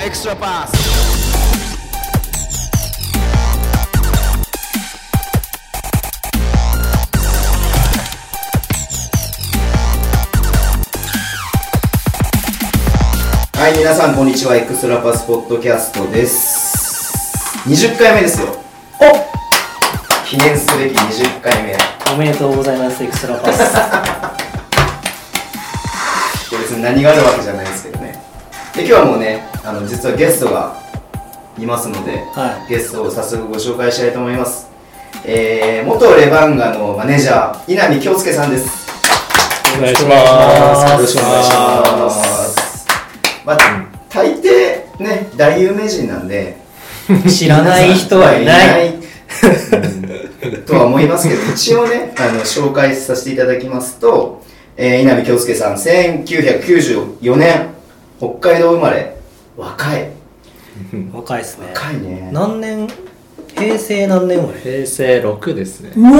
Extra Pass。 はい、皆さんこんにちは。エクストラパスポッドキャストです。20回目ですよ。記念すべき20回目。 おめでとうございます。エクストラパス別に何があるわけじゃないですけどね。で、今日はもうね、実はゲストがいますので、 はい、 ゲストを早速ご紹介したいと思います。元レバンガのマネージャー、稲見京介さんです。 お願いします。よろしくお願いします。 まあ、大抵ね、大有名人なんで知らない人はいないとは思いますけど、一応ね、紹介させていただきますと、稲見京介さん、1994年北海道生まれ。若い若いですね。 若いね。 何年？平成何年生まれ？ 平成6ですね。 うわ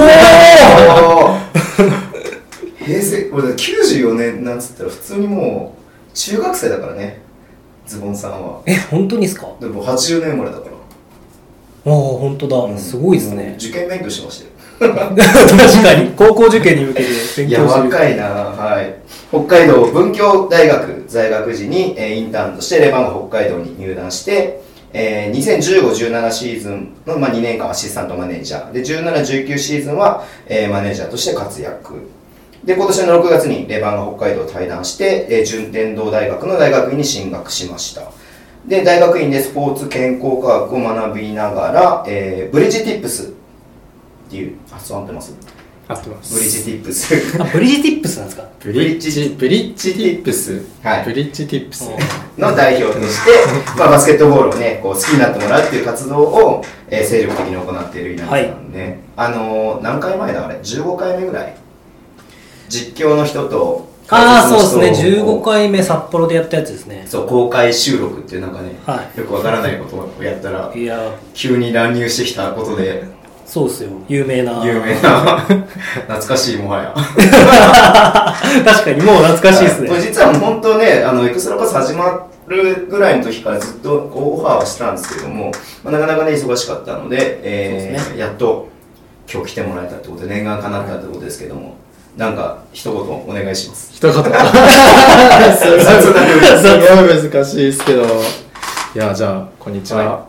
平成、俺94年なんつったら普通にもう中学生だからね、ズボンさんは。 本当にですか？ でも80年生まれだから。 本当だ、すごいですね。 受験勉強してましたよ確かに高校受験に向けて勉強してる。 いや、若いな。はい。北海道文教大学在学時に、インターンとしてレバンガ北海道に入団して、2015-17シーズンの、2年間アシスタントマネージャーで、17-19シーズンは、マネージャーとして活躍で、今年の6月にレバンガ北海道を退団して、順天堂大学の大学院に進学しました。で、大学院でスポーツ健康科学を学びながら、ブリッジティップスっていう発音合ってます？ 合ってます。 ブリッジティップスブリッジティップスなんですか？ ブリッジティップス。 はい。 ブリッジティップスの代表として、バスケットボールをね、こう好きになってもらうっていう活動を、精力的に行っている稲見さんで、何回前だあれ？15回目ぐらい実況の人とそうですね、15回目札幌でやったやつですね。 そう、公開収録っていうなんかね、 はい、 よくわからないことをやったら、 いや急に乱入してきたことで、 そうですよ、有名な懐かしい、もはや確かにもう懐かしいですね。 実はもう本当ね、エクストラパス始まるぐらいの時からずっとオファーはしてたんですけども、なかなかね忙しかったので、やっと今日来てもらえたってことで念願叶ったってことですけども、なんか一言お願いします。 一言すごい難しいですけど、いや、じゃあこんにちは、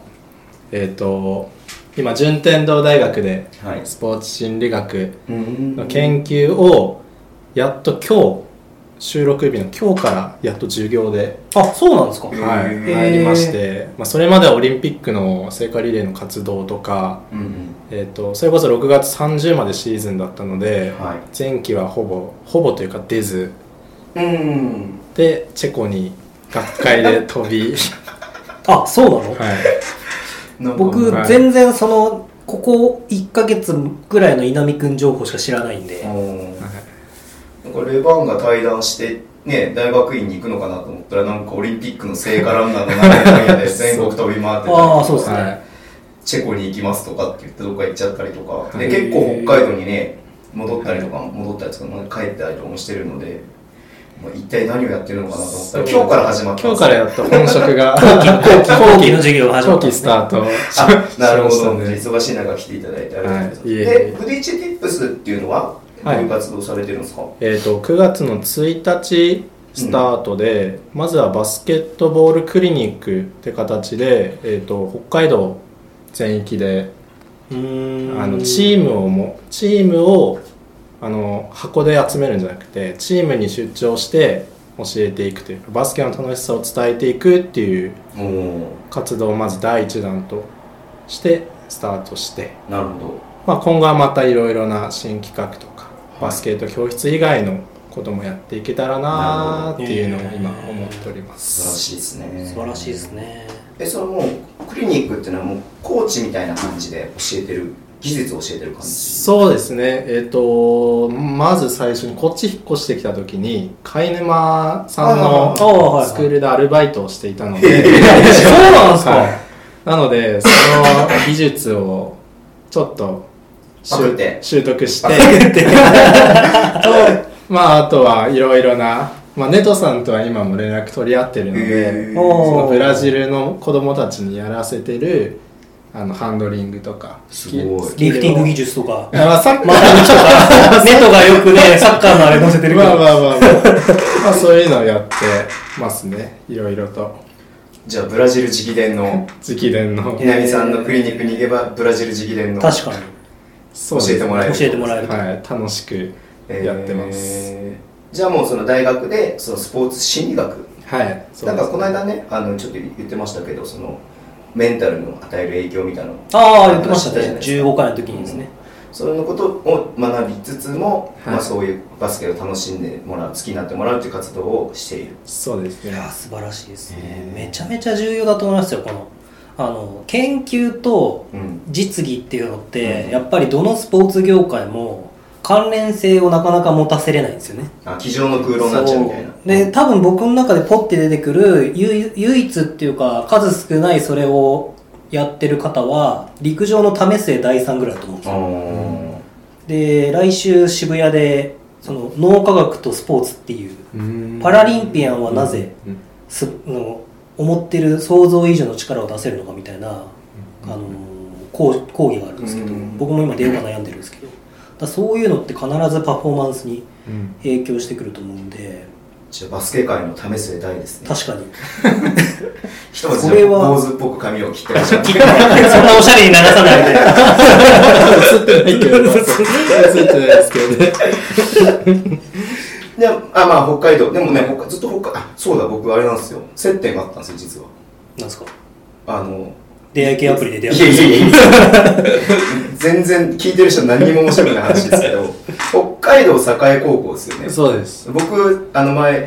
今順天堂大学でスポーツ心理学の研究をやっと今日収録日の今日からやっと授業でそうなんですか？ 入りまして、それまではオリンピックの聖火リレーの活動とか、それこそ6月30までシーズンだったので、前期はほぼというか出ず、でチェコに学会で飛びそうなの？僕、全然ここ1ヶ月ぐらいの稲見くん情報しか知らないんで、 なんかレバンが退団してね、大学院に行くのかなと思ったら、なんかオリンピックの聖火ランナーの名前で全国飛び回ってたりそうですね、 チェコに行きますとかって言ってどっか行っちゃったりとかで、結構北海道にね戻ったりとか帰ったりとかもしてるので、一体何をやってるのかなと思ったら今日から始まった。 今日からやっと本職が後期の授業が始まった、 後期スタートなるほど、忙しい中来ていただいてありがとうございます。で、ブリッジティップスっていうのはどういう活動されてるんですか ？9月の1日スタートで、まずはバスケットボールクリニックって形で、北海道全域でチームを箱で集めるんじゃなくて、チームに出張して教えていくというか、バスケの楽しさを伝えていくっていう活動をまず第一弾としてスタートして、 なるほど、 今後はまたいろいろな新企画とか、バスケット教室以外のこともやっていけたらなっていうのを今思っております。 素晴らしいですね。 素晴らしいですね。 そのもうクリニックっていうのはもうコーチみたいな感じで教えてる、技術を教えてる感じ？ そうですね。まず最初にこっち引っ越してきた時に貝沼さんのスクールでアルバイトをしていたので、 そうなんですか？ なのでその技術をちょっと習得してあとはいろいろなネトさんとは今も連絡取り合ってるので、そのブラジルの子供たちにやらせてるハンドリングとかすごいリフティング技術とかサッカーとかネトがよくねサッカーのあれ載せてるけどそういうのをやってますね、いろいろと。 じゃあブラジル直伝の南さんのクリニックに行けばブラジル直伝の確かに教えてもらえる、 はい、楽しくやってます、 じゃあもうその大学でそのスポーツ心理学、 はい、 なんかこの間ねちょっと言ってましたけど、そのメンタルの与える影響みたいなの言ってましたね、15回の時にですね、 そのことを学びつつも、そういうバスケを楽しんでもらう、好きになってもらうという活動をしている。 そうですね。 いや素晴らしいですね。めちゃめちゃ重要だと思いますよ。この研究と実技っていうのって、やっぱりどのスポーツ業界も関連性をなかなか持たせれないんですよね。 机上の空論になっちゃうみたいな。 で多分僕の中でポッて出てくる唯一っていうか数少ないそれをやってる方は陸上の為末大さんぐらいだと思うんですよ。で来週渋谷でその脳科学とスポーツっていうパラリンピアンはなぜ思ってる想像以上の力を出せるのかみたいな講義があるんですけど、僕も今出ようか悩んでるんですけど、だそういうのって必ずパフォーマンスに影響してくると思うんで、 じゃあバスケ界の為末大ですね。 確かにひとまずじゃあ坊主っぽく髪を切ってらっしゃるそんなおしゃれに流さないで映ってないけど映ってないですけどねで北海道でもね、ずっとそうだ、僕あれなんですよ、接点があったんですよ実は。 なんですか？出会い系アプリで出会った。 いや全然聞いてる人何にも面白くない話ですけど北海道栄高校ですよね。 そうです。 僕前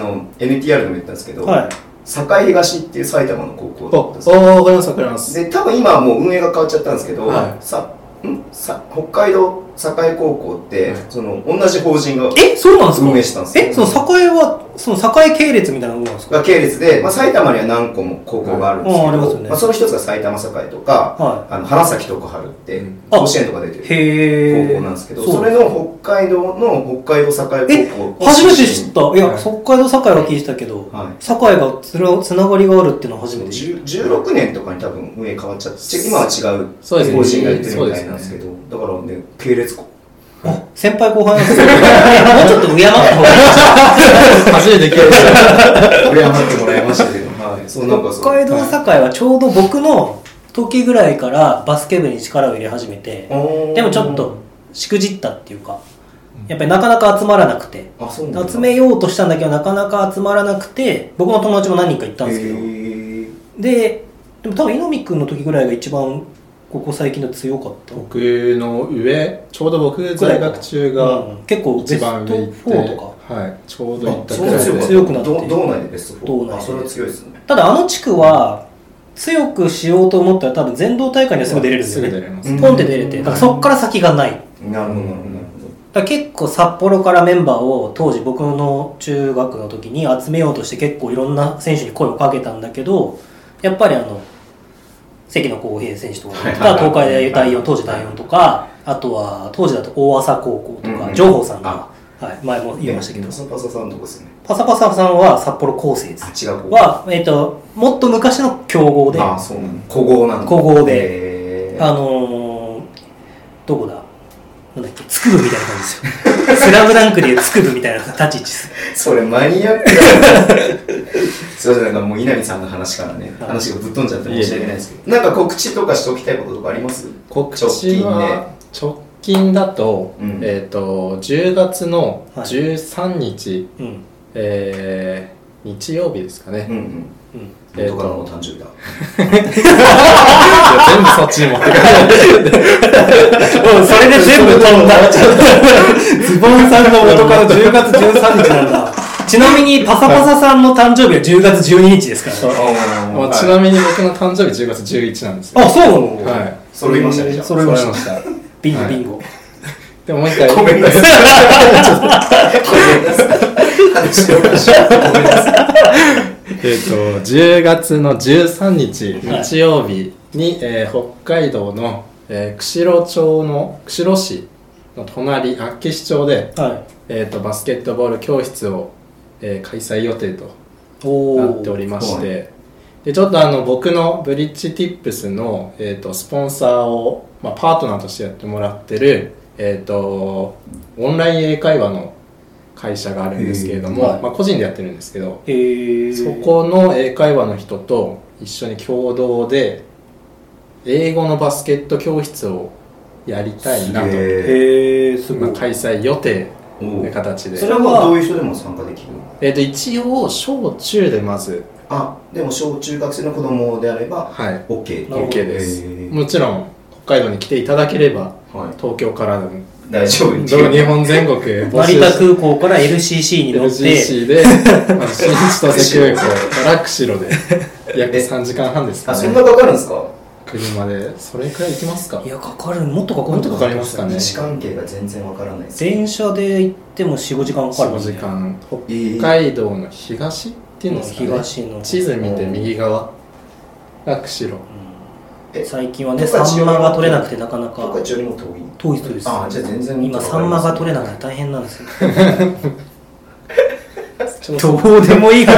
NTR でも言ったんですけど、栄東っていう埼玉の高校だったんですよ。 わかります、わかります。 で多分今はもう運営が変わっちゃったんですけど、北海道栄高校ってその同じ法人がそうなんですか？ 運営したんですよ。 その栄はその栄系列みたいなものなんですか？ 系列で、埼玉には何個も高校があるんですけど、 ありますよね。 その一つが埼玉栄とか、花咲徳栄って甲子園とか出てる高校なんですけど、それの北海道栄高校。 初めて知った。いや、北海道栄は聞いてたけど、栄がつながりがあるっていうのは初めて知った。 16年とかに多分運営変わっちゃって、今は違う法人がやってるみたいなんですけど、だからね、系列校。 先輩後輩なんですよ。もうちょっと敬った方がいい。 初めて聞いた。 敬ってもらいましたけど、 北海道栄はちょうど僕の時ぐらいからバスケ部に力を入れ始めて、でもちょっとしくじったっていうか、やっぱりなかなか集まらなくて、集めようとしたんだけどなかなか集まらなくて、僕の友達も何人か行ったんですけど、でも多分猪見くんの時ぐらいが一番ここ最近の強かった。 僕の上、ちょうど僕在学中が結構一番上行って、 ベスト4とか、 ちょうど行ったくらいで強くなって、 道内でベスト4。 道内でそれは強いですね。 ただ地区は強くしようと思ったら多分全道大会にはすぐ出れるんですよね。ポンって出れて、だからそっから先がない。 なるほど。 だから結構札幌からメンバーを当時僕の中学の時に集めようとして結構いろんな選手に声をかけたんだけど、やっぱり関野公平選手とか東海大4、当時第4とか、あとは当時だと大麻高校とか情報さんが、前も言いましたけど、 パサパサさんのとこですね。 パサパサさんは札幌高専はもっと昔の強豪で、 古豪なんだ。 古豪で、どこだ、なんだっけ、つくぶみたいな感じですよ。スラムダンクでいうつくぶみたいな立ち位置です。 それマニアックだ。すいません、もう稲見さんの話からね、話がぶっ飛んじゃって申し訳ないですけど、なんか告知とかしておきたいこととかあります？ 告知は直近だと、10月の13日、日曜日ですかね。 元カノの誕生日だ。 全部そっちに持ってかれてそれで全部飛んだ。ズボンさんの元カノ10月13日なんだ。ちなみにパサパサさんの誕生日は10月12日ですから。 ちなみに僕の誕生日10月11なんですよ。 そうなの？ はい。 揃いましたね。 揃いました。ビンゴ。 でももう一回。 ごめんなさい。 10月の13日日曜日に、北海道の、釧路市の隣厚岸町で、バスケットボール教室を、 開催予定とおなっておりまして、でちょっと僕のブリッジティップスの、スポンサーを、パートナーとしてやってもらってる、オンライン英会話の会社があるんですけれども、個人でやってるんですけど、そこの英会話の人と一緒に共同で英語のバスケット教室をやりたいなと、開催予定の形で。 それはどういう人でも参加できる？ 一応小中でまず、 でも小中学生の子供であれば OK です。もちろん北海道に来ていただければ、東京からでも大丈夫。 日本全国成田空港から LCC に乗って LCC で新千歳空港から釧路で約3時間半ですかね。 そんなかかるんですか？ 車でそれくらい行きますか？ いや、かかる。もっとかかりますかね。 位置関係が全然わからないです。 電車で行っても 4,5 時間かかる、ね、 4,5時間。北海道の東っていうんですかね、東の地図見て右側が釧路、 最近はねサンマが取れなくてなかなか。 十勝よりも遠いです。 じゃあ全然今サンマが取れなくて大変なんですよどうでもいいから、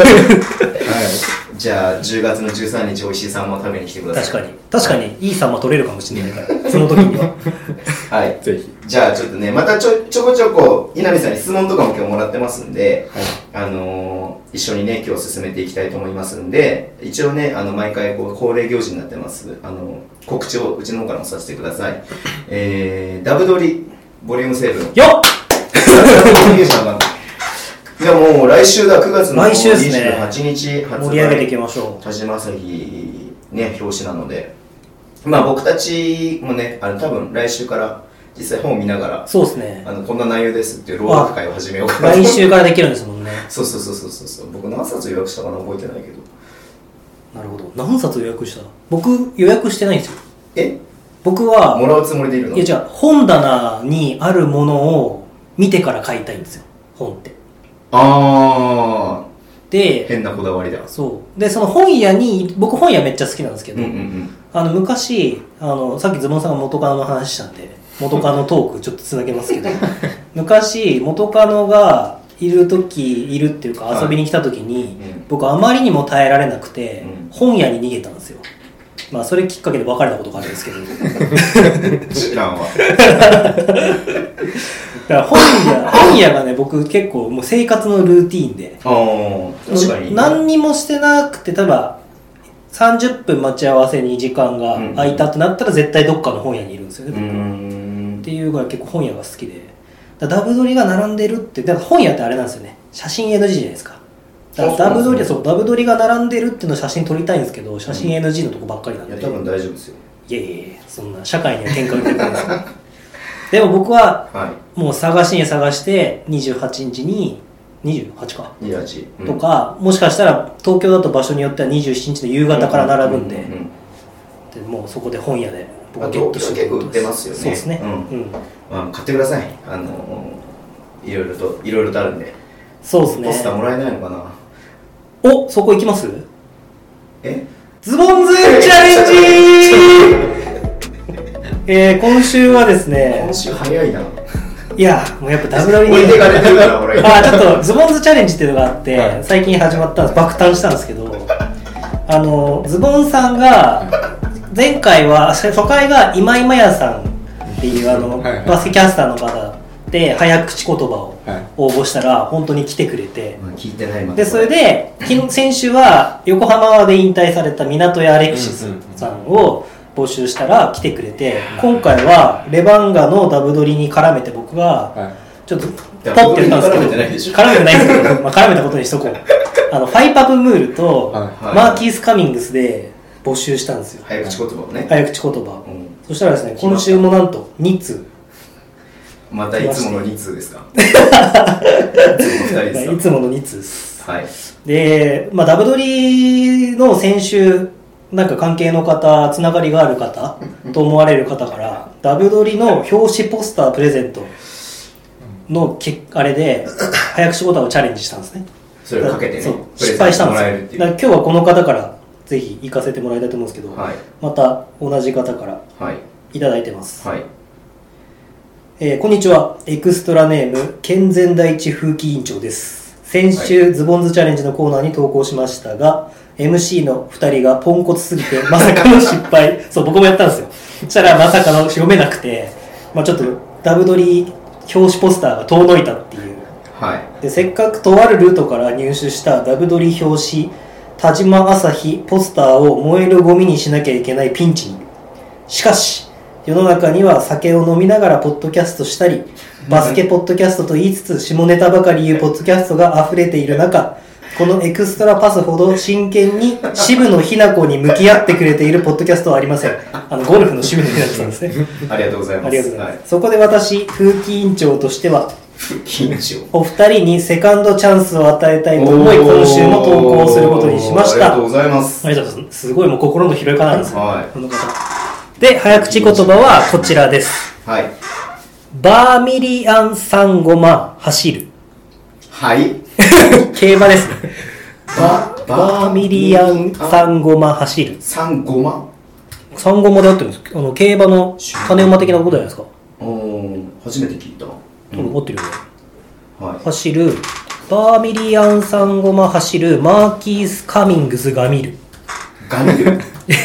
じゃあ10月の13日美味しいサンマを食べに来てください。 確かにいいサンマ取れるかもしれないからその時にははいぜひ。 じゃあちょっとねまたちょこちょこ稲見さんに質問とかも今日もらってますんで、一緒にね今日進めていきたいと思いますんで、一応ね毎回恒例行事になってます告知をうちの方からもさせてください。ダブドリボリューム7 よっいやもう来週だ、9月の来週ですね、 28日発売、 盛り上げていきましょう。 田島朝日ね表紙なので、僕たちもね多分来週から実際本を見ながら、 そうですね、 こんな内容ですっていう朗読会を始めようかな。 来週からできるんですもんね。 そう僕何冊予約したかな覚えてないけど。 なるほど。何冊予約した？僕予約してないんですよ。僕はもらうつもりでいるの？ いや違う、本棚にあるものを見てから買いたいんですよ、本って。で変なこだわりだ。 そうで、その本屋に、僕本屋めっちゃ好きなんですけど、昔さっきズボンさんが元カノの話したんで元カノトークちょっとつなげますけど昔元カノがいるっていうか遊びに来た時に、僕あまりにも耐えられなくて、本屋に逃げたんですよ。それきっかけで別れたことがあるんですけど知らんわだから本屋がね、僕結構もう生活のルーティーンで、 確かに何にもしてなくて、例えば30分待ち合わせに時間が空いたってなったら絶対どっかの本屋にいるんですよね、僕っていうぐらい結構本屋が好きで、ダブドリが並んでるって、だから本屋ってあれなんですよね、写真 NG じゃないですか。だからダブドリが並んでるっていうのを写真撮りたいんですけど、写真 NG のとこばっかりなんで。 いや多分大丈夫ですよ。 いやそんな社会には喧嘩売ってくるんですよでも僕はもう探して28日に28か 28、 とか、もしかしたら東京だと場所によっては27日の夕方から並ぶんで、でもうそこで本屋で僕はゲットして結構売ってますよね。 そうですね、 買ってください。いろいろとあるんで。 そうですね。 ポスターもらえないのかな。 そこ行きます？ズボンズチャレンジ今週はですね、 今週早いな。 いやもうやっぱダブドリに置いてかれてるから俺ちょっとズボンズチャレンジっていうのがあって、最近始まったんです。爆誕したんですけど、ズボンさんが前回は初回が今井麻也さんっていうバスケキャスターの方で早口言葉を応募したら本当に来てくれて、 聞いてない。 でそれで先週は横浜で引退された港谷アレクシスさんを募集したら来てくれて、今回はレバンガのダブドリに絡めて僕がちょっとポッて言ったんですけど、絡めてないんですけど絡めたことにしとこう。ファイパブムールとマーキース・カミングスで募集したんですよ、 早口言葉をね。 早口言葉、そしたらですね、今週もなんと2通またいつもの2通ですか？ いつもの2通です。 はい。 で、ダブドリの先週なんか関係の方、つながりがある方と思われる方からダブドリの表紙ポスタープレゼントのあれで早口言葉をチャレンジしたんですね。 それをかけてね、 失敗したんですよ。だから今日はこの方からぜひ行かせてもらいたいと思うんですけど、また同じ方からいただいてます。こんにちは。エクストラネーム健全第一風紀委員長です。 先週、ズボンズチャレンジのコーナーに投稿しましたが、MC の2人がポンコツすぎてまさかの失敗。そう、僕もやったんですよ。そしたらまさかの読めなくて、まあちょっとダブドリ表紙ポスターが遠のいたっていう。 はい。 で、せっかくとあるルートから入手したダブドリ表紙田島朝日ポスターを燃えるゴミにしなきゃいけないピンチに。しかし世の中には酒を飲みながらポッドキャストしたりバスケポッドキャストと言いつつ下ネタばかり言うポッドキャストが溢れている中、このエクストラパスほど真剣に渋野日向子に向き合ってくれているポッドキャストはありません。ゴルフの渋野日向子さんですね。 ありがとうございます。 ありがとうございます。そこで私風紀委員長としては緊張。 お二人にセカンドチャンスを与えたいと思い、今週も投稿することにしました。 ありがとうございます。 ありがとうございます。すごいもう心の広い方なんですよ、 はい、 この方で。早口言葉はこちらです。 はい。 バーミリアンサンゴマ走る。 はい。 競馬ですね。バーミリアンサンゴマ走る。 サンゴマサンゴマでやってるんです。競馬の種馬的なことじゃないですか。 初めて聞いた。 持ってるよね。 はい。 走る。バーミリアンサンゴマ走る。マーキース・カミングスが見る。 ガミル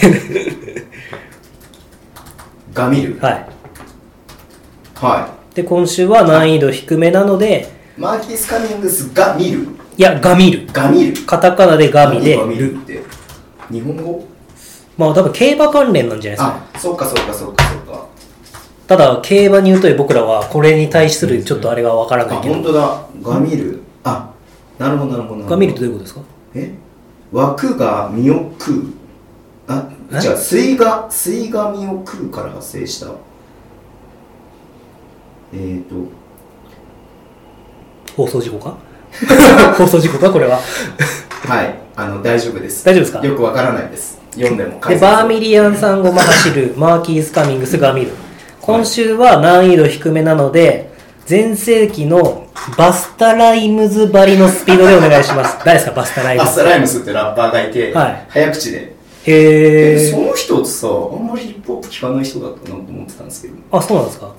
ガミル。 はい。 はい。 で、今週は難易度低めなので、 マーキース・カミングスが見る。 いや、ガミル。 ガミル。 カタカナでガミで。 ガミルって。日本語？ まあ多分競馬関連なんじゃないですか。 あ、そうかそうかそうかそうか。 ただ、競馬に疎い僕らはこれに対するちょっとあれがわからないけど。 あ、本当だ。ガミル。あ、なるほどなるほど。 ガミルってどういうことですか？ 枠が身を食う。あ、じゃあ水が身を食うから発生した。 放送事故か放送事故かこれは。 はい、大丈夫です。 大丈夫ですか？ よくわからないです。読んでも。 で、バーミリアンサンゴマ走る、マーキース・カミングスが見る。今週は難易度低めなので、前世紀のバスタライムズばりのスピードでお願いします。誰ですか、バスタライムズ？ バスタライムズってラッパーがいて、 はい、 早口で。その人ってさ、あんまりヒップホップ聞かない人だったなと思ってたんですけど。 あ、そうなんですか。 はい。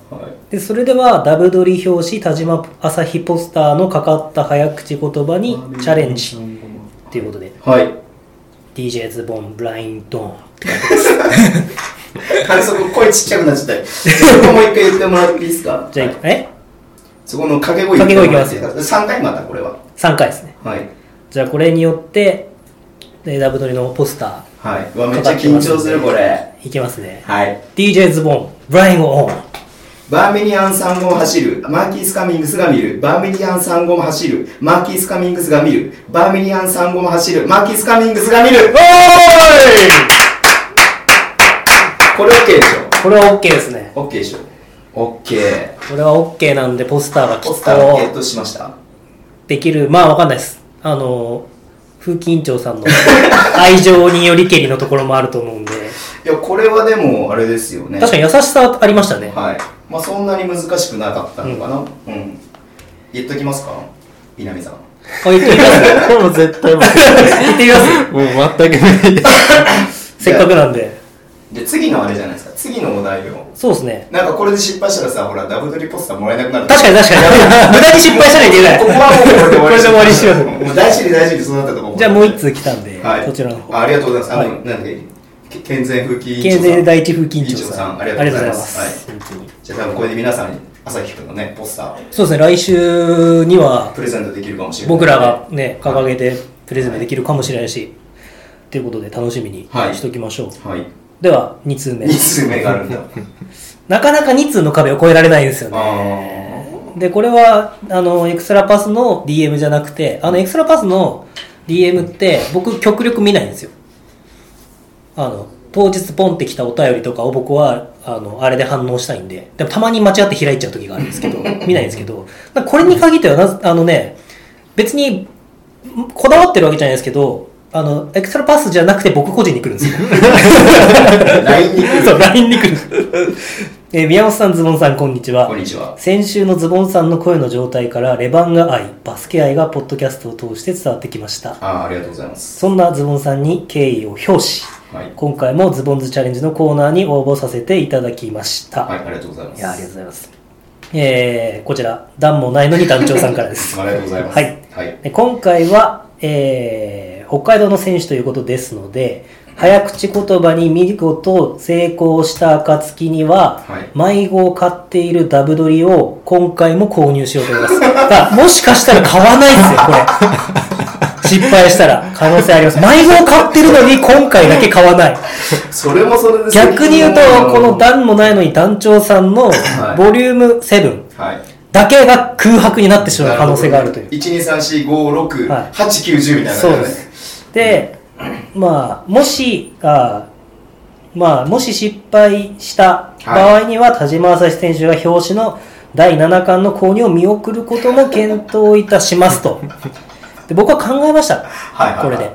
で、それではダブドリ表紙田島朝日ポスターのかかった早口言葉にチャレンジということで、 はい。 DJ ズボンブラインドンってそこ声ちっちゃくなっちゃった。そこもう一回言ってもらっていいですか？ じゃあ、 そこの掛け声言ってもらっていいですか？3回またこれは。 3回ですね。 はい。 じゃあこれによってダブドリのポスター。 はい。うわ、めっちゃ緊張するこれ。 いきますね。 はい。 DJ ズボンブラインオン。 バーミリアンサンゴも走る。マーキース・カミングスが見る。バーミリアンサンゴも走る。マーキース・カミングスが見る。バーミリアンサンゴも走る。マーキース・カミングスが見る。おーい！これ OK でしょ？ これは OK ですね。 OK でしょ？ OK。 これは OK なんでポスターがきっとポスターゲットしました。 できる。まあわかんないです。風紀委員長さんの愛情によりけりのところもあると思うんで。 いや、これはでもあれですよね。 確かに優しさありましたね。 はい。まあそんなに難しくなかったのかな。うん。言っときますか？南さん。 言ってみますもう絶対もう言ってみますもう全く無理せっかくなんで。 で、次のあれじゃないですか。次のお題を。 そうですね。 なんかこれで失敗したらさ、ほら、ダブドリポスターもらえなくなる。 確かに無駄に失敗したらいけない。 ここはもうこれで終わりにしよう。 もう大事に大事に育ったところ。 じゃあもう一通来たんで、 はい、 そちらの方。 ありがとうございます。 はい、 なんだっけ、健全風紀委員長さん。 健全第一風紀委員長さん。 ありがとうございます。はい。 本当に。 じゃあ多分これで皆さんに、朝日くんのね、ポスターを。 そうですね、来週には、 プレゼントできるかもしれない。 僕らがね、掲げてプレゼントできるかもしれないし、ということで楽しみにしときましょう。 はい。 では、2通目。 2通目があるんだ。 なかなか2通の壁を越えられないんですよね。で、これは、エクストラパスの DM じゃなくて、エクストラパスの DM って僕極力見ないんですよ。当日ポンってきたお便りとかを僕は、あれで反応したいんで、でもたまに間違って開いちゃう時があるんですけど、見ないんですけど、これに限っては別に、こだわってるわけじゃないですけど、エクストラパスじゃなくて僕個人に来るんですよ。 LINE に来る。 そう、LINE に来る。宮本さん、ズボンさん、こんにちは。 こんにちは。 先週のズボンさんの声の状態からレバンガ愛、バスケ愛がポッドキャストを通して伝わってきました。 ありがとうございます。 そんなズボンさんに敬意を表し、はい、今回もズボンズチャレンジのコーナーに応募させていただきました。 はい、ありがとうございます。 いや、ありがとうございます。こちら、段もないのに団長さんからです。 ありがとうございます。 はい。 はい。 で今回は、北海道の選手ということですので、早口言葉に見事成功した暁には、迷子を買っているダブドリを今回も購入しようと思います。だからもしかしたら買わないですよ、これ。失敗したら可能性あります。迷子を買ってるのに今回だけ買わない。 それもそれです。 逆に言うと、この段もないのに団長さんのボリューム7だけが空白になってしまう可能性があるという。 1、2、3、4、5、6、8、9、10みたいな感じですね。 そうです。で、まあ、もし失敗した場合には、田島朝日選手が表紙の第7巻の購入を見送ることも検討いたしますと。で僕は考えました。これで。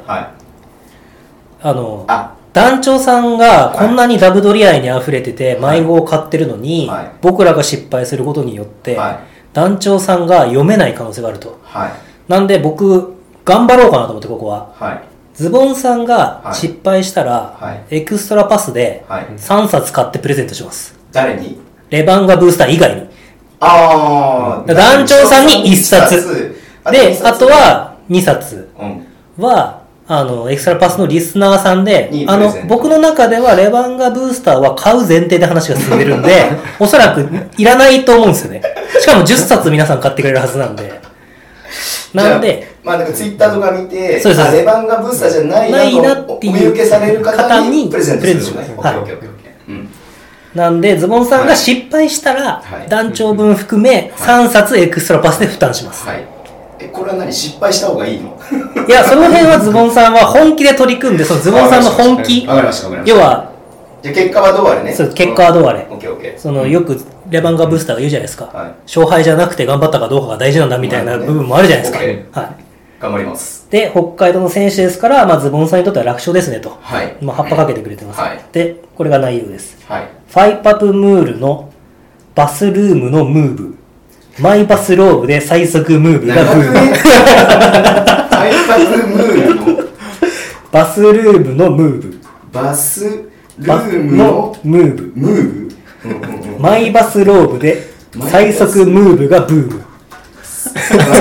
団長さんがこんなにダブドリ愛に溢れてて迷子を買ってるのに、僕らが失敗することによって、団長さんが読めない可能性があると。なんで僕、頑張ろうかなと思って、ここは。ズボンさんが失敗したら、エクストラパスで3冊買ってプレゼントします。 誰に？ レバンガブースター以外に。団長さんに1冊。で、あとは2冊は、エクストラパスのリスナーさんで、僕の中ではレバンガブースターは買う前提で話が進んでるんで、おそらくいらないと思うんですよね。しかも10冊皆さん買ってくれるはずなんで。なんで、 まあなんかツイッターとか見て、 そうですレバンガブースターじゃないなとお見受けされる方にプレゼントするのね。 なんで、ズボンさんが失敗したら、団長分含め3冊エクストラパスで負担します。 これは何？失敗した方がいいの？ いや、その辺はズボンさんは本気で取り組んで、そのズボンさんの本気、要は、 じゃ結果はどうあれね。 そう、結果はどうあれ。 そのよくレバンガブースターが言うじゃないですか。勝敗じゃなくて頑張ったかどうかが大事なんだみたいな部分もあるじゃないですか。 頑張ります。 で、北海道の選手ですから、ズボンさんにとっては楽勝ですねと。葉っぱかけてくれてます。で、これが内容です。ファイパプムールのバスルームのムーブ。マイバスローブで最速ムーブがブーム。ファイパプムールのバスルームのムーブ。 バスルームのムーブ。マイバスローブで最速ムーブがブーム。す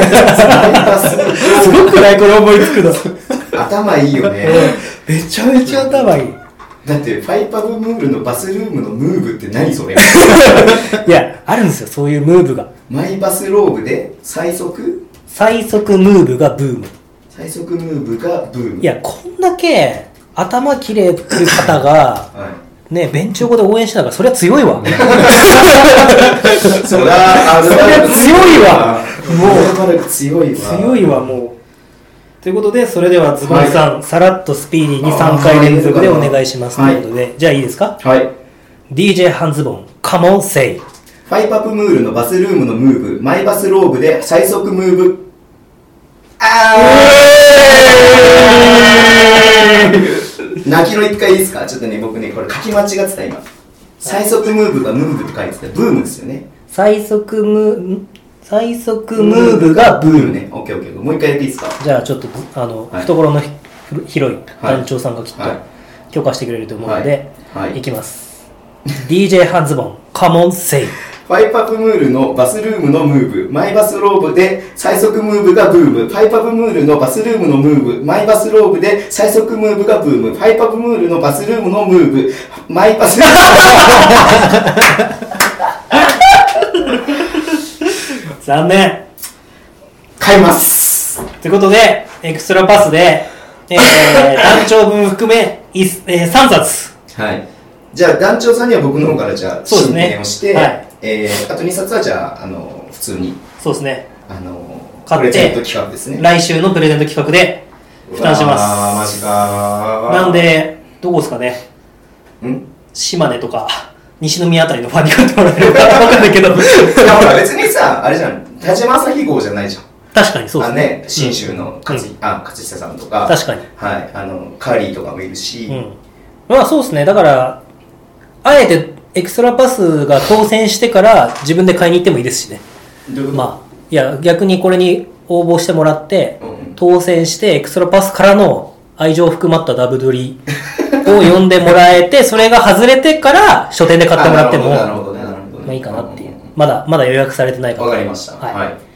ごくないこれ思いつくの。 頭いいよね。 めちゃめちゃ頭いい。 だってファイパブムールのバスルームのムーブって何それ？ いや、あるんですよ、そういうムーブが。 マイバスローブで最速ムーブがブーム。 最速ムーブがブーム。 いや、こんだけ頭切れる方が、ね、ベンチ横で応援しながら、そりゃ強いわ。 そりゃ強いわ。 もう強いわ、もう。ということで、それではズボンさん、さらっとスピーディーに3回連続でお願いしますということで、じゃあいいですか？DJ ハンズボン、Come on say。 ファイパプムールのバスルームのムーブ、マイバスローブで最速ムーブ。泣きの1回いいですか？ちょっとね、僕ね、これ書き間違ってた今。最速ムーブがムーブって書いてた。ブームですよね。最速ムーブがブームね。オッケー。もう一回やっていいですか？ じゃあちょっと懐の広い団長さんがきっと許可してくれると思うので、いきます。DJ ハンズボン、Come on say。 ファイパプムールのバスルームのムーブ、マイバスローブで最速ムーブがブーム。ファイパプムールのバスルームのムーブ、マイバスローブで最速ムーブがブーム。ファイパプムールのバスルームのムーブ、マイバスローブ。残念。 買います。 ということで、エクストラパスで、団長分含め3冊。 じゃあ団長さんには僕の方からじゃあ進言をして、あと2冊はじゃあ普通にそうですねプレゼント企画ですね。 来週のプレゼント企画で負担します。 マジか。 なんでどこですかね、島根とか西宮あたりのファンに買ってもらえるか分かんないけどいやほら別にさあれじゃん、田島朝日号じゃないじゃん。 確かにそうですね。 信州の勝久さんとか、 確かにカーリーとかもいるし、 まあそうですね。だからあえてエクストラパスが当選してから自分で買いに行ってもいいですしね。いや逆にこれに応募してもらって、当選してエクストラパスからの愛情含まったダブドリを呼んでもらえてそれが外れてから書店で買ってもらってもいいかなっていう。まだ予約されてないから。 わかりました。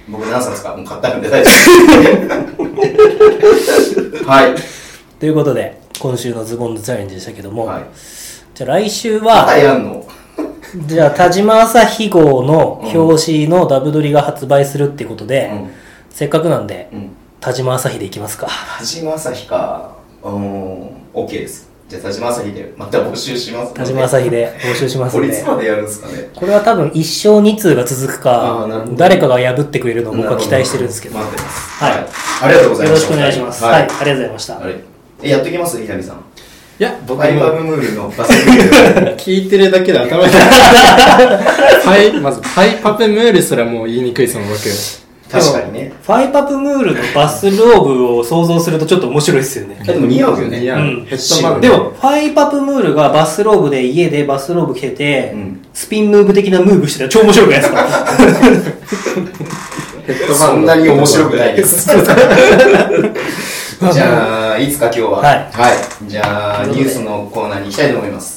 僕何冊かもう買ったんで大丈夫はいということで今週のズボンズチャレンジでしたけども、 はい、 じゃあ来週まだはやんのじゃあ田島朝日号の表紙のダブドリが発売するっていうことで、せっかくなんで、田島朝日でいきますか。 田島朝日かOK です。じゃあ田島朝日でまた募集しますので、 田島朝日で募集しますこので、 れいつまでやるんですかね。 これは多分一生2通が続くか誰かが破ってくれるのを僕は期待してるんですけど、 待ってます。 はい、 ありがとうございます。 よろしくお願いします。はい、ありがとうございました。 やっときます伊丹さん。 いや、僕ファイバブムールのバスケ聞いてるだけで頭がまずファイパプムールすらもう言いにくいその僕。 確かにね。 ファイパプムールのバスローブを想像するとちょっと面白いですよね。 でも似合うよね。 似合う。ヘッドバンでもファイパプムールがバスローブで家でバスローブ着てて、スピンムーブ的なムーブしてたら超面白くないですか？ ヘッドバンドそんなに面白くないです。じゃあいつか今日ははい、じゃあニュースのコーナーに行きたいと思います。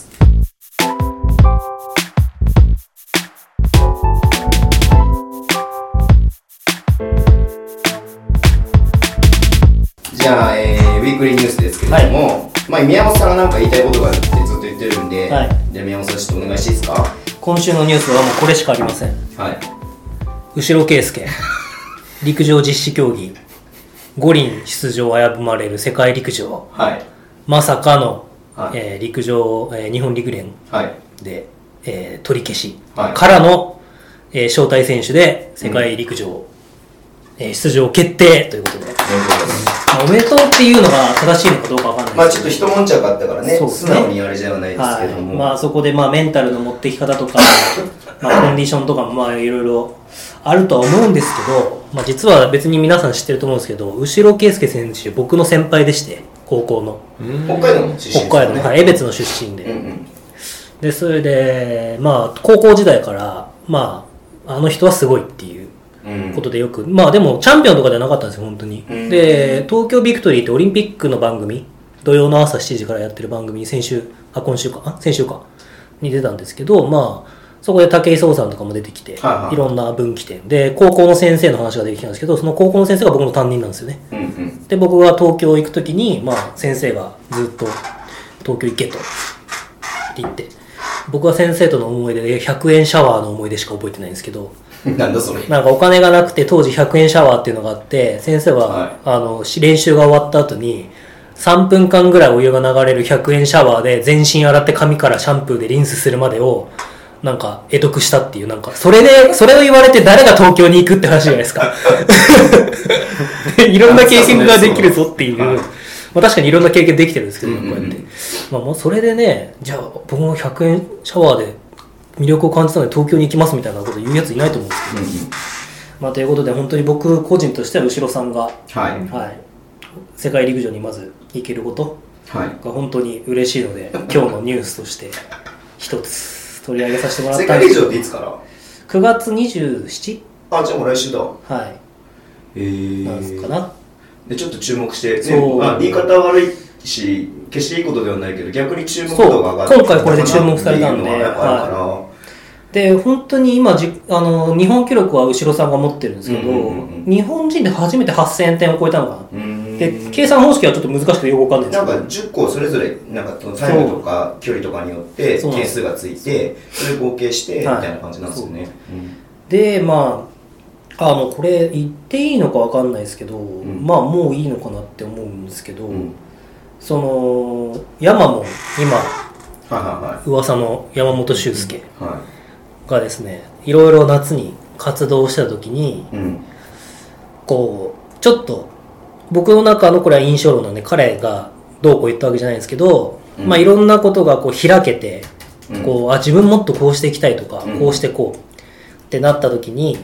じゃあ、ウィークリーニュースですけれども、まあ、宮本さんが何か言いたいことがあるってずっと言ってるんで、じゃあ宮本さんちょっとお願いしていいですか。 今週のニュースはもうこれしかありません。後呂圭介陸上実施競技五輪出場危ぶまれる世界陸上、まさかの、陸上、日本陸連で、取り消し、からの、招待選手で世界陸上、出場決定ということで、おめでとうっていうのが正しいのかどうかわかんないですけど、 ちょっと一悶着あったからね、素直にあれじゃないですけども、 そこでメンタルの持ってき方とかコンディションとかもいろいろあるとは思うんですけど、実は別に皆さん知ってると思うんですけど、後呂圭介選手僕の先輩でして、高校の北海道の出身ですね。 北海道の、江別の出身で、でそれで高校時代からあの人はすごいっていうことでよく、でもチャンピオンとかじゃなかったんですよ本当に。で東京ビクトリーってオリンピックの番組、土曜の朝7時からやってる番組に先週かに出たんですけど、そこで武井壮さんとかも出てきて、いろんな分岐点で高校の先生の話が出てきたんですけど、その高校の先生が僕の担任なんですよね。で僕が東京行く時に、先生がずっと東京行けと言って、僕は先生との思い出で100円シャワーの思い出しか覚えてないんですけど、 なんだそれ。 お金がなくて当時100円シャワーっていうのがあって、先生は、練習が終わった後に3分間ぐらいお湯が流れる100円シャワーで全身洗って髪からシャンプーでリンスするまでを会得したっていう、それを言われて誰が東京に行くって話じゃないですか。いろんな経験ができるぞっていう。確かにいろんな経験できてるんですけど、こうやって。もうそれでね、じゃあ僕も100円シャワーで魅力を感じたので東京に行きますみたいなこと言うやついないと思うんですけど、ということで本当に僕個人としては後呂さんが、世界陸上にまず行けることが本当に嬉しいので、今日のニュースとして一つ取り上げさせてもらったんです。 世界陸上っていつから？ 9月 27？ じゃあもう来週だ。 なんですかな。 でちょっと注目して、言い方悪いし決していいことではないけど、逆に注目度が上がって今回これで注目されたんで、で本当に今日本記録は後呂さんが持ってるんですけど、日本人で初めて8000点を超えたのかな。で計算方式はちょっと難しくてよくわかんないんですけど、 10個それぞれタイムとか距離とかによって件数がついて、それを合計してみたいな感じなんですよね。 でこれ言っていいのかわかんないですけど、もういいのかなって思うんですけど、その山も今、噂の山本修介がですね、いろいろ夏に活動してた時に、こうちょっと僕の中のこれは印象論なんで彼がどうこう言ったわけじゃないんですけど、いろんなことがこう開けて、自分もっとこうしていきたいとか、こうしてこうってなった時に、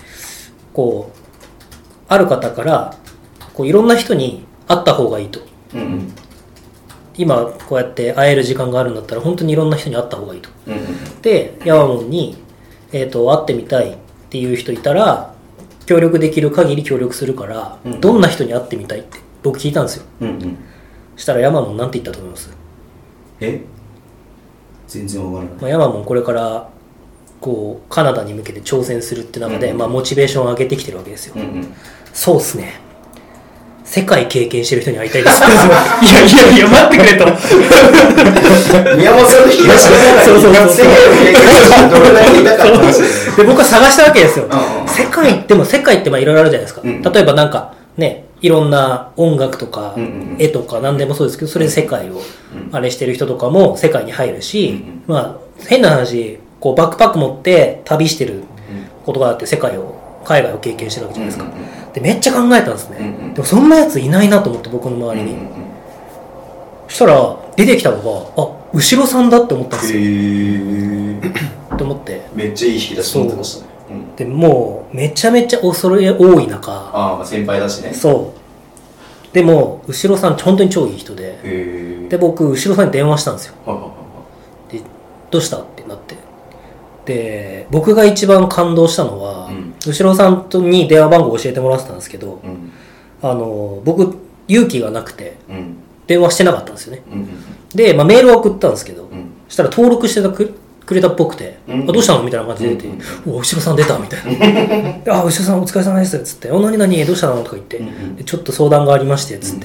ある方からいろんな人に会った方がいいと、今こうやって会える時間があるんだったら本当にいろんな人に会った方がいいと、でヤマモンに、会ってみたいっていう人いたら協力できる限り協力するから、どんな人に会ってみたいって僕聞いたんですよ。したらヤマモンなんて言ったと思います？ 全然わからない。 ヤマモンこれからこうカナダに向けて挑戦するって中で、まあ、モチベーションを上げてきてるわけですよ、そうっすね、世界経験してる人に会いたいですいや待ってくれと宮本さんの東そう世界を経験してどれだけいたかって話で僕は探したわけですよ、世界ってまあいろいろあるじゃないですか、例えばなんかね、いろんな音楽とか絵とか何でもそうですけど、それで世界をあれしてる人とかも世界に入るし、まあ変な話こうバックパック持って旅してることがあって海外を経験してるわけじゃないですか、でめっちゃ考えたんですね、でもそんなやついないなと思って僕の周りに、そしたら出てきたのが後ろさんだって思ったんですよって思って、 めっちゃいい引き出し持ってましたね、 でもうめちゃめちゃ恐れ多い中、 先輩だしね、 そうでも後ろさん本当に超いい人で、で僕後ろさんに電話したんですよ、でどうしたってなって、で僕が一番感動したのは、後ろさんに電話番号を教えてもらってたんですけど、僕勇気がなくて電話してなかったんですよね、で、まあ、メールを送ったんですけど、そしたら登録してくれたっぽくて、どうしたのみたいな感じで出て、後ろさん出たみたいな後ろさんお疲れ様ですっつって、何どうしたのとか言って、でちょっと相談がありましてっつって、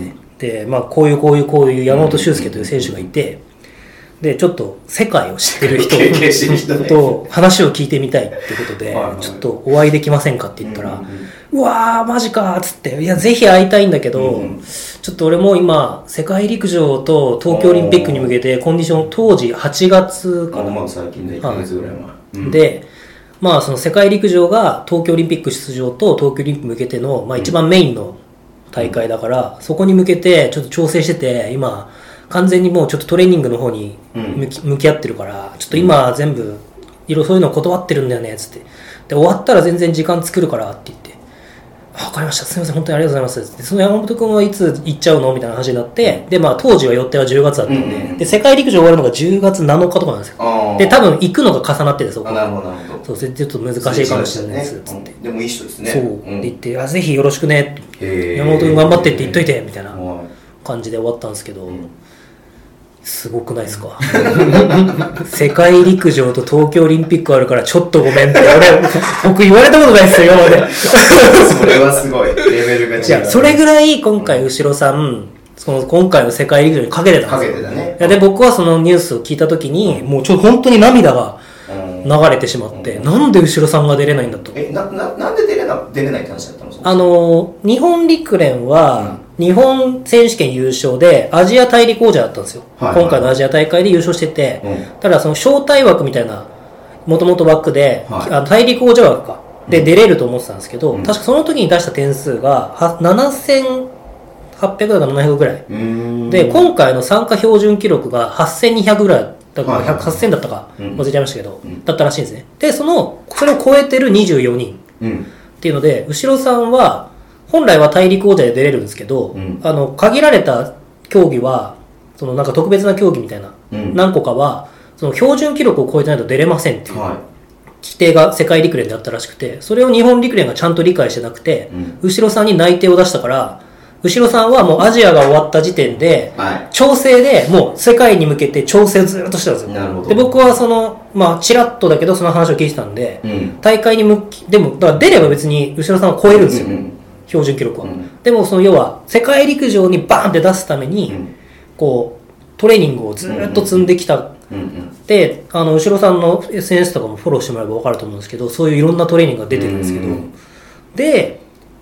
で、まあ、こういう山本修介という選手がいて、でちょっと世界を知ってる人と話を聞いてみたいってことで、ちょっとお会いできませんかって言ったら、うわーマジかーっつって、いやぜひ会いたいんだけど、ちょっと俺も今世界陸上と東京オリンピックに向けてコンディション、当時8月かな、 最近で1ヶ月ぐらい前、 でまあその世界陸上が東京オリンピック出場と東京オリンピックに向けての、まあ、一番メインの大会だから、そこに向けてちょっと調整してて、今完全にもうちょっとトレーニングの方に向き合ってるから、ちょっと今全部そういうの断ってるんだよねっつって、で終わったら全然時間作るからって言って、分かりました、すみません本当にありがとうございますって、その山本君はいつ行っちゃうのみたいな話になって、でまあ当時は予定は10月だったんで、で世界陸上終わるのが10月7日とかなんですよ、で多分行くのが重なってて、そこなるほどそうちょっと難しいかもしれないですっつって、 でもいい人ですね、 そうで言って、ぜひよろしくねって、山本君頑張ってって言っといてみたいな感じで終わったんですけど、すごくないですか世界陸上と東京オリンピックあるからちょっとごめんって僕言われたことないですよ今までそれはすごいレベルが違う。 じゃあそれぐらい今回後ろさん、その今回の世界陸上にかけてたんですよ。 かけてたね。 で僕はそのニュースを聞いた時に、もうちょっと本当に涙が流れてしまって、なんで後ろさんが出れないんだと。 なんで出れないって話だったの？ 日本陸連は、日本選手権優勝でアジア大陸王者だったんですよ、今回のアジア大会で優勝してて、ただその招待枠みたいなもともと枠で、大陸王者枠かで出れると思ってたんですけど、確かその時に出した点数が7800だか700ぐらいで、今回の参加標準記録が8200ぐらいだから、8000だったか忘れちゃいましたけど、だったらしいんですね。でそれを超えてる24人っていうので、後ろさんは本来は大陸王者で出れるんですけど、限られた競技はそのなんか特別な競技みたいな、何個かはその標準記録を超えてないと出れませんっていう規定が世界陸連であったらしくて、それを日本陸連がちゃんと理解してなくて、後ろさんに内定を出したから、後ろさんはもうアジアが終わった時点で、調整でもう世界に向けて調整をずっとしてたんですよ。で僕はそのチラッとだけどその話を聞いてたんで、大会にでもだから出れば別に後ろさんを超えるんですよ、標準記録は、でもその要は世界陸上にバーンって出すために、こうトレーニングをずっと積んできた、で後ろさんの SNS とかもフォローしてもらえば分かると思うんですけど、そういういろんなトレーニングが出てるんですけど、で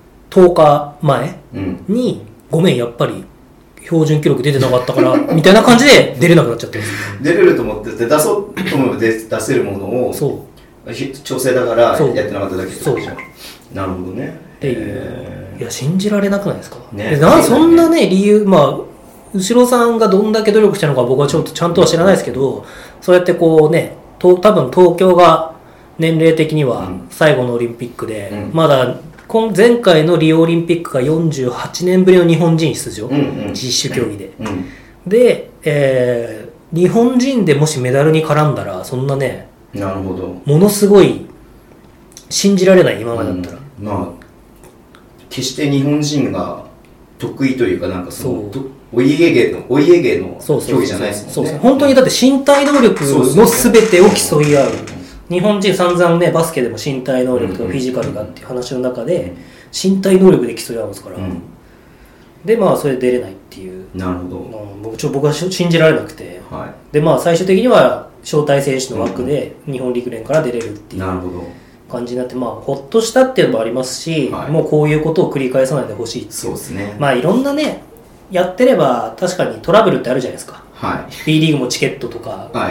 10日前に、ごめんやっぱり標準記録出てなかったからみたいな感じで出れなくなっちゃってるんです出れると思って出そうと思えば出せるものを調整だからやってなかっただけってことじゃん。なるほどねっていう、いや信じられなくないですか、そんなね理由、後ろさんがどんだけ努力したのか僕はちょっとちゃんとは知らないですけど、そうやってこうね、多分東京が年齢的には最後のオリンピックで、まだ前回のリオオリンピックが48年ぶりの日本人出場、実種競技で、で、日本人でもしメダルに絡んだらそんなね、 なるほど、 ものすごい信じられない今までだったら、 決して日本人が得意というか、なんかそのお家芸の競技じゃないですもんね。 本当にだって身体能力の全てを競い合う日本人散々ねバスケでも身体能力とかフィジカルがっていう話の中で、身体能力で競い合うんですから、でまあそれで出れないっていう。 なるほど。 僕は信じられなくて、 はい、 でまあ最終的には招待選手の枠で日本陸連から出れるっていう感じになって、まあほっとしたっていうのもありますし、はい、もうこういうことを繰り返さないでほしいっていう。 そうですね。 まあいろんなねやってれば確かにトラブルってあるじゃないですか、 はい、 B リーグもチケットとかね、はい、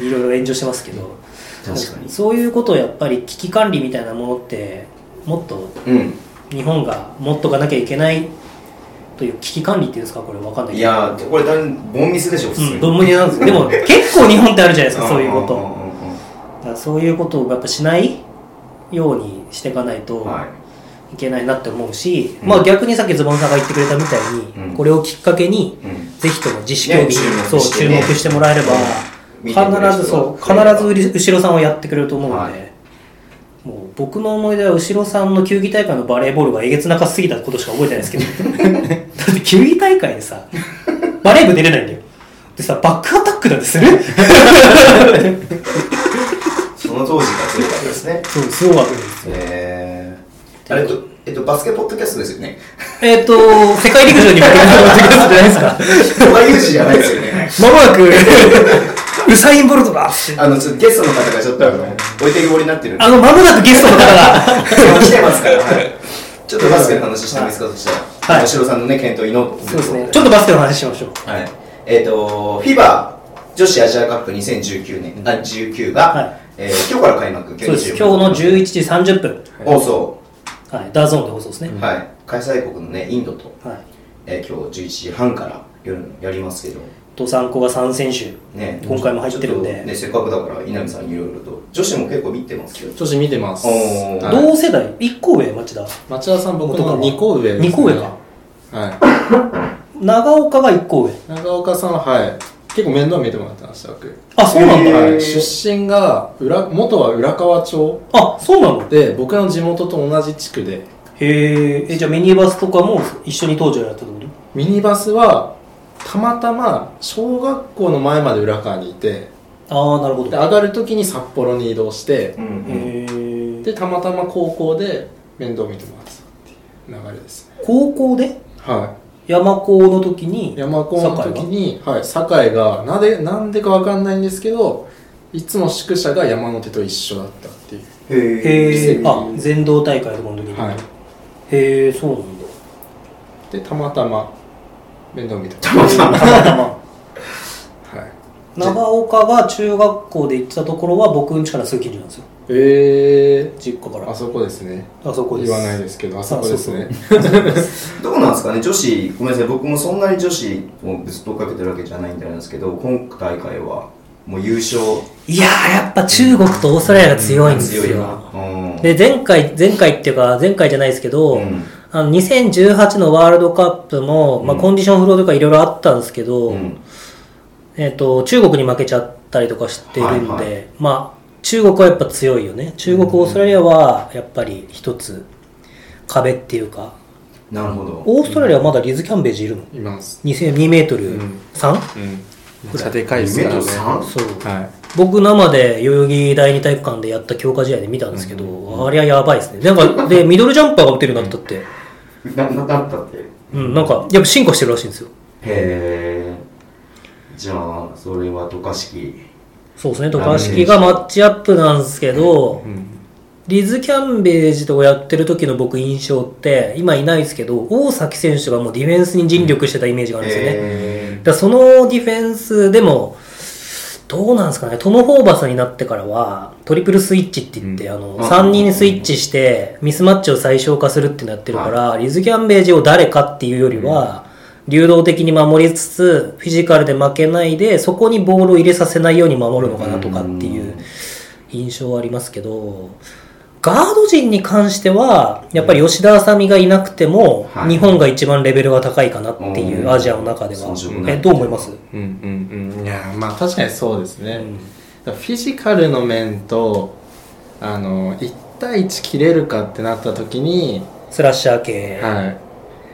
いろいろ炎上してますけど、 確かにそういうことをやっぱり危機管理みたいなものってもっと日本が持っとかなきゃいけないという危機管理っていうんですか、これ分かんないけど、 いやこれボンミスでしょ普通に、 ボンミスなんですでも結構日本ってあるじゃないですかそういうことだからそういうことをやっぱしないようにしていかないといけないなって思うし、まあ逆にさっきズボンさんが言ってくれたみたいに、これをきっかけにぜひとも自主競技に注目してもらえれば必ず後ろさんはやってくれると思うので、もう僕の思い出は後ろさんの球技大会のバレーボールがえげつなかすぎたことしか覚えてないですけどだって球技大会でさバレー部出れないんだよ。でさバックアタックだってするその当時が強かったですね。 そうすごかったです。 あれバスケポッドキャストですよね。 世界陸上に向けてのポッドキャストじゃないですか。 小川雄二じゃないですよね。 まもなくウサイン・ボルトだちょっとゲストの方がちょっと置いてきぼりになってるんで、 まもなくゲストの方が来てますから、はい、ちょっとバスケの話してもいいですか、そしたら、後ろさんのね、健闘を祈って、 そうですね、ちょっとバスケの話しましょう。 はい、FIBA 女子アジアカップ2019年、19が、はい、今日から開幕、 そうです、今日の11時30分、 放送、 はい、ダゾーンで放送ですね、 はい、開催国のね、インドと、はい、今日11時半から夜やりますけど、 ドサンコが3選手、ね、今回も入ってるんで、 ね、せっかくだから稲見さんにいろいろと女子も結構見てますよ。 女子見てます。 同世代1個上町田さん僕の2個上です、ね、 2個上か、 はい、 長岡が1個上。 長岡さんは、はい、結構面倒見てもらってました。僕そうなんだ、 はい、出身が元は浦河町。 そうなの。 で僕の地元と同じ地区で。 じゃあミニバスとかも一緒に当時はやったってこと？ ミニバスはたまたま小学校の前まで浦河にいて、 なるほど。 で上がる時に札幌に移動して、でたまたま高校で面倒見てもらってたっていう流れですね。 高校で？ はい。 山高の時に、 はい、堺がなんでかわかんないんですけど、いつも宿舎が山手と一緒だったっていう。 全道大会とかの時に。 はい。 そうなんだ。 でたまたま面倒見てたまたまはい。 長岡が中学校で行ってたところは僕ん家からすぐ近所なんですよ。実家から。 あそこですね。 あそこです。 言わないですけど、あそこですね。 どうなんですかね、女子、ごめんなさい、僕もそんなに女子をずっと追っかけてるわけじゃないんですけど、今大会はもう優勝。 いやー、やっぱ中国とオーストラリアが強いんですよ。で、前回っていうか、前回じゃないですけど、2018のワールドカップも、コンディションフローとかいろいろあったんですけど、中国に負けちゃったりとかしてるんで、中国はやっぱ強いよね。中国、オーストラリアはやっぱり一つ壁っていうか。 なるほど。 オーストラリアはまだリズ・キャンベージいるの？ います。 2メートル 3？ めっちゃでかいですからね。 2メートル 3？ そう。はい。僕生で代々木第二体育館でやった強化試合で見たんですけど、あれはやばいですね。なんかでミドルジャンパーが打てるようになったって。 なったって。 なんかやっぱ進化してるらしいんですよ。 へー。じゃあそれは渡嘉敷。 そうですね。渡嘉敷がマッチアップなんですけど、リズ・キャンベージとかやってる時の僕印象って今いないですけど、大崎選手がもうディフェンスに尽力してたイメージがあるんですよね。だからそのディフェンスでもどうなんですかね。トム・ホーバスになってからはトリプルスイッチって言って、3人スイッチしてミスマッチを最小化するってなってるから、リズ・キャンベージを誰かっていうよりは、流動的に守りつつフィジカルで負けないでそこにボールを入れさせないように守るのかなとかっていう印象はありますけど、ガード陣に関してはやっぱり吉田麻美がいなくても日本が一番レベルが高いかなっていう、アジアの中では。どう思います？ いや確かにそうですね。フィジカルの面と1対1切れるかってなった時にスラッシャー系、 はい、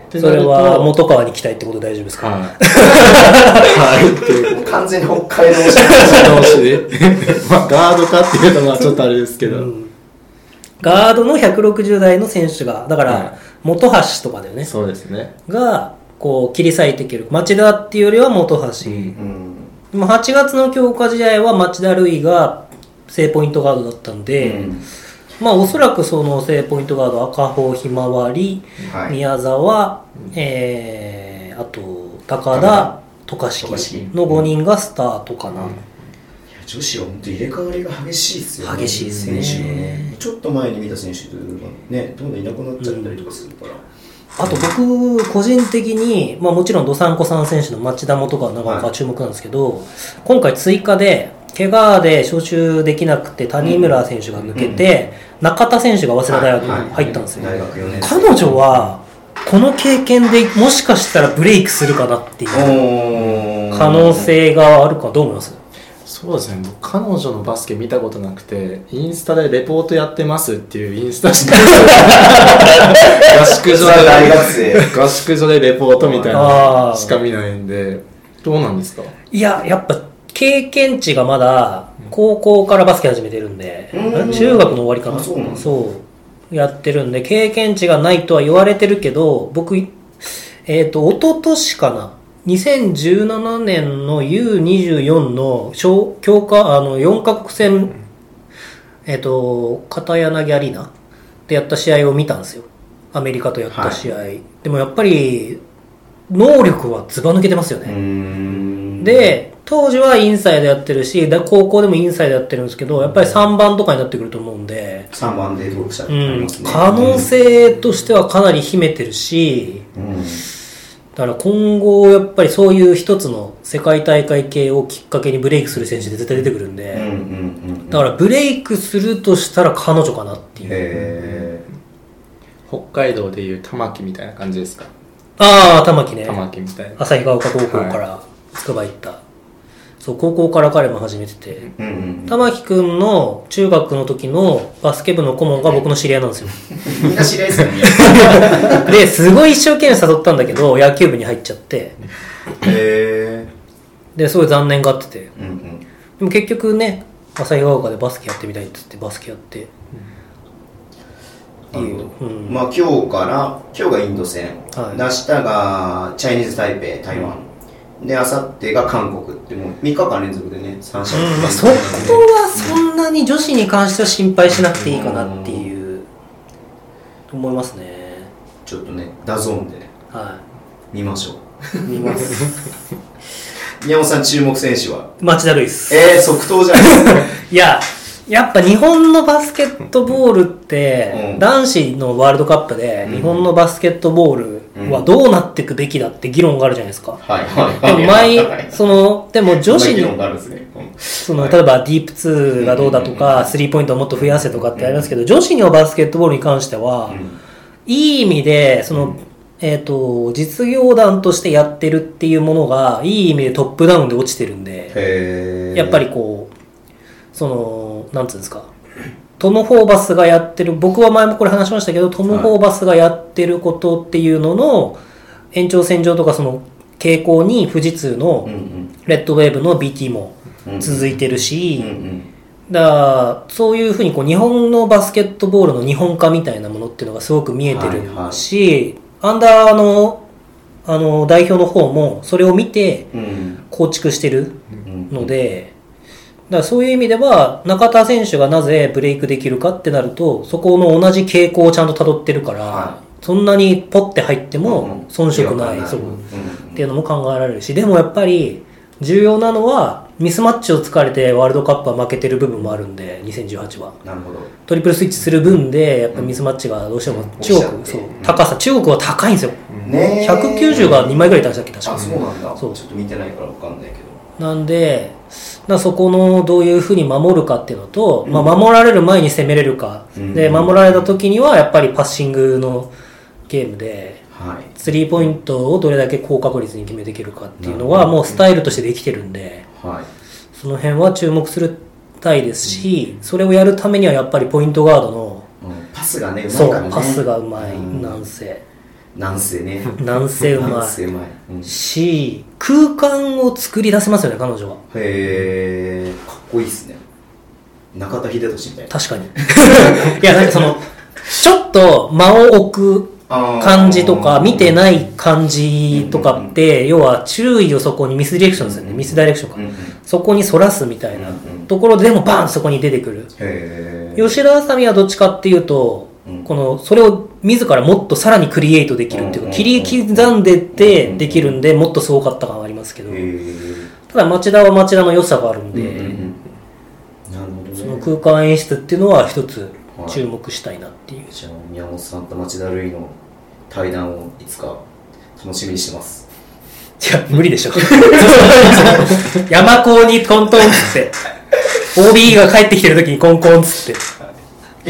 それは元川に来たいってことで大丈夫ですか？ はい。はいっていう。 完全に北海道市で。まあ、ガードかっていうのはちょっとあれですけど。 ガードの160代の選手が、だから、本橋とかだよね。 そうですね。 が、こう、切り裂いていける。町田っていうよりは本橋。でも8月の強化試合は町田瑠唯が正ポイントガードだったんで、まあおそらくその正ポイントガード、赤穂、ひまわり、宮沢、あと、高田、渡嘉敷の5人がスタートかな。 女子は本当入れ替わりが激しいですよね。 激しいですね。 選手のね。ちょっと前に見た選手がね、どんどんいなくなっちゃったりとかするから。 あと僕、個人的に、まあもちろんどさんこさん選手の町田もとかなかなか注目なんですけど、今回追加で、怪我で招集できなくて谷村選手が抜けて、中田選手が早稲田大学に入ったんですよ。彼女は、この経験でもしかしたらブレイクするかなっていう可能性があるかどう思います？ そうですね、彼女のバスケ見たことなくて、インスタでレポートやってますっていうインスタしか合宿所でレポートみたいなしか見ないんで、どうなんですか？ いや、やっぱ経験値がまだ高校からバスケ始めてるんで、中学の終わりかな、そうやってるんで、経験値がないとは言われてるけど、僕一昨年かな、2017年の U24 の強化4カ国戦、片柳アリーナでやった試合を見たんですよ。アメリカとやった試合。でもやっぱり能力はずば抜けてますよね。で、当時はインサイドやってるし、高校でもインサイドやってるんですけど、やっぱり3番とかになってくると思うんで、 3番で登録者になりますね。 可能性としてはかなり秘めてるし、だから今後やっぱりそういう一つの世界大会系をきっかけにブレイクする選手で絶対出てくるんで、だからブレイクするとしたら彼女かなっていう。 北海道でいう玉木みたいな感じですか？ ああ、玉木ね。 玉木みたいな。 旭ヶ丘高校から筑波行った。そう、高校から彼も始めてて、玉木くんの中学の時のバスケ部の顧問が僕の知り合いなんですよ。 みんな知り合いですよね。 で、すごい一生懸命誘ったんだけど、野球部に入っちゃって、で、すごい残念がってて、でも結局ね、旭ヶ丘でバスケやってみたいって言ってバスケやって、っていう。 まあ今日がインド戦、明日がチャイニーズ台北、台湾。で、あさってが韓国ってもう3日間連続でね、3試合。 そこはそんなに女子に関しては心配しなくていいかなっていう思いますね。 ちょっとね、ダゾーンでね、見ましょう。 見ます。 宮本さん注目選手は町田瑠唯です。 即答じゃないですか。 いや、やっぱ日本のバスケットボールって、男子のワールドカップで日本のバスケットボールはどうなっていくべきだって議論があるじゃないですか。でも女子に、例えばディープ2がどうだとか、スリーポイントをもっと増やせとかってありますけど、女子のバスケットボールに関しては、いい意味で、実業団としてやってるっていうものが、いい意味でトップダウンで落ちてるんで、やっぱりこう、なんつうんですか、トム・ホーバスがやってる、僕は前もこれ話しましたけど、トム・ホーバスがやってることっていうのの延長線上とかその傾向に富士通のレッドウェーブの BT も続いてるし、だからそういうふうにこう日本のバスケットボールの日本化みたいなものっていうのがすごく見えてるし、アンダーの代表の方もそれを見て構築してるので、だからそういう意味では中田選手がなぜブレイクできるかってなると、そこの同じ傾向をちゃんと辿ってるから、そんなにポッて入っても遜色ない、っていうのも考えられるし、でもやっぱり重要なのはミスマッチを突かれてワールドカップは負けてる部分もあるんで、2018はなるほどトリプルスイッチする分でやっぱミスマッチがどうしても中国は高いんですよ、190が2枚ぐらいいたんでしたっけ、確かに。 そうなんだ。ちょっと見てないから分かんないけど、 なんでそこのどういうふうに守るかっていうのと、守られる前に攻めれるか、で守られた時にはやっぱりパッシングのゲームで、スリーポイントをどれだけ高確率に決めていけるかっていうのがもうスタイルとしてできてるんで、その辺は注目するたいですし、それをやるためにはやっぱりポイントガードのパスがね、うまいからね。 パスがうまい、なんせなんせね。 なんせうまい。 なんせうまい。うん、 し、空間を作り出せますよね、彼女は。 へー、かっこいいっすね。中田秀俊みたいな。 確かに。いや、なんかその、ちょっと間を置く感じとか、見てない感じとかって、要は注意をそこにミスディレクションですよね。ミスダイレクションか。そこに反らすみたいなところでもバーンとそこに出てくる。吉田麻美はどっちかっていうと、この、それを自らもっとさらにクリエイトできるっていうか、切り刻んでってできるんで、もっとすごかった感はありますけど、ただ町田は町田の良さがあるんで、その空間演出っていうのは一つ注目したいなっていう。 じゃあ宮本さんと町田瑠唯の対談をいつか楽しみにしてます。 いや無理でしょ。山高にコントンっつって OB が帰ってきてる時にコンコンっつって。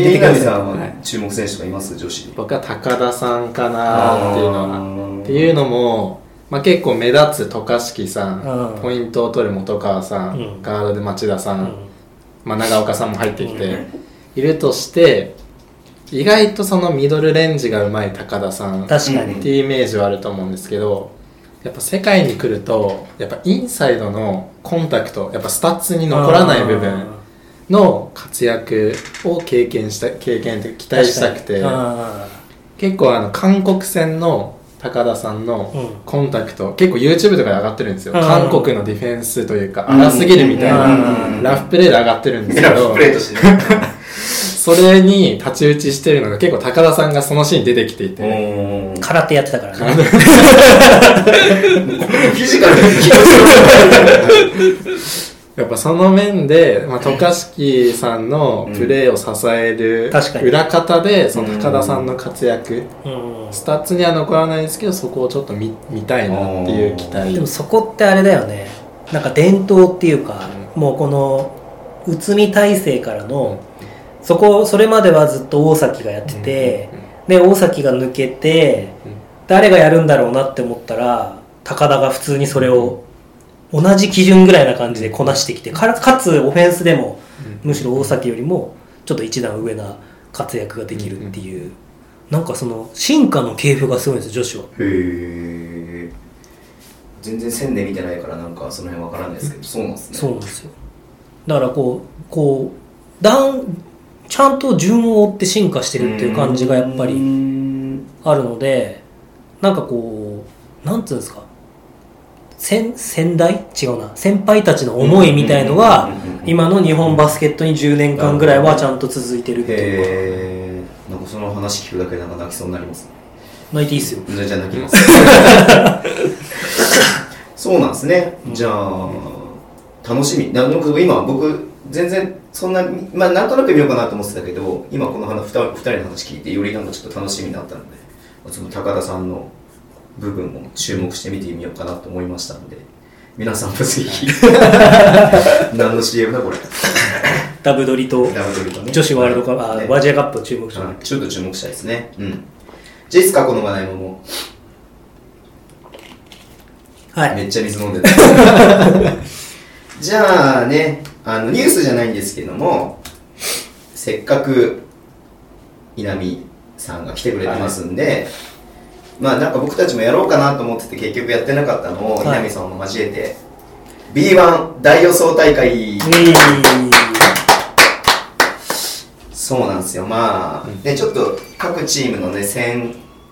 稲見さんは注目選手とかいます？女子。 僕は高田さんかなっていうのは。っていうのも、まあ、結構目立つ渡嘉敷さん、ポイントを取る本川さん、ガードで町田さん、まあ、長岡さんも入ってきているとして、意外とそのミドルレンジがうまい高田さんっていうイメージはあると思うんですけど、やっぱ世界に来るとやっぱインサイドのコンタクト、やっぱスタッツに残らない部分の活躍を経験って期待したくて、結構韓国戦の高田さんのコンタクト、結構 YouTube とかで上がってるんですよ。韓国のディフェンスというか荒すぎるみたいなラフプレーで上がってるんですけど、 ラフプレーとしてねそれに太刀打ちしてるのが結構高田さんがそのシーン出てきていて、 空手やってたからね。 フィジカルやっぱその面で、まあ、渡嘉敷さんのプレーを支える裏方で、その高田さんの活躍、スタッツには残らないですけど、そこをちょっと 見たいなっていう期待。 でもそこってあれだよね、なんか伝統っていうか、もうこの内海体制からの、それまではずっと大崎がやってて、で大崎が抜けて、誰がやるんだろうなって思ったら高田が普通にそれを同じ基準ぐらいな感じでこなしてきて、かつオフェンスでもむしろ大崎よりもちょっと一段上な活躍ができるっていう、なんかその進化の系譜がすごいんですよ、女子は。 へー、全然線で見てないからなんかその辺わからないですけど、そうなんですね。 そうなんですよ。だからこうちゃんと順を追って進化してるっていう感じがやっぱりあるので、なんかこうなんていうんですか、先輩たちの思いみたいのが今の日本バスケットに10年間ぐらいはちゃんと続いてるっていうか、 なんかその話聞くだけでなんか泣きそうになります。 泣いていいっすよ。 じゃあ泣きますそうなんですね。じゃあ楽しみ。なんか今僕全然そんな、まあなんとなく見ようかなと思ってたけど、今この2人の話聞いてよりなんかちょっと楽しみになったので、その高田さんの部分も注目して見てみようかなと思いましたので、皆さんもぜひ何の CM だこれダブドリと女子ワールドカップ、ね、アジアカップを注目した、 ちょっと注目したいですね。じゃあいつかこの話題もはい、めっちゃ水飲んでたじゃあね、ニュースじゃないんですけども、せっかく稲見さんが来てくれてますんで、まあなんか僕たちもやろうかなと思ってて結局やってなかったのを稲見さんも交えて B1 大予想大会、そうなんですよ。まあでちょっと各チームのね戦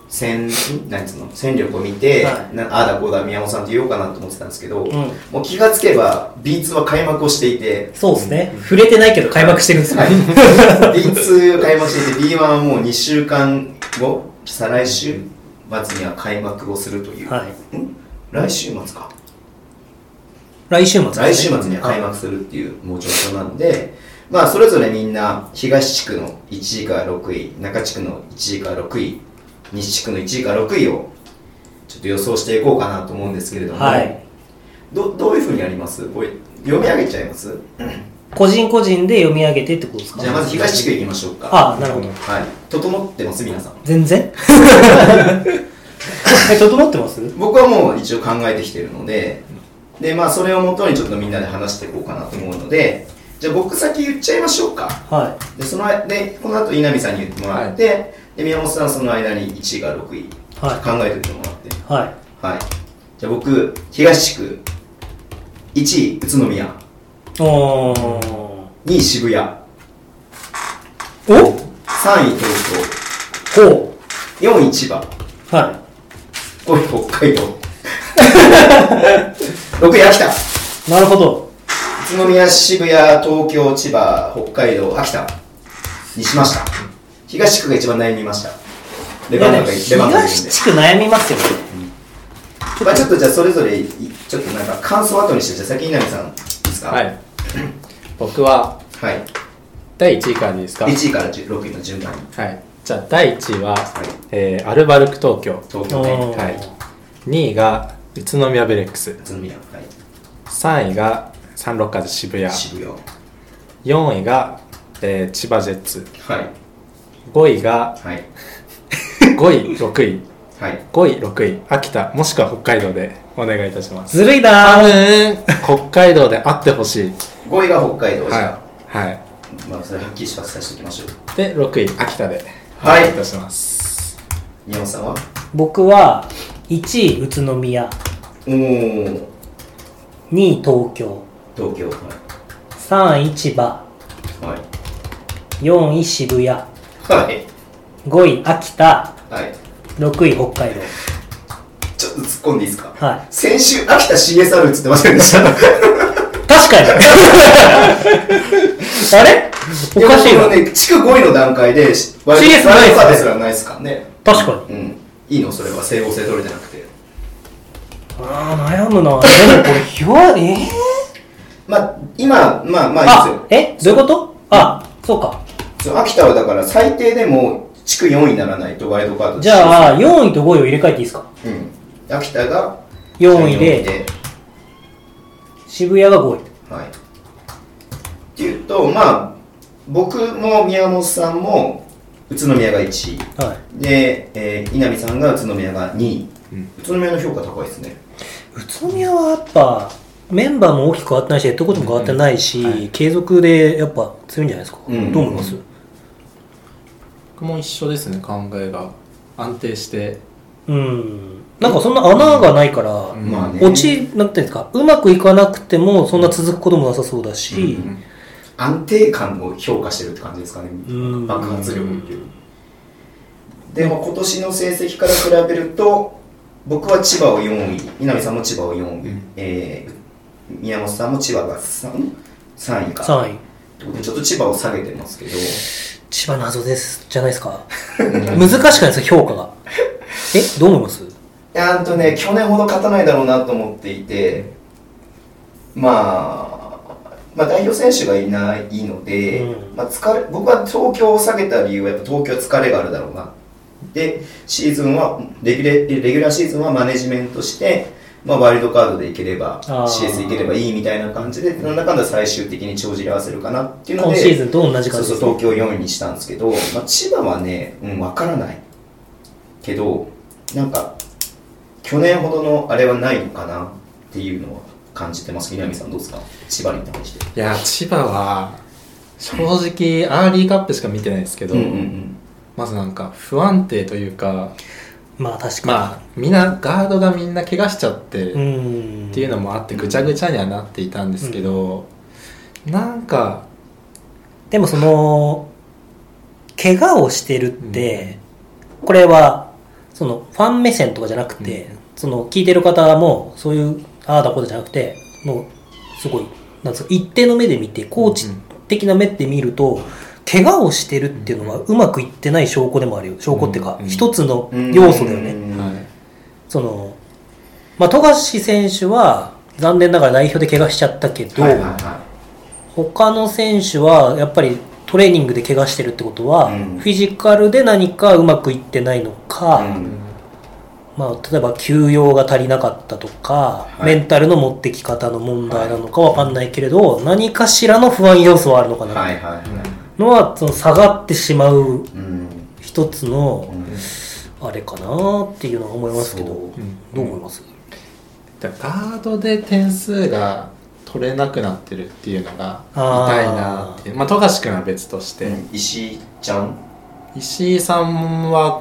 力を見て、ああだこうだ宮本さんと言おうかなと思ってたんですけど、もう気がつけば B2 は開幕をしていて、 そうですね、触れてないけど開幕してるんですよ、 B2 開幕していて B1 はもう2週間後、再来週末には開幕をするという、来週末か、来週末には開幕するっていうもう状況なんで、まあそれぞれみんな東地区の1位から6位、中地区の1位から6位、西地区の1位から6位をちょっと予想していこうかなと思うんですけれども、どういうふうにやります？これ読み上げちゃいます？ 個人個人で読み上げてってことですか？ じゃあまず東地区いきましょうか。 なるほど。 整ってます皆さん？ 全然整ってます？ 僕はもう一応考えてきてるので、まあそれをもとにちょっとみんなで話していこうかなと思うので、じゃあ僕先言っちゃいましょうか。でこの後稲見さんに言ってもらって、で宮本さんその間に1位が6位、 考えておいてもらって。 はいはい。じゃあ僕、東地区、1位、宇都宮。 おー。 2位、渋谷。 お 3位、東ほ京。4位、千葉。 う。は 5位、北海道。6位、秋田。 い。なるほど。 宇都宮、渋谷、東京、千葉、北海道、秋田にしました。東地区が一番悩みました。レバンガがいるんで。 東地区悩みますよね。 まあちょっとじゃあそれぞれちょっとなんか感想後にして、じゃあ先に稲見さんいいですか。 はい。僕ははい。 第1位からでいいですか。 1位から6位の順番に。 はい。じゃあ第1位は、 はいアルバルク東京。 東京ね。 はい。2位が宇都宮ベレックス。 宇都宮。はい。 3位がサンロッカーズ渋谷。 渋谷。 4位が、千葉ジェッツ。 はい。 5位が、 はい。 5位6位はい。 5位6位秋田もしくは北海道でお願いいたします。 ずるいな多ー。 分北海道であってほしい。 5位が北海道じゃはい、はい、 あ、まあそれはっきりさせておきましょう。 で6位秋田でおはい願いいたします。 宮本さんは。 僕は1位宇都宮、 おー、 2位東京、 東京。は 3位千葉、 い。はい。 4位渋谷、 はい。 5位秋田、 はい。 6位北海道。 ちょっと突っ込んでいいですか。 はい。 先週秋田 CSR 映ってませんでした。 確かにあれおかしいな。 ね、地区5位の段階で CS ないですねワイルドカードですらないですからね。 確かに。 うん。いいのそれは整合性取れてなくて。 あー悩むな。でもこれまあ今まあいいですよ。 どういうこと？あ、そうか。 そう秋田はだから最低でも地区4位にならないとワイルドカード。 じゃあ4位と5位を入れ替えていいですか？ うん。秋田が 4位で渋谷が5位。 はい。っていうとまあ僕も宮本さんも宇都宮が1位。 はい。 で、稲見さんが宇都宮が2位。宇都宮の評価高いですね。 宇都宮はやっぱメンバーも大きく変わってないし、ヘッドコーチも変わってないし、 はい継続でやっぱ強いんじゃないですか。 うん、 どう思います？ 僕も一緒ですね。考えが安定してなんかそんな穴がないから、 まあね、 なんていうんですか、うまくいかなくてもそんな続くこともなさそうだし、 安定感を評価してるって感じですかね。爆発力っていう。でも今年の成績から比べると僕は千葉を4位、稲見さんも千葉を4位、宮本さんも千葉が3位か。 3位。 ちょっと千葉を下げてますけど。 千葉謎ですじゃないですか。難しくないですか、評価が。どう思います？ 去年ほど勝たないだろうなと思っていて、まあ代表選手がいないので、僕は東京を下げた理由はやっぱ東京は疲れがあるだろうな。でシーズンはレギュラーシーズンはマネジメントして、ワイルドカードでいければ CS いければいいみたいな感じでなんだかんだ最終的に帳尻合わせるかなっていうので今シーズンと同じ感じです。 そう東京4位にしたんですけど、千葉はね、分からないけどなんか去年ほどのあれはないのかなっていうのは感じてます。稲見さんどうですか、千葉に対して。 いや千葉は正直アーリーカップしか見てないですけど、まずなんか不安定というか、 まあ確かに、 みんなガードがみんな怪我しちゃってっていうのもあってぐちゃぐちゃにはなっていたんですけど、なんかでもその怪我をしてるって、これはそのファン目線とかじゃなくて、その聞いてる方もそういうああだことじゃなくて、もうすごいなんですか、一定の目で見てコーチ的な目で見ると、怪我をしてるっていうのはうまくいってない証拠でもあるよ。証拠っていうか、一つの要素だよね。その富樫選手は残念ながら代表で怪我しちゃったけど、他の選手はやっぱりトレーニングで怪我してるってことは、フィジカルで何かうまくいってないのか、例えば休養が足りなかったとか、メンタルの持ってき方の問題なのかわかんないけれど、何かしらの不安要素はあるのかなってのは、その下がってしまう一つのあれかなっていうのは思いますけど、どう思います？ ガードで点数が取れなくなってるっていうのが痛いなっていう。富樫君は別として、 石井ちゃん、 石井さんは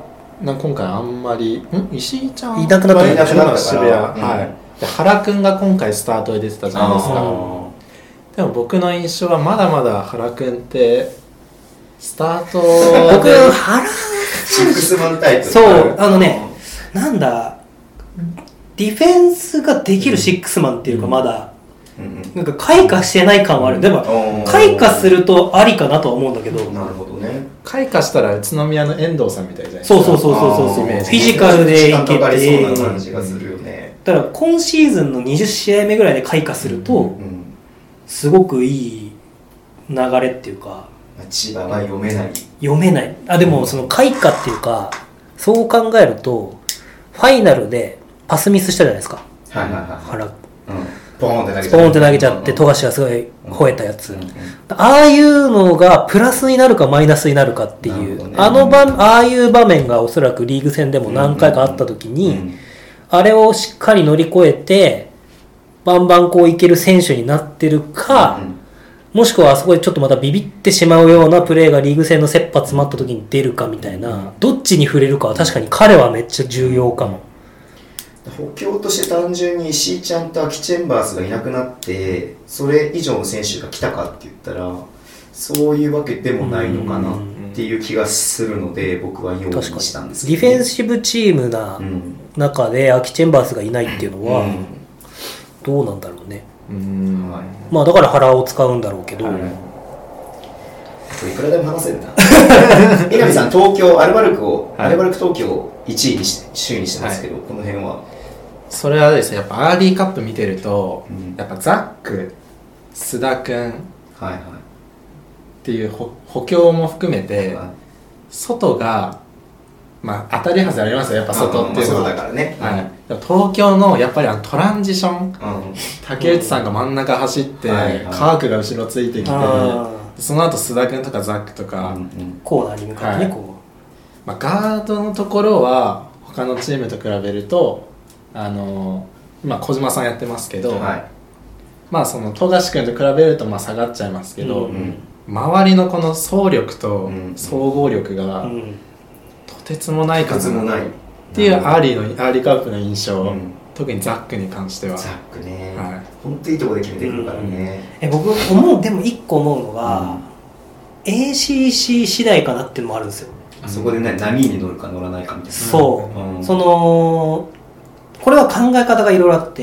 今回あんまり石井ちゃんいなくなったいなくなった渋谷、はい。で原くんが今回スタートで出てたじゃないですか。でも僕の印象はまだまだ原くんってスタート僕で原シックスマンタイプ。 そうなんだディフェンスができるシックスマンっていうかまだ、なんか開花してない感はある。でも開花するとありかなとは思うんだけど。 なるほどね。 開花したら宇都宮の遠藤さんみたいじゃないですか。 そうフィジカルでいけ時間かかりそうなて、 感じがするよね。 だから今シーズンの20試合目ぐらいで開花すると、すごくいい流れっていうか、 千葉は読めない。 でもその開花っていうか、そう考えるとファイナルでパスミスしたじゃないですか。原ポーンって投げちゃって富樫がすごい吠えたやつ、ああいうのがプラスになるかマイナスになるかっていう、ああいう場面がおそらくリーグ戦でも何回かあった時に、あれをしっかり乗り越えてバンバンこういける選手になってるか、もしくはあそこでちょっとまたビビってしまうようなプレーがリーグ戦の切羽詰まった時に出るかみたいな、どっちに触れるかは確かに彼はめっちゃ重要かも。 補強として単純に石井ちゃんとアキチェンバースがいなくなってそれ以上の選手が来たかって言ったらそういうわけでもないのかなっていう気がするので僕は4位にしたんですけど、ね、 ディフェンシブチームな中でアキチェンバースがいないっていうのはどうなんだろうね。まあだから原を使うんだろうけど、いくらでも話せるな南さん東京アルバルク東京1位にして首位にしてますけど、この辺はそれはですね、やっぱアーリーカップ見てると、やっぱザック、須田くんっていう補強も含めて、外がまあ当たり外れありますよ、やっぱ外っていうのは。 だからね。 東京のやっぱりトランジション、竹内さんが真ん中走って、カークが後ろついてきて、その後須田くんとかザックとか、 コーナーに向かってね、こう。 まあ、ガードのところは他のチームと比べると今小島さんやってますけど、まあその富樫君と比べるとまあ下がっちゃいますけど、周りのこの走力と総合力がとてつもない数っていうアーリーカップの印象、特にザックに関しては。 ザックね、本当にいいところで決めてくるからね。 僕でも一個思うのが、ACC 次第かなっていうのもあるんですよ。 そこでね、波に乗るか乗らないかみたいな。 そう、これは考え方がいろいろあって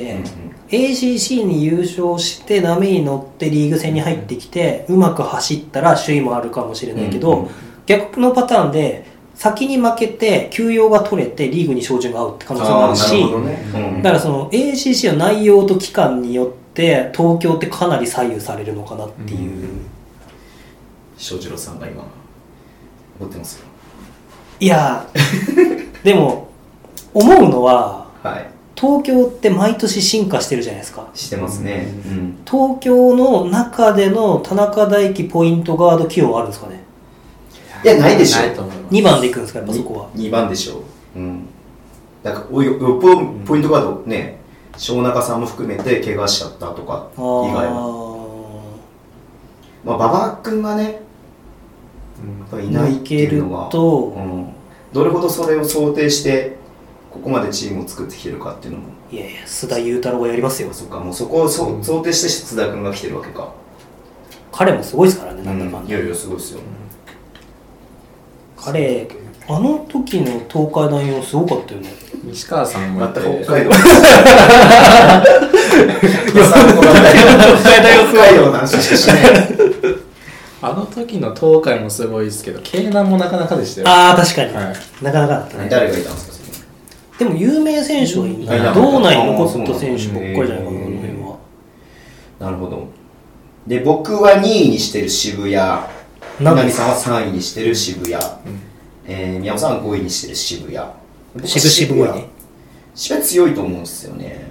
、ACC に優勝して波に乗ってリーグ戦に入ってきて、うまく走ったら首位もあるかもしれないけど、逆のパターンで先に負けて休養が取れてリーグに照準が合うって可能性もあるし、だからその ACC の内容と期間によって東京ってかなり左右されるのかなっていう。 翔次郎さんが今怒ってますよ。 いやでも思うのは、東京って毎年進化してるじゃないですか。 してますね、 東京の中での田中大輝ポイントガード起用はあるんですかね。 いや、ないでしょ。 2番でいくんですか、やっぱそこは。 2番でしょう。だからよっぽどポイントガードね、庄中さんも含めて怪我しちゃったとか以外は、まあ馬場君がねいないっていうのは、どれほどそれを想定してここまでチームを作ってきてるかっていうのも。 いやいや、須田侑太郎がやりますよ。 そっか、もうそこを想定して須田君が来てるわけか。 彼もすごいですからね、なんだかんだ。 いやいや、すごいですよ。 彼、あの時の東海大王すごかったよね。 西川さんもまた北海道。北海道の話しかしない。 あの時の東海もすごいですけど、京南もなかなかでしたよ。 確かに、なかなかだったね。 誰がいたんですか、 でも有名選手はいない。道内に残った選手ばっかりじゃないかな、この辺は。 なるほど。で、僕は2位にしてる渋谷、南さんは3位にしてる渋谷、宮尾さんは5位にしてる渋谷。 渋谷ね。 渋谷強いと思うんですよね。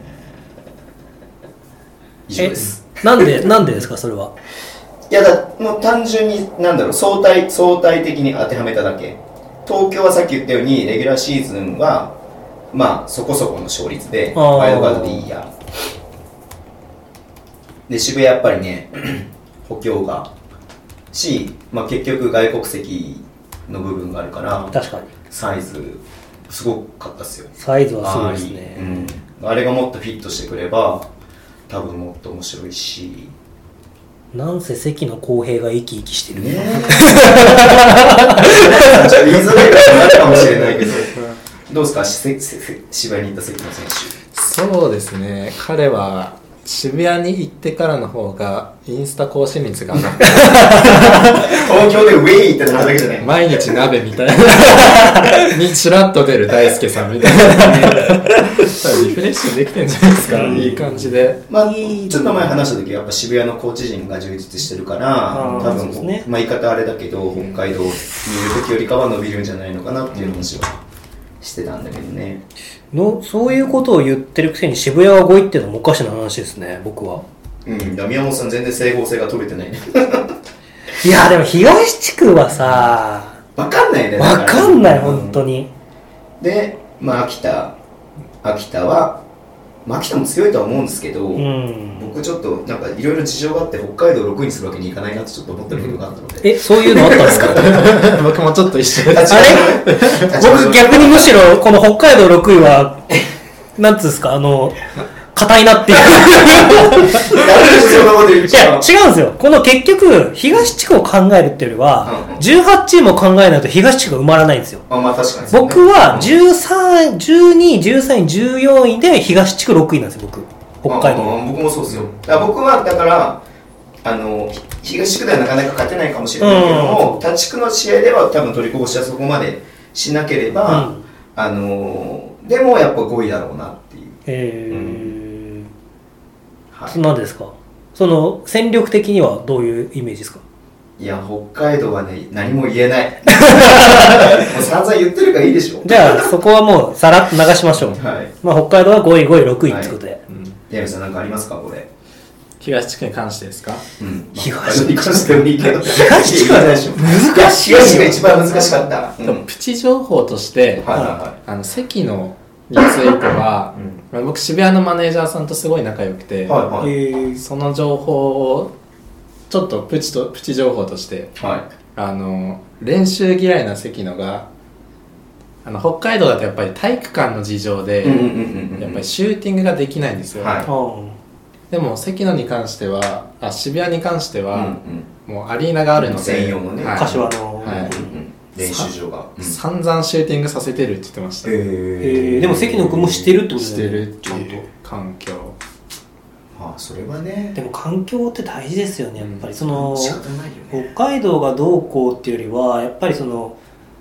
以上です。 なんでですか、それは。 いやもう単純に相対的に当てはめただけ。東京はさっき言ったようにレギュラーシーズンはまあそこそこの勝率でワイルドカードでいいや。で渋谷やっぱりね補強がまあ結局外国籍の部分があるから、 確かにサイズすごかったですよ。 サイズはすごいですね。 あれがもっとフィットしてくれば多分もっと面白いし、 なんせ関の公平が生き生きしてるね。ちょっと言いづらいことになるかもしれないけどどうですか、芝居に行った関野選手。 そうですね、彼は渋谷に行ってからの方がインスタ更新率が上がって東京でウェイってなっただけじゃない。 毎日鍋みたいなにちらっと出る大輔さんみたいなリフレッシュできてんじゃないですか、いい感じで。 まあ、ちょっと前話した時やっぱ渋谷のコーチ陣が充実してるから多分、ね、まあ、言い方あれだけど北海道にいる時よりかは伸びるんじゃないのかなっていう話はしてたんだけどね。 そういうことを言ってるくせに渋谷は5位っていうのもおかしな話ですね、僕は。 宮本さん全然整合性が取れてないねいやでも東地区はさ分かんないね。 分かんない、本当に。 で、まあ秋田は、まあ、秋田も強いとは思うんですけど、僕ちょっとなんかいろいろ事情があって北海道6位にするわけにいかないなってちょっと思ってることがあったので。 そういうのあったんですか僕もちょっと一緒です。あれ僕逆にむしろこの北海道6位はなんつうんですか、硬いなっていう。いや、違うんですよ。この結局、東地区を考えるっていうよりは、18チームを考えないと東地区が埋まらないんですよ。 まあ確かに、 僕は13、12、13位、14位で東地区6位なんですよ、僕。北海道。 僕もそうですよ。僕はだから、東地区ではなかなか勝てないかもしれないけども、他地区の試合では多分取りこぼしはそこまでしなければ、でもやっぱ5位だろうなっていう。 何ですか、その戦力的にはどういうイメージですか。 いや北海道はね何も言えないもう散々言ってるからいいでしょ。 じゃあそこはもうさらっと流しましょう。まあ、北海道は5位5位6位ってことで。 宮部さん何かありますかこれ。 東地区に関してですか。 東地区に関してもいいけど東地区は難しい。 東地区が一番難しかった。 プチ情報として、関野については、僕渋谷のマネージャーさんとすごい仲良くて、その情報をちょっとプチ情報として、練習嫌いな関野が北海道だとやっぱり体育館の事情でやっぱりシューティングができないんですよ、でも関野に関しては渋谷に関しては、もうアリーナがあるので専用のね、 柏の、 練習場が散々シューティングさせてるって言ってました。 でも関野君もしてるってことしてるっていう環境。 それはね。 でも環境って大事ですよね、やっぱり。その北海道がどうこうっていうよりはやっぱりこの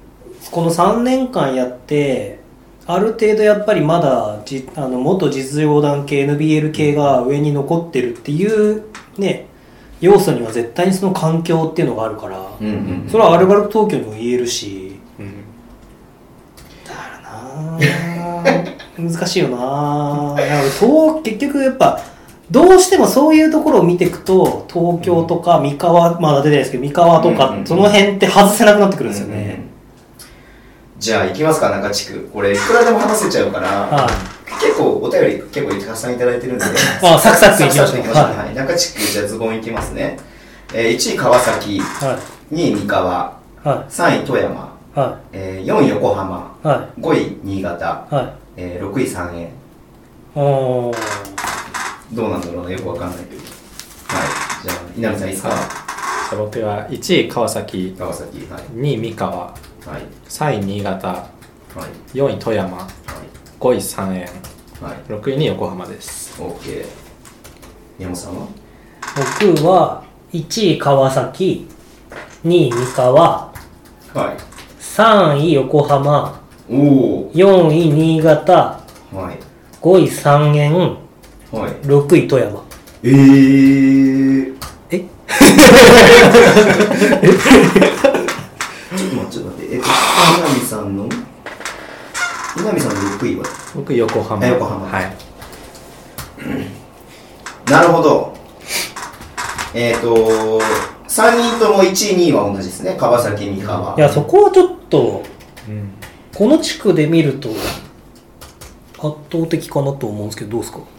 3年間やってある程度やっぱりまだ元実業団系 NBL 系が上に残ってるっていうね要素には絶対にその環境っていうのがあるから、それはアルバルク東京にも言えるし、だからな難しいよな。結局やっぱどうしてもそういうところを見ていくと東京とか三河、まだ出てないですけど三河とか、その辺って外せなくなってくるんですよね。 じゃあ行きますか。中地区これいくらでも話せちゃうから、結構お便り結構たくさんいただいてるんでサクサクいきましょう。 中地区じゃあズボンいきますね。1位川崎、2位三河、3位富山、4位横浜、5位新潟、6位三重。どうなんだろうな、よくわかんないけど。じゃあ稲見さんいいですか。 僕は1位川崎、2位三河、3位新潟、4位富山、5位三重、6位に横浜です。 OK。 宮本さんは。 僕は1位川崎、2位三河、3位横浜、4位新潟、5位三重、6位富山。 ちょっと待って、稲見さんの6位は僕横浜。 なるほど。3人とも1位2位は同じですね。川崎三河。 いやそこはちょっと、この地区で見ると圧倒的かなと思うんですけど、どうですか。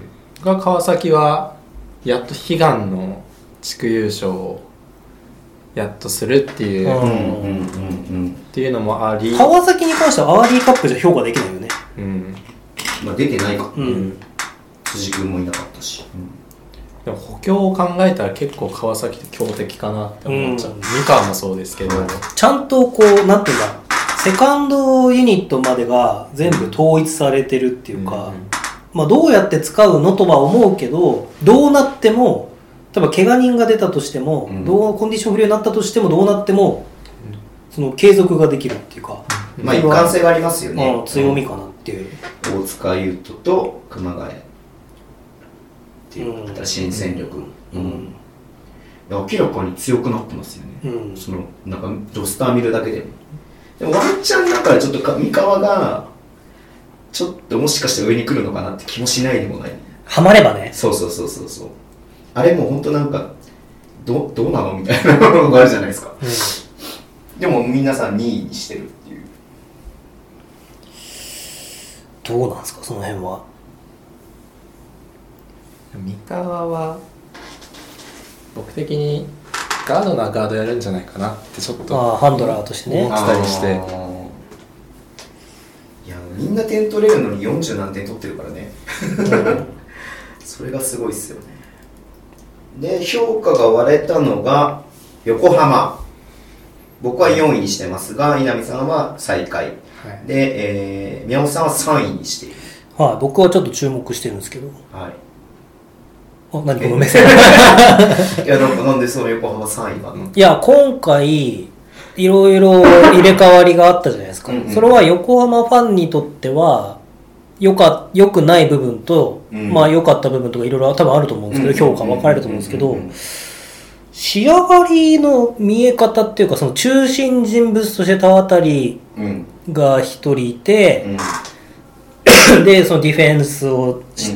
川崎はやっと悲願の地区優勝をやっとするっていう、っていうのもあり、 川崎に関してはアーリーカップじゃ評価できないよね。 まあ出てないか、辻君もいなかったし、 でも補強を考えたら結構川崎って強敵かなって思っちゃう、三河もそうですけど、 ちゃんとこうなんていうんだ、セカンドユニットまでが全部統一されてるっていうか、まあどうやって使うのとは思うけど、どうなっても例えば怪我人が出たとしても、どうコンディション不良になったとしてもどうなっても、その継続ができるっていうか、 まあ一貫性がありますよね。 強みかなっていう。 大塚優斗と熊谷っていう新戦力、明らかに強くなってますよね、そのなんかロスター見るだけでも。でもワンチャンだからちょっと三河がちょっともしかして上に来るのかなって気もしないでもない。 ハマればね。 そうあれもう本当なんかどうなのみたいなのがあるじゃないですか、でも皆さん2位にしてるっていう。 どうなんですかその辺は。 三河は僕的にガードなガードやるんじゃないかなってちょっとハンドラーとしてね思ってたりして、 いやみんな点取れるのに40何点取ってるからねそれがすごいっすよね。で評価が割れたのが横浜、僕は4位にしてますが稲見さんは最下位、で、宮本さんは3位にしている。 僕はちょっと注目してるんですけど、何この目線いやなんでその横浜3位かな。 いや今回いろいろ入れ替わりがあったじゃないですか、それは横浜ファンにとっては良くない部分と、まあ良かった部分とかいろいろ多分あると思うんですけど、評価分かれると思うんですけど、仕上がりの見え方っていうか、その中心人物として田渡が一人いて、でそのディフェンスをして、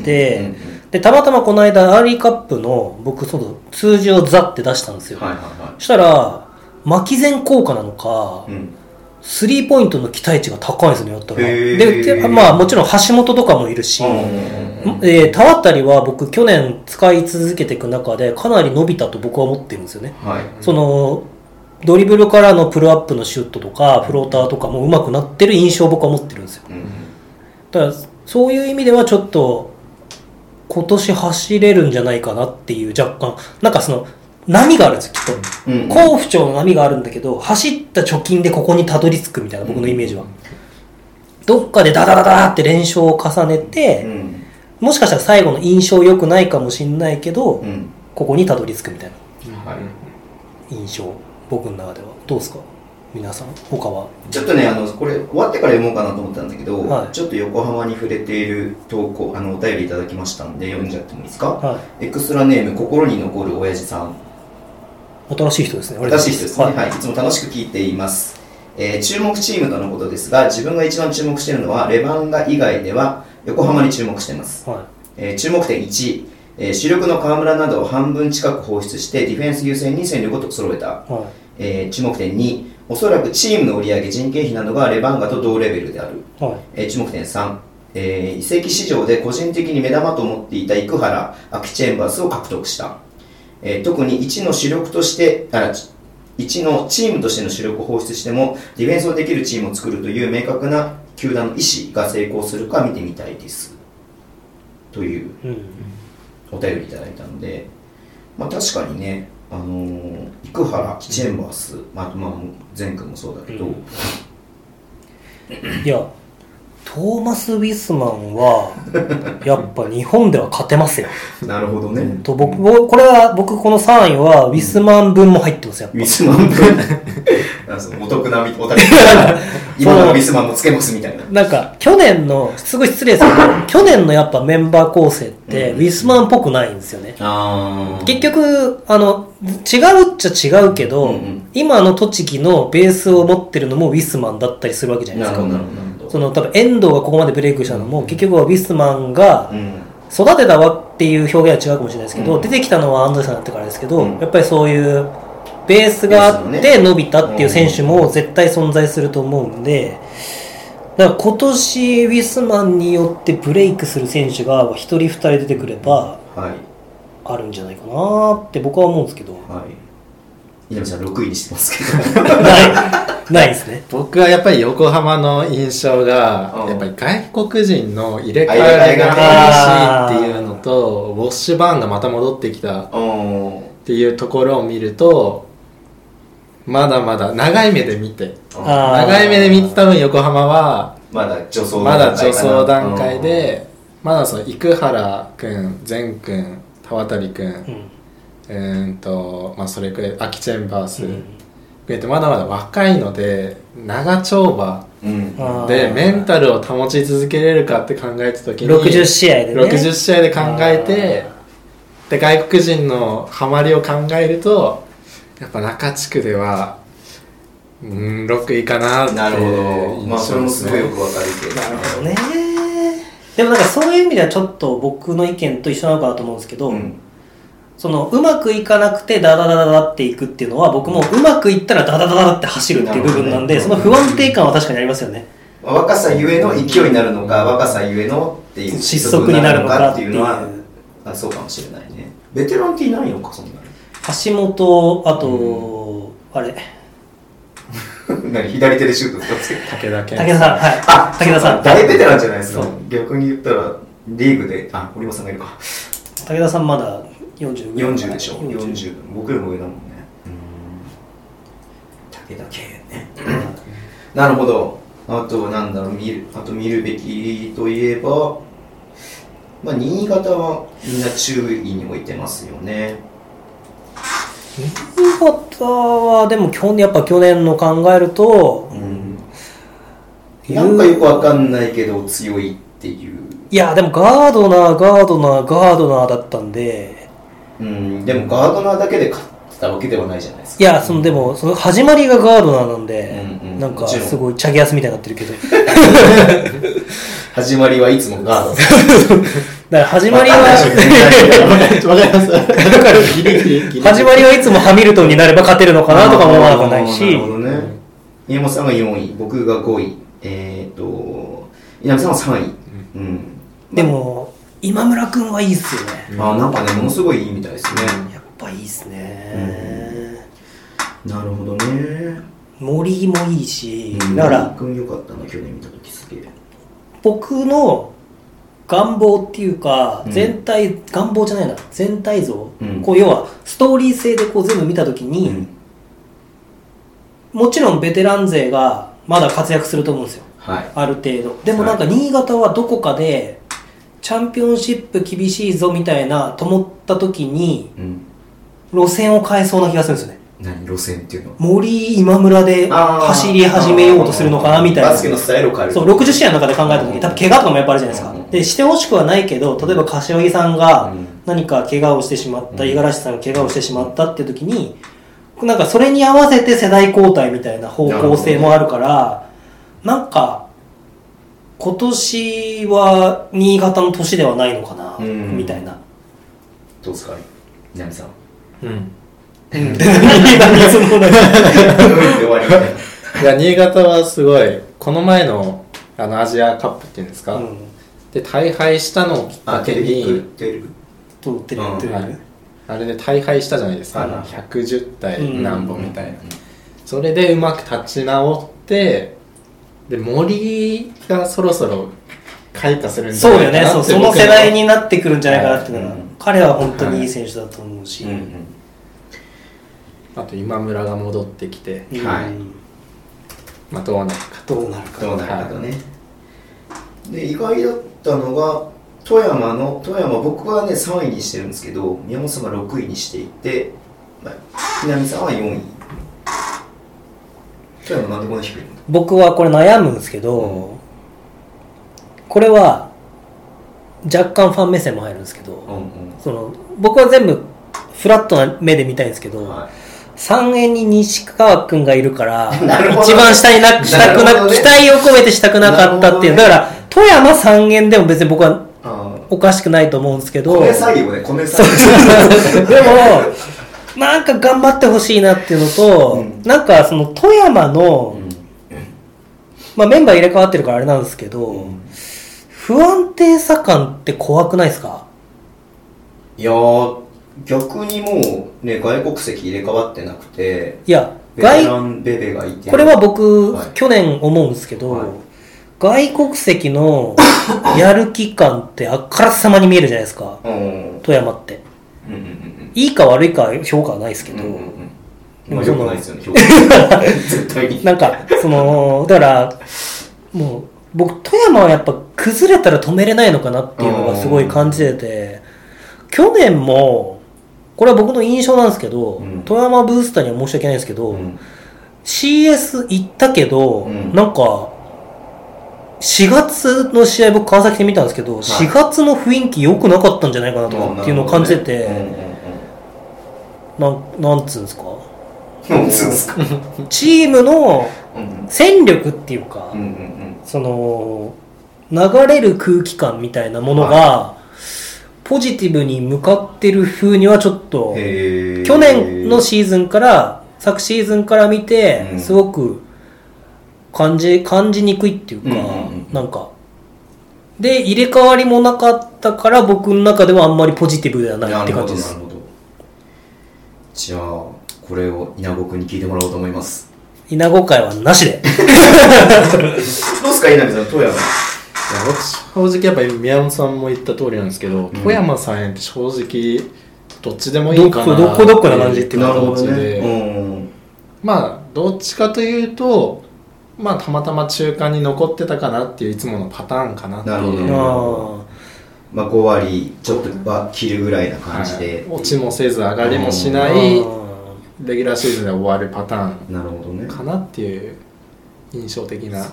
でたまたまこの間アーリーカップの僕その数字をザって出したんですよ、そしたら巻き前効果なのか、スリーポイントの期待値が高いんですね、やったら。で、まあもちろん橋本とかもいるし、田渡は僕去年使い続けていく中でかなり伸びたと僕は思ってるんですよね。そのドリブルからのプルアップのシュートとかフローターとかも上手くなってる印象を僕は持ってるんですよ。だからそういう意味ではちょっと今年走れるんじゃないかなっていう若干、なんかその波があるんですよ、きっと。好不調の波があるんだけど、走った貯金でここにたどり着くみたいな、僕のイメージは。どっかでダダダダって連勝を重ねて、もしかしたら最後の印象良くないかもしれないけど、ここにたどり着くみたいな印象、僕の中では。どうですか皆さん、他は。 ちょっとね、これ終わってから読もうかなと思ったんだけど、ちょっと横浜に触れている投稿、お便りいただきましたんで読んじゃってもいいですか。エクストラネーム心に残る親父さん。 新しい人ですね。 新しい人ですね。いつも楽しく聞いています。注目チームとのことですが、自分が一番注目しているのはレバンガ以外では横浜に注目しています。注目点1、主力の河村などを半分近く放出してディフェンス優先に戦力を揃えた。注目点2、おそらくチームの売上人件費などがレバンガと同レベルである。注目点3、移籍市場で個人的に目玉と思っていた生原アキチェンバースを獲得した。特に1のチームとしての主力を放出してもディフェンスをできるチームを作るという明確な球団の意思が成功するか見てみたいですというお便りいただいたので、まあ確かにね、生原アキチェンバース、前君もそうだけど、 いやトーマス・ウィスマンはやっぱ日本では勝てますよ。 なるほどね。 と僕ここの3位はウィスマン分も入ってますよ。 ウィスマン分お得な今のウィスマンもつけますみたいな。 なんか去年のすごい失礼ですけど去年のやっぱメンバー構成ってウィスマンっぽくないんですよね。結局違うっちゃ違うけど、今の栃木のベースを持ってるのもウィスマンだったりするわけじゃないですか。その多分遠藤がここまでブレイクしたのも、結局はウィスマンが育てたわっていう表現は違うかもしれないですけど、出てきたのはアンドレさんだったからですけど、やっぱりそういうベースがあって伸びたっていう選手も絶対存在すると思うんで、だから今年ウィスマンによってブレイクする選手が1人2人出てくればあるんじゃないかなって僕は思うんですけど、 稲見さん6位にしてますけどないですね。 僕はやっぱり横浜の印象が、 うんやっぱり外国人の入れ替えが激しいっていうのと、ウォッシュバーンがまた戻ってきたっていうところを見ると、まだまだ長い目で見て多分横浜はまだ助走段階で、まだその生原君、前君、田渡君、まあそれくらい秋チェンバース、まだまだ若いので長丁場でメンタルを保ち続けれるかって考えた時に 60試合でね 60試合で考えて、で外国人のハマりを考えるとやっぱ中地区では6位かなってなるほど。まあそれもすごいよくわかるけど。 なるほどね。でもなんかそういう意味ではちょっと僕の意見と一緒なのかなと思うんですけど、そのうまくいかなくてダダダダダっていくっていうのは、僕もうまくいったらダダダダって走るっていう部分なんで、その不安定感は確かにありますよね。 若さゆえの勢いになるのか、若さゆえのっていう失速になるのかっていうのはそうかもしれないね。ベテランっていないのか、そんなに。 橋本、あと、あれ何左手でシュート打つ武田健武田さん、はい。 あ、 武田さん。 大ベテランじゃないですか。逆に言ったら、リーグで、堀本さんがいるか。 武田さんまだ40ぐらい。 40でしょ。40。僕よりも上だもんね。武田健ね。なるほど。あと、なんだろう、見るべきといえば、まあ、新潟はみんな注意に置いてますよね。 新潟はでもやっぱ去年の考えると、 なんかよくわかんないけど強いっていう。 いやでもガードナーだったんで、 でもガードナーだけで勝ってたわけではないじゃないですか。 いやでもその始まりがガードナーなんで、なんかすごいチャゲアスみたいになってるけど始まりはいつもガードナーだから始まりは始まりはいつもハミルトンになれば勝てるのかなとか思わなくないし。 なるほどね。宮本さんが4位、僕が5位、稲見さんは3位。 でも今村君はいいっすよね。 なんかね、ものすごいいいみたいですね。 やっぱいいっすね。 なるほどね。 森もいいし、だから君良かったな、去年見た時すげえ。 僕の願望っていうか、願望じゃないな、全体像、こう要はストーリー性でこう全部見たときに、もちろんベテラン勢がまだ活躍すると思うんですよ、ある程度。でもなんか新潟はどこかでチャンピオンシップ厳しいぞみたいなと思ったときに、路線を変えそうな気がするんですよね。 何路線っていうの？ 森今村で走り始めようとするのかなみたいな。 バスケのスタイルを変える。そう、 60試合の中で考えたときに多分怪我とかもやっぱあるじゃないですか。でしてほしくはないけど、例えば柏木さんが何か怪我をしてしまった、五十嵐さんが怪我をしてしまったっていう時に、なんかそれに合わせて世代交代みたいな方向性もあるから、なんか今年は新潟の年ではないのかなみたいな。 どうですか、南さん。 いや新潟はすごいこの前のアジアカップっていうんですか、で大敗したのをきっかけにあれで大敗したじゃないですか、110対何本みたいな、それでうまく立ち直って、で森がそろそろ開花するんじゃないかなって。 そうよね、その世代になってくるんじゃないかなっていうのは、彼は本当にいい選手だと思うし、 あと今村が戻ってきて、まあどうなるかとね。で意外だったのが富山、僕はね3位にしてるんですけど、宮本さんが6位にしていて、南さんは4位。富山なんでこんな低いの？ 僕はこれ悩むんですけど、これは若干ファン目線も入るんですけど、その僕は全部フラットな目で見たいんですけど、3円に西川くんがいるから一番下にしたくな、期待を込めてしたくなかったっていう。だから富山3円でも別に僕はおかしくないと思うんですけど、 米詐欺をね、米詐欺でもなんか頑張ってほしいなっていうのと、なんかその富山の、まあメンバー入れ替わってるからあれなんですけど、不安定さ感って怖くないですか？ いやー、 逆にもうね、外国籍入れ替わってなくて、 いや、 ベテランベベがいて。 これは僕、 はい去年思うんですけど、 はい外国籍のやる気感ってあからさまに見えるじゃないですか、富山って。 うんうんうん。 いいか悪いか評価はないですけど、 まあ良くないですよね、評価。絶対に。 なんか、だから、もう、僕、富山はやっぱ崩れたら止めれないのかなっていうのがすごい感じてて、去年も、これは僕の印象なんですけど、富山ブースターには申し訳ないですけど、CS 行ったけど、なんか、4月の試合僕川崎で見たんですけど、4月の雰囲気良くなかったんじゃないかなとかっていうのを感じてて、なんつうんですかチームの戦力っていうか、その流れる空気感みたいなものがポジティブに向かってる風にはちょっと去年のシーズンから昨シーズンから見てすごく感じにくいっていうか、なんかで入れ替わりもなかったから僕の中ではあんまりポジティブではないって感じです。 なるほど。じゃあこれを稲子くんに聞いてもらおうと思います。 稲子会はなしで。 どうですか稲見さん、富山。 正直やっぱり宮本さんも言った通りなんですけど、富山さんへって正直どっちでもいいかなどこな感じっていう感じで、まあどっちかというとまあたまたま中間に残ってたかなっていういつものパターンかなっていう。なるほど。 まあ5割ちょっとは切るぐらいな感じで、 落ちもせず上がりもしないレギュラーシーズンで終わるパターンかなっていう印象的な。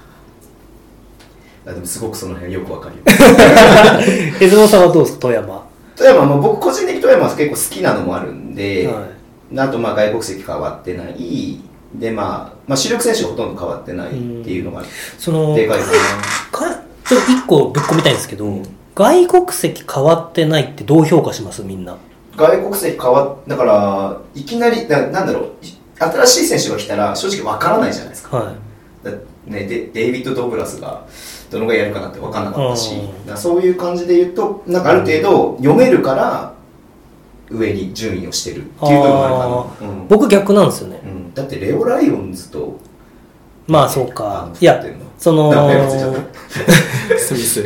でもすごくその辺よくわかるよ。 江園さんはどうですか富山。 富山も僕個人的に富山は結構好きなのもあるんで、あとまあ外国籍変わってないで、まあ主力選手がほとんど変わってないっていうのがでかいかな。 ちょっと一個ぶっ込みたいんですけど、外国籍変わってないってどう評価しますみんな。 外国籍だからいきなりなんだろう、新しい選手が来たら正直わからないじゃないですか。ね、デイビッド・ドグラスがどのぐらいやるかなって分かんなかったし、そういう感じで言うとなんかある程度読めるから上に順位をしてるっていう部分もあるかな。 僕逆なんですよね。 だってレオ・ライオンズとまあそうか、いやそのスミス、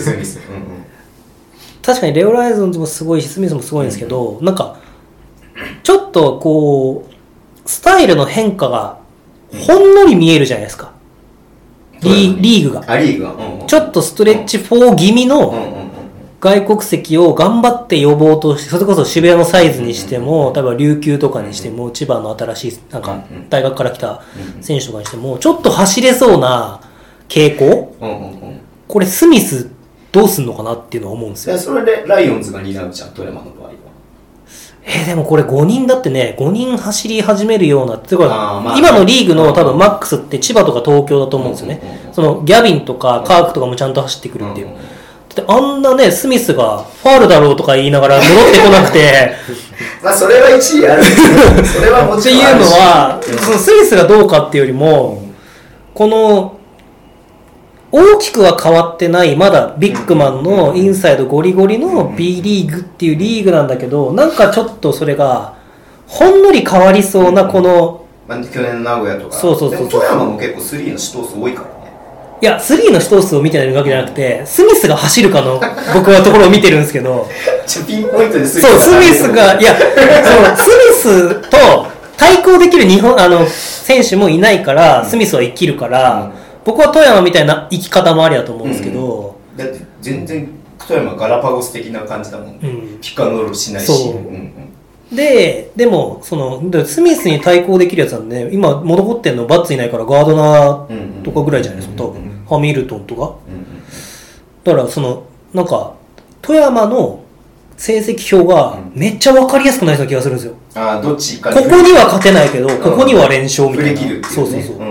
確かにレオ・ライオンズもすごいしスミスもすごいんですけど、なんかちょっとこうスタイルの変化がほんのり見えるじゃないですか。リーグがちょっとストレッチ4気味の外国籍を頑張って呼ぼうとして、それこそ渋谷のサイズにしても、例えば琉球とかにしても、千葉の新しいなんか大学から来た選手とかにしてもちょっと走れそうな傾向、これスミスどうすんのかなっていうのは思うんですよ。 それでライオンズが担うじゃん富山の場合は。 でもこれ5人だってね、5人走り始めるようなっていうか、今のリーグの多分マックスって千葉とか東京だと思うんですよね。そのギャビンとかカークとかもちゃんと走ってくるっていう。だってあんなね、スミスがファールだろうとか言いながら戻ってこなくてまあそれは1位あるそれはもちろんっていうのは、そのスミスがどうかっていうよりも、この大きくは変わってない、まだビッグマンのインサイドゴリゴリの B リーグっていうリーグなんだけど、なんかちょっとそれがほんのり変わりそうなこの、 去年の名古屋とか。 そうでも富山も結構3の試投数多いからね。 いや3の試投数を見てるわけじゃなくて、スミスが走るかの僕はところを見てるんですけどピンポイントでスミスがいやスミスと対抗できる選手もいないから、スミスは生きるから、僕は富山みたいな生き方もありだと思うんですけど、 だって全然富山ガラパゴス的な感じだもん、ピックアンドロールしないし。 でもスミスに対抗できるやつなんで、今残ってんのバッツいないからガードナーとかぐらいじゃないですか、多分ハミルトンとか、だからなんか富山の成績表がめっちゃ分かりやすくないような気がするんですよ。 どっちかここには勝てないけど、ここには連勝みたいな。そう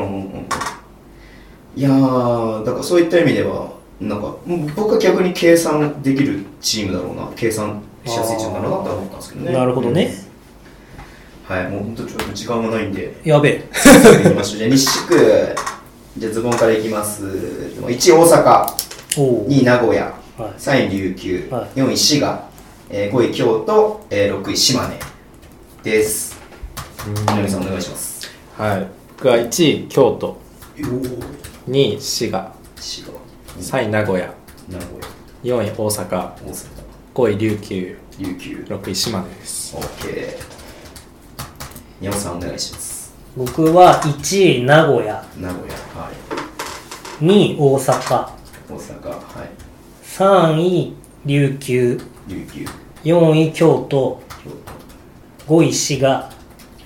いやー、だからそういった意味ではなんか僕は逆に計算できるチームだろうな、計算しやすいチームだろうなと思ったんですけどね。 なるほどね。 はい、もう本当ちょっと時間がないんでやべえいきましょう。じゃあ西地区、じゃあズボンからいきます。1位大阪、2位名古屋、3位琉球、4位滋賀、 5位京都、6位島根です。南さんお願いします。 はい、僕は1位京都、2位滋賀、3位名古屋、4位大阪、5位琉球、6位島根です。 OK。 宮本さんお願いします。 僕は1位名古屋、 はい、 2位大阪、 はい、 3位琉球、4位京都、5位滋賀、 はい、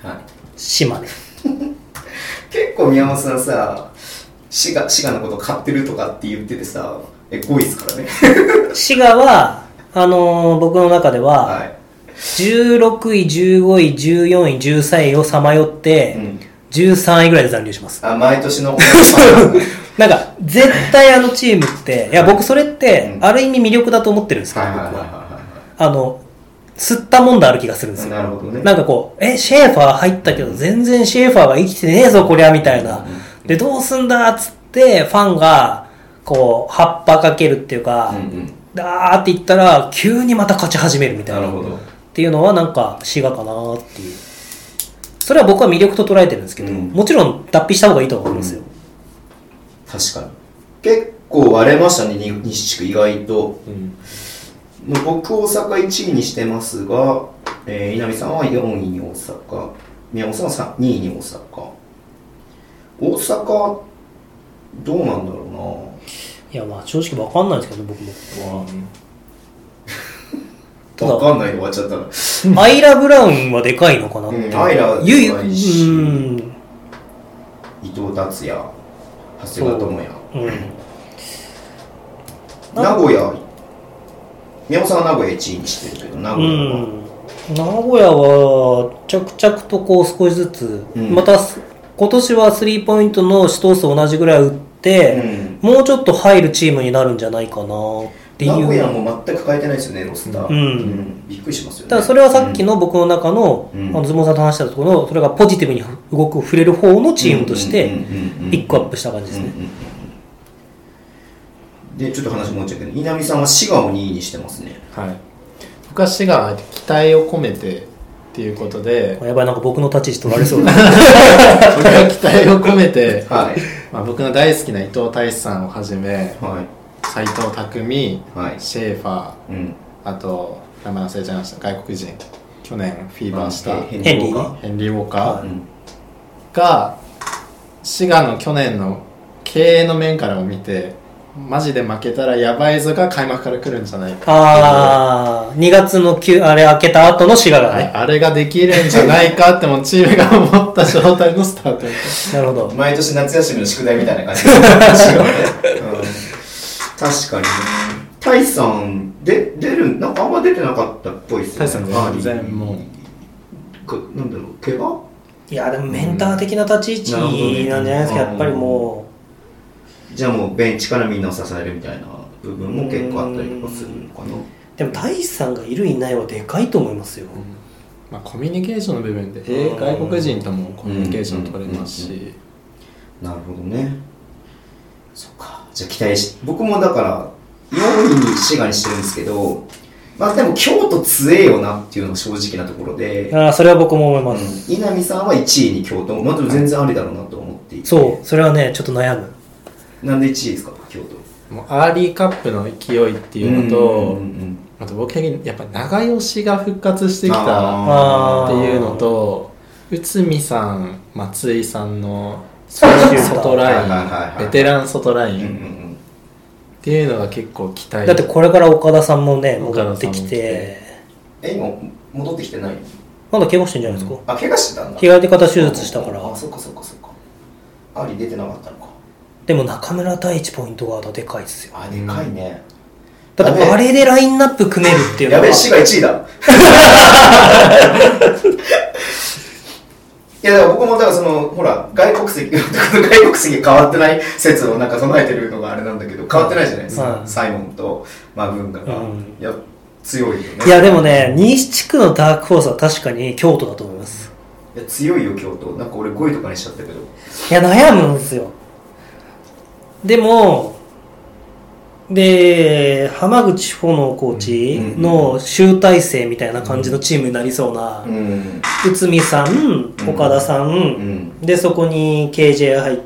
島根。 結構宮本さんさ、滋賀のこと買ってるとかって言っててさ、5位ですからね。 滋賀は僕の中では、はい、16位、15位、14位、13位をさまよって、13位ぐらいで残留します。 毎年のなんか絶対チームっていや僕それってある意味魅力だと思ってるんですけど、僕は吸ったもんだある気がするんですよ。 なるほどね。 なんかこうシェーファー入ったけど全然シェーファーが生きてねえぞこりゃみたいな、でどうすんだっつってファンがこう葉っぱかけるっていうか、ダーっていったら急にまた勝ち始めるみたいなっていうのはなんか滋賀かなっていう、それは僕は魅力と捉えてるんですけど、もちろん脱皮した方がいいと思いますよ。 確かに結構割れましたね、西地区意外と。僕大阪1位にしてますが、稲見さんは4位に大阪、宮本さんは2位に大阪。大阪どうなんだろうな。 いやまあ正直分かんないですけどね、僕は。 分かんないで終わっちゃったら。 アイラ・ブラウンはでかいのかなって。 アイラでかいし、伊藤達也、長谷川智也、名古屋、宮本さんは名古屋1位にしてるけど、名古屋は着々とこう少しずつ、また今年はスリーポイントの試投数同じぐらい打って、もうちょっと入るチームになるんじゃないかなっていう。 名古屋も全く変えてないですよね、ロスター。びっくりしますよね。 ただそれはさっきの僕の中の相撲さんと話したところの、それがポジティブに動く触れる方のチームとしてピックアップした感じですね。 でちょっと話もうちゃうけど、稲見さんは滋賀を2位にしてますね。 はい、僕は滋賀は期待を込めてっていうことで、 やばい、なんか僕の立ち位置取られそうだ。 僕は期待を込めて、僕の大好きな伊藤大志さんをはじめ、斉藤匠、シェーファー、あと名前忘れちゃいました、外国人去年フィーバーしたヘンリー・ウォーカーが滋賀の去年の経営の面からを見て、マジで負けたらやばいぞが開幕から来るんじゃないか。 2月のあれ開けた後の滋賀がね、 あれができるんじゃないかってもチームが思った状態のスタート。 なるほど。 毎年夏休みの宿題みたいな感じで確かにね。タイさん出る、なんかあんま出てなかったっぽいですね。 タイさん全然もうなんだろう、怪我？ いやでもメンター的な立ち位置なんじゃないですか、やっぱりもう。 じゃあもうベンチからみんなを支えるみたいな部分も結構あったりとかするのかな。 でも大志さんがいるいないはでかいと思いますよ。 コミュニケーションの部分で外国人ともコミュニケーション取れますし。 なるほどね。そっか。じゃあ期待し、僕もだから4位に滋賀にしてるんですけど、でも京都強えよなっていうのが正直なところで。 それは僕も思います。 稲見さんは1位に京都、でも全然ありだろうなと思っていて。 そう、それはねちょっと悩む。 なんで1位ですか、京都。 もうアーリーカップの勢いっていうのと、あと僕的にやっぱ長吉が復活してきたっていうのと、内海さん、松井さんの外ライン、ベテラン外ラインっていうのが結構期待。 だってこれから岡田さんもね戻ってきて、 今戻ってきてない？ まだ怪我してんじゃないですか。 怪我してたんだ。 左肩手術したから。 そっか。アーリー出てなかったのか。 でも中村太一ポイントガードでかいっすよ。 でかいね。 だってあれでラインナップ組めるっていうのは。 やべえ、滋賀1位だ。いやだから僕もだからほら外国籍変わってない説をなんか唱えてるのがあれなんだけど、変わってないじゃないですか。サイモンと文化が、いや強いよね。 いやでもね、西地区のダークホースは確かに京都だと思います。 いや強いよ京都。なんか俺5位とかにしちゃったけど。 いや悩むんですよ。でもで、浜口炎コーチの集大成みたいな感じのチームになりそうな、内海さん、岡田さん、で、そこに KJ 入って、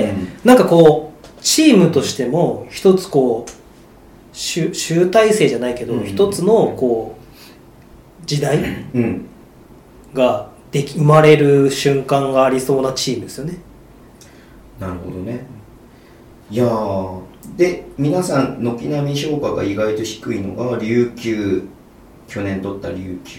なんかこう、チームとしても一つこう、集大成じゃないけど、一つのこう、時代が生まれる瞬間がありそうなチームですよね。 なるほどね。いやー、で皆さん軒並み評価が意外と低いのが琉球、去年取った琉球、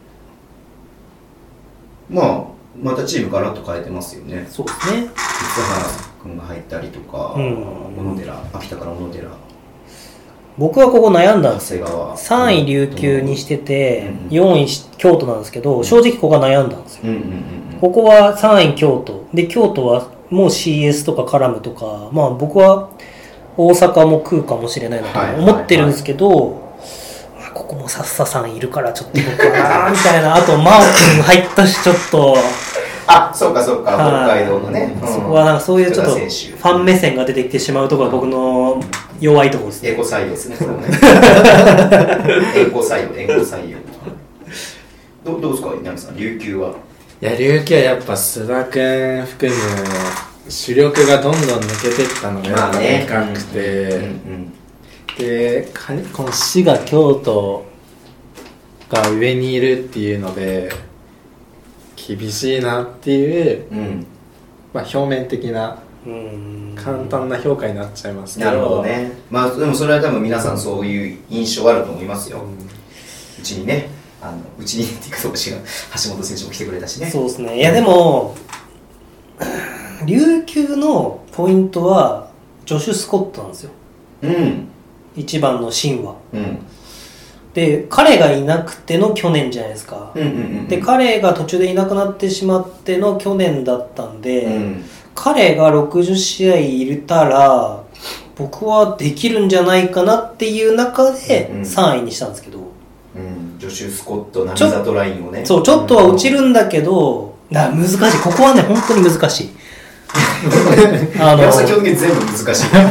またチームガラッと変えてますよね。 そうですね。 三原君が入ったりとか、小野寺、秋田から小野寺、 僕はここ悩んだんですよ。 長谷川、 3位琉球にしてて、4位京都なんですけど、正直ここが悩んだんですよ。ここは3位京都で、京都はもう CS とかカラムとか、まあ僕は大阪も食うかもしれないなと思ってるんですけど、まあ、ここもさっささんいるからちょっと僕はみたいな、あとマー君入ったしちょっと、 あ、そうかそうか、北海道のね、 そこはなんかそういうちょっとファン目線が出てきてしまうところが僕の弱いところですね。 英語採用ですね、これもね。英語採用。どうですか、稲見さん、琉球は。 いや、琉球はやっぱ須田君含む主力がどんどん抜けていったのがでかくて、で、この滋賀、京都が上にいるっていうので厳しいなっていう、まあ表面的な簡単な評価になっちゃいますけど。 なるほどね。まあでもそれは多分皆さんそういう印象あると思いますよ。うちにね、うちにっていうか、橋本選手も来てくれたしね。 そうですね。いやでも琉球のポイントはジョシュ・スコットなんですよ。一番のシンは。で、彼がいなくての去年じゃないですか。で、彼が途中でいなくなってしまっての去年だったんで、彼が60試合いたら僕はできるんじゃないかなっていう中で3位にしたんですけど、 ジョシュ・スコット、並里ラインをね。 そう、ちょっとは落ちるんだけど、難しい。ここはね、本当に難しい。 山崎基本的に全部難しい。 確か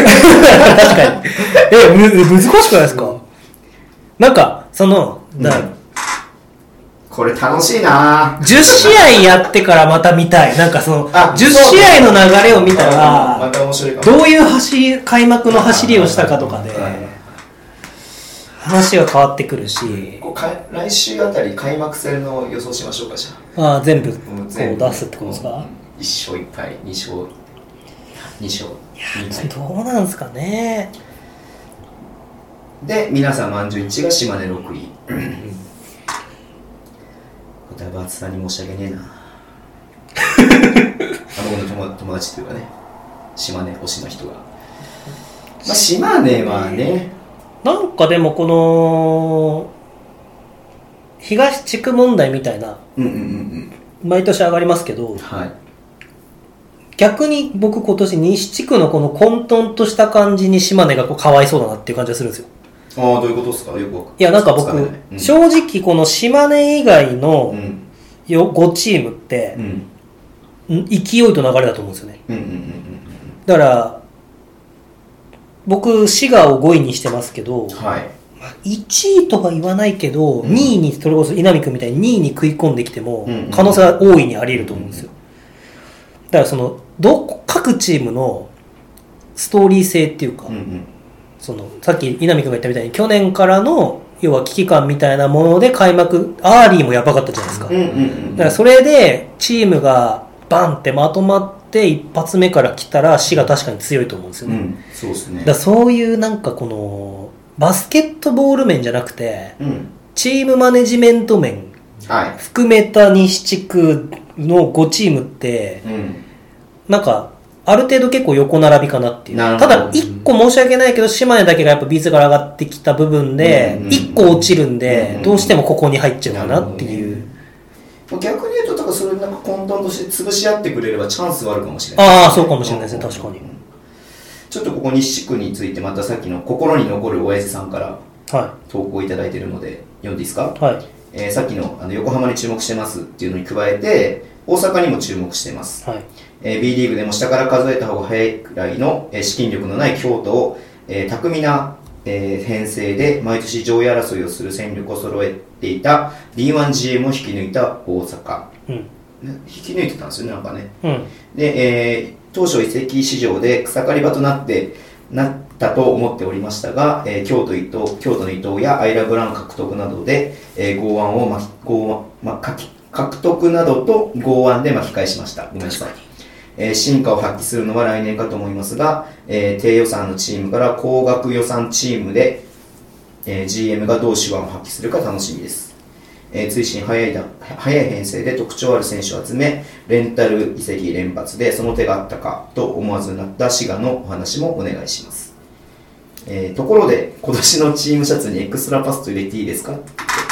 に。難しくないですか？なんか、 これ楽しいなぁ。 10試合やってからまた見たい。なんか10試合の流れを見たら、 また面白いかも。 どういう開幕の走りをしたかとかで、話が変わってくるし。 来週あたり開幕戦の予想しましょうか、じゃあ。 全部こう出すってことですか ？1勝1敗、2勝。いや、 どうなんですかね。 で、皆さん満場一致が島根6位。だいぶ厚さに申し訳ねえな。僕の友達というかね、島根推しの人が。島根はね、 なんかでもこの東地区問題みたいな、毎年上がりますけど、逆に僕今年西地区のこの混沌とした感じに島根がかわいそうだなっていう感じがするんですよ。 どういうことですか？よくわかんない。 いや、なんか僕、正直この島根以外の5チームって、勢いと流れだと思うんですよね。だから僕滋賀を5位にしてますけど、1位とは言わないけど、2位に、それこそ稲見君みたいに2位に食い込んできても可能性は大いにあり得ると思うんですよ。だから各チームのストーリー性っていうか、さっき稲見君が言ったみたいに去年からの要は危機感みたいなもので開幕アーリーもやばかったじゃないですか。だからそれでチームがバンってまとまって一発目から来たら滋賀確かに強いと思うんですよね。 そうですね。 だからそういうなんかこのバスケットボール面じゃなくて、チームマネジメント面含めた西地区の5チームって、なんかある程度結構横並びかなっていう。ただ1個申し訳ないけど島根だけがやっぱビーズから上がってきた部分で1個落ちるんで、どうしてもここに入っちゃうかなっていう。 逆に言うと、それなんか混沌として潰し合ってくれればチャンスはあるかもしれない。 そうかもしれないですね、確かに。 ちょっとここ西地区についてまたさっきの心に残る親父さんから投稿いただいているので読んでいいですか？さっきの横浜に注目してますっていうのに加えて大阪にも注目しています、B リーグでも下から数えた方が早いくらいの資金力のない京都を巧みな、編成で毎年上位争いをする戦力を揃えていた B1GM を引き抜いた大阪、引き抜いてたんですよね、なんかね、で、当初移籍市場で草刈り場となったと思っておりましたが、京都の伊藤やアイラブラウン獲得などで、獲得などと剛腕で巻き返しました。ごめんなさい。進化を発揮するのは来年かと思いますが、低予算のチームから高額予算チームで、GM がどう手腕を発揮するか楽しみです。追伸早い編成で特徴ある選手を集め、レンタル移籍連発でその手があったかと思わずなった滋賀のお話もお願いします。ところで今年のチームシャツにエクストラパスト入れていいですか？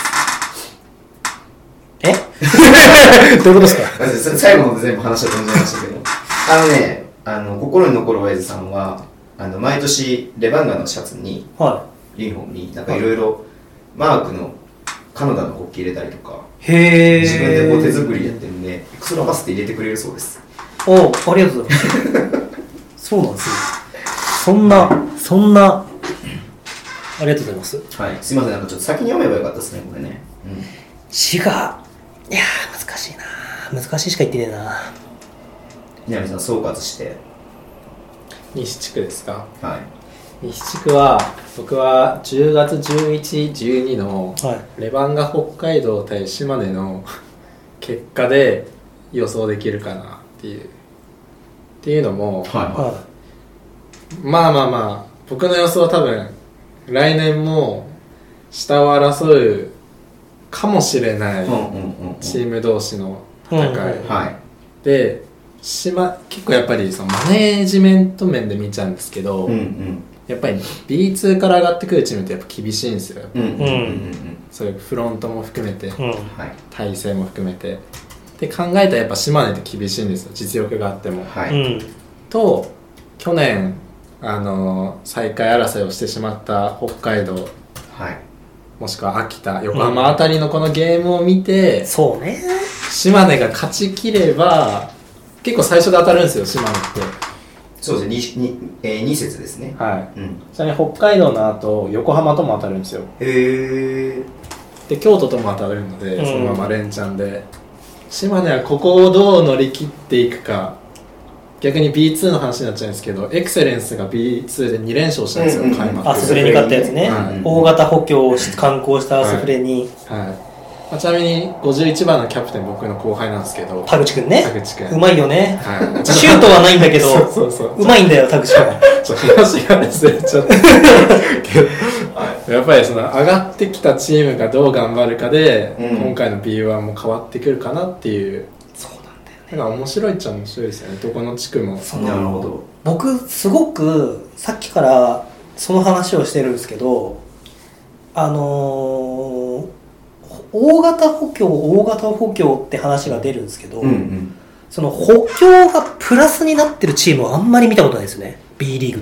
どういうことですか？ 最後の全部話は飛んじゃいましたけど、心に残るワイズさんは毎年レバンガのシャツに、ユニフォームになんかいろいろマークのカナダの国旗入れたりとか、自分でこう手作りやってるんでエクストラパスって入れてくれるそうです。 ありがとうございますそうなんですね。そんなありがとうございます。 はい、すいません、なんかちょっと先に読めばよかったですね、これね。 滋賀、いやー難しいな、難しいしか言ってねえな。 南さん総括して。 西地区ですか？ はい。 西地区は僕は10月11、12のレバンガ北海道対島根の結果で予想できるかなっていうのも、まあ僕の予想は多分来年も下を争うかもしれないチーム同士の戦いで、結構やっぱりそのマネージメント面で見ちゃうんですけど、やっぱり B2 から上がってくるチームってやっぱ厳しいんですよ。そういうフロントも含めて、体制も含めてって考えたらやっぱ島根って厳しいんですよ、実力があっても。と去年最下位争いをしてしまった北海道、もしくは秋田、横浜あたりのこのゲームを見て、 そうね、 島根が勝ちきれば結構最初で当たるんですよ、島根って。 そうですね、2節ですね。 ちなみに北海道の後横浜とも当たるんですよ。で京都とも当たるので、そのまま連チャンで島根はここをどう乗り切っていくか。逆に B2 の話になっちゃうんですけど、エクセレンスが B2 で2連勝したんですよ、開幕。 アスフレに勝ったやつね、大型補強を観光したアスフレに。 ちなみに51番のキャプテン僕の後輩なんですけど、 田口くんね。 田口くんうまいよね。シュートはないんだけどうまいんだよ、田口くん。 話が忘れちゃったやっぱりその上がってきたチームがどう頑張るかで、今回の B1 も変わってくるかなっていう。だから面白いっちゃ面白いですよね、どこの地区も。 なるほど。 僕すごくさっきからその話をしてるんですけど、大型補強って話が出るんですけど、その補強がプラスになってるチームはあんまり見たことないですね、 B リーグって。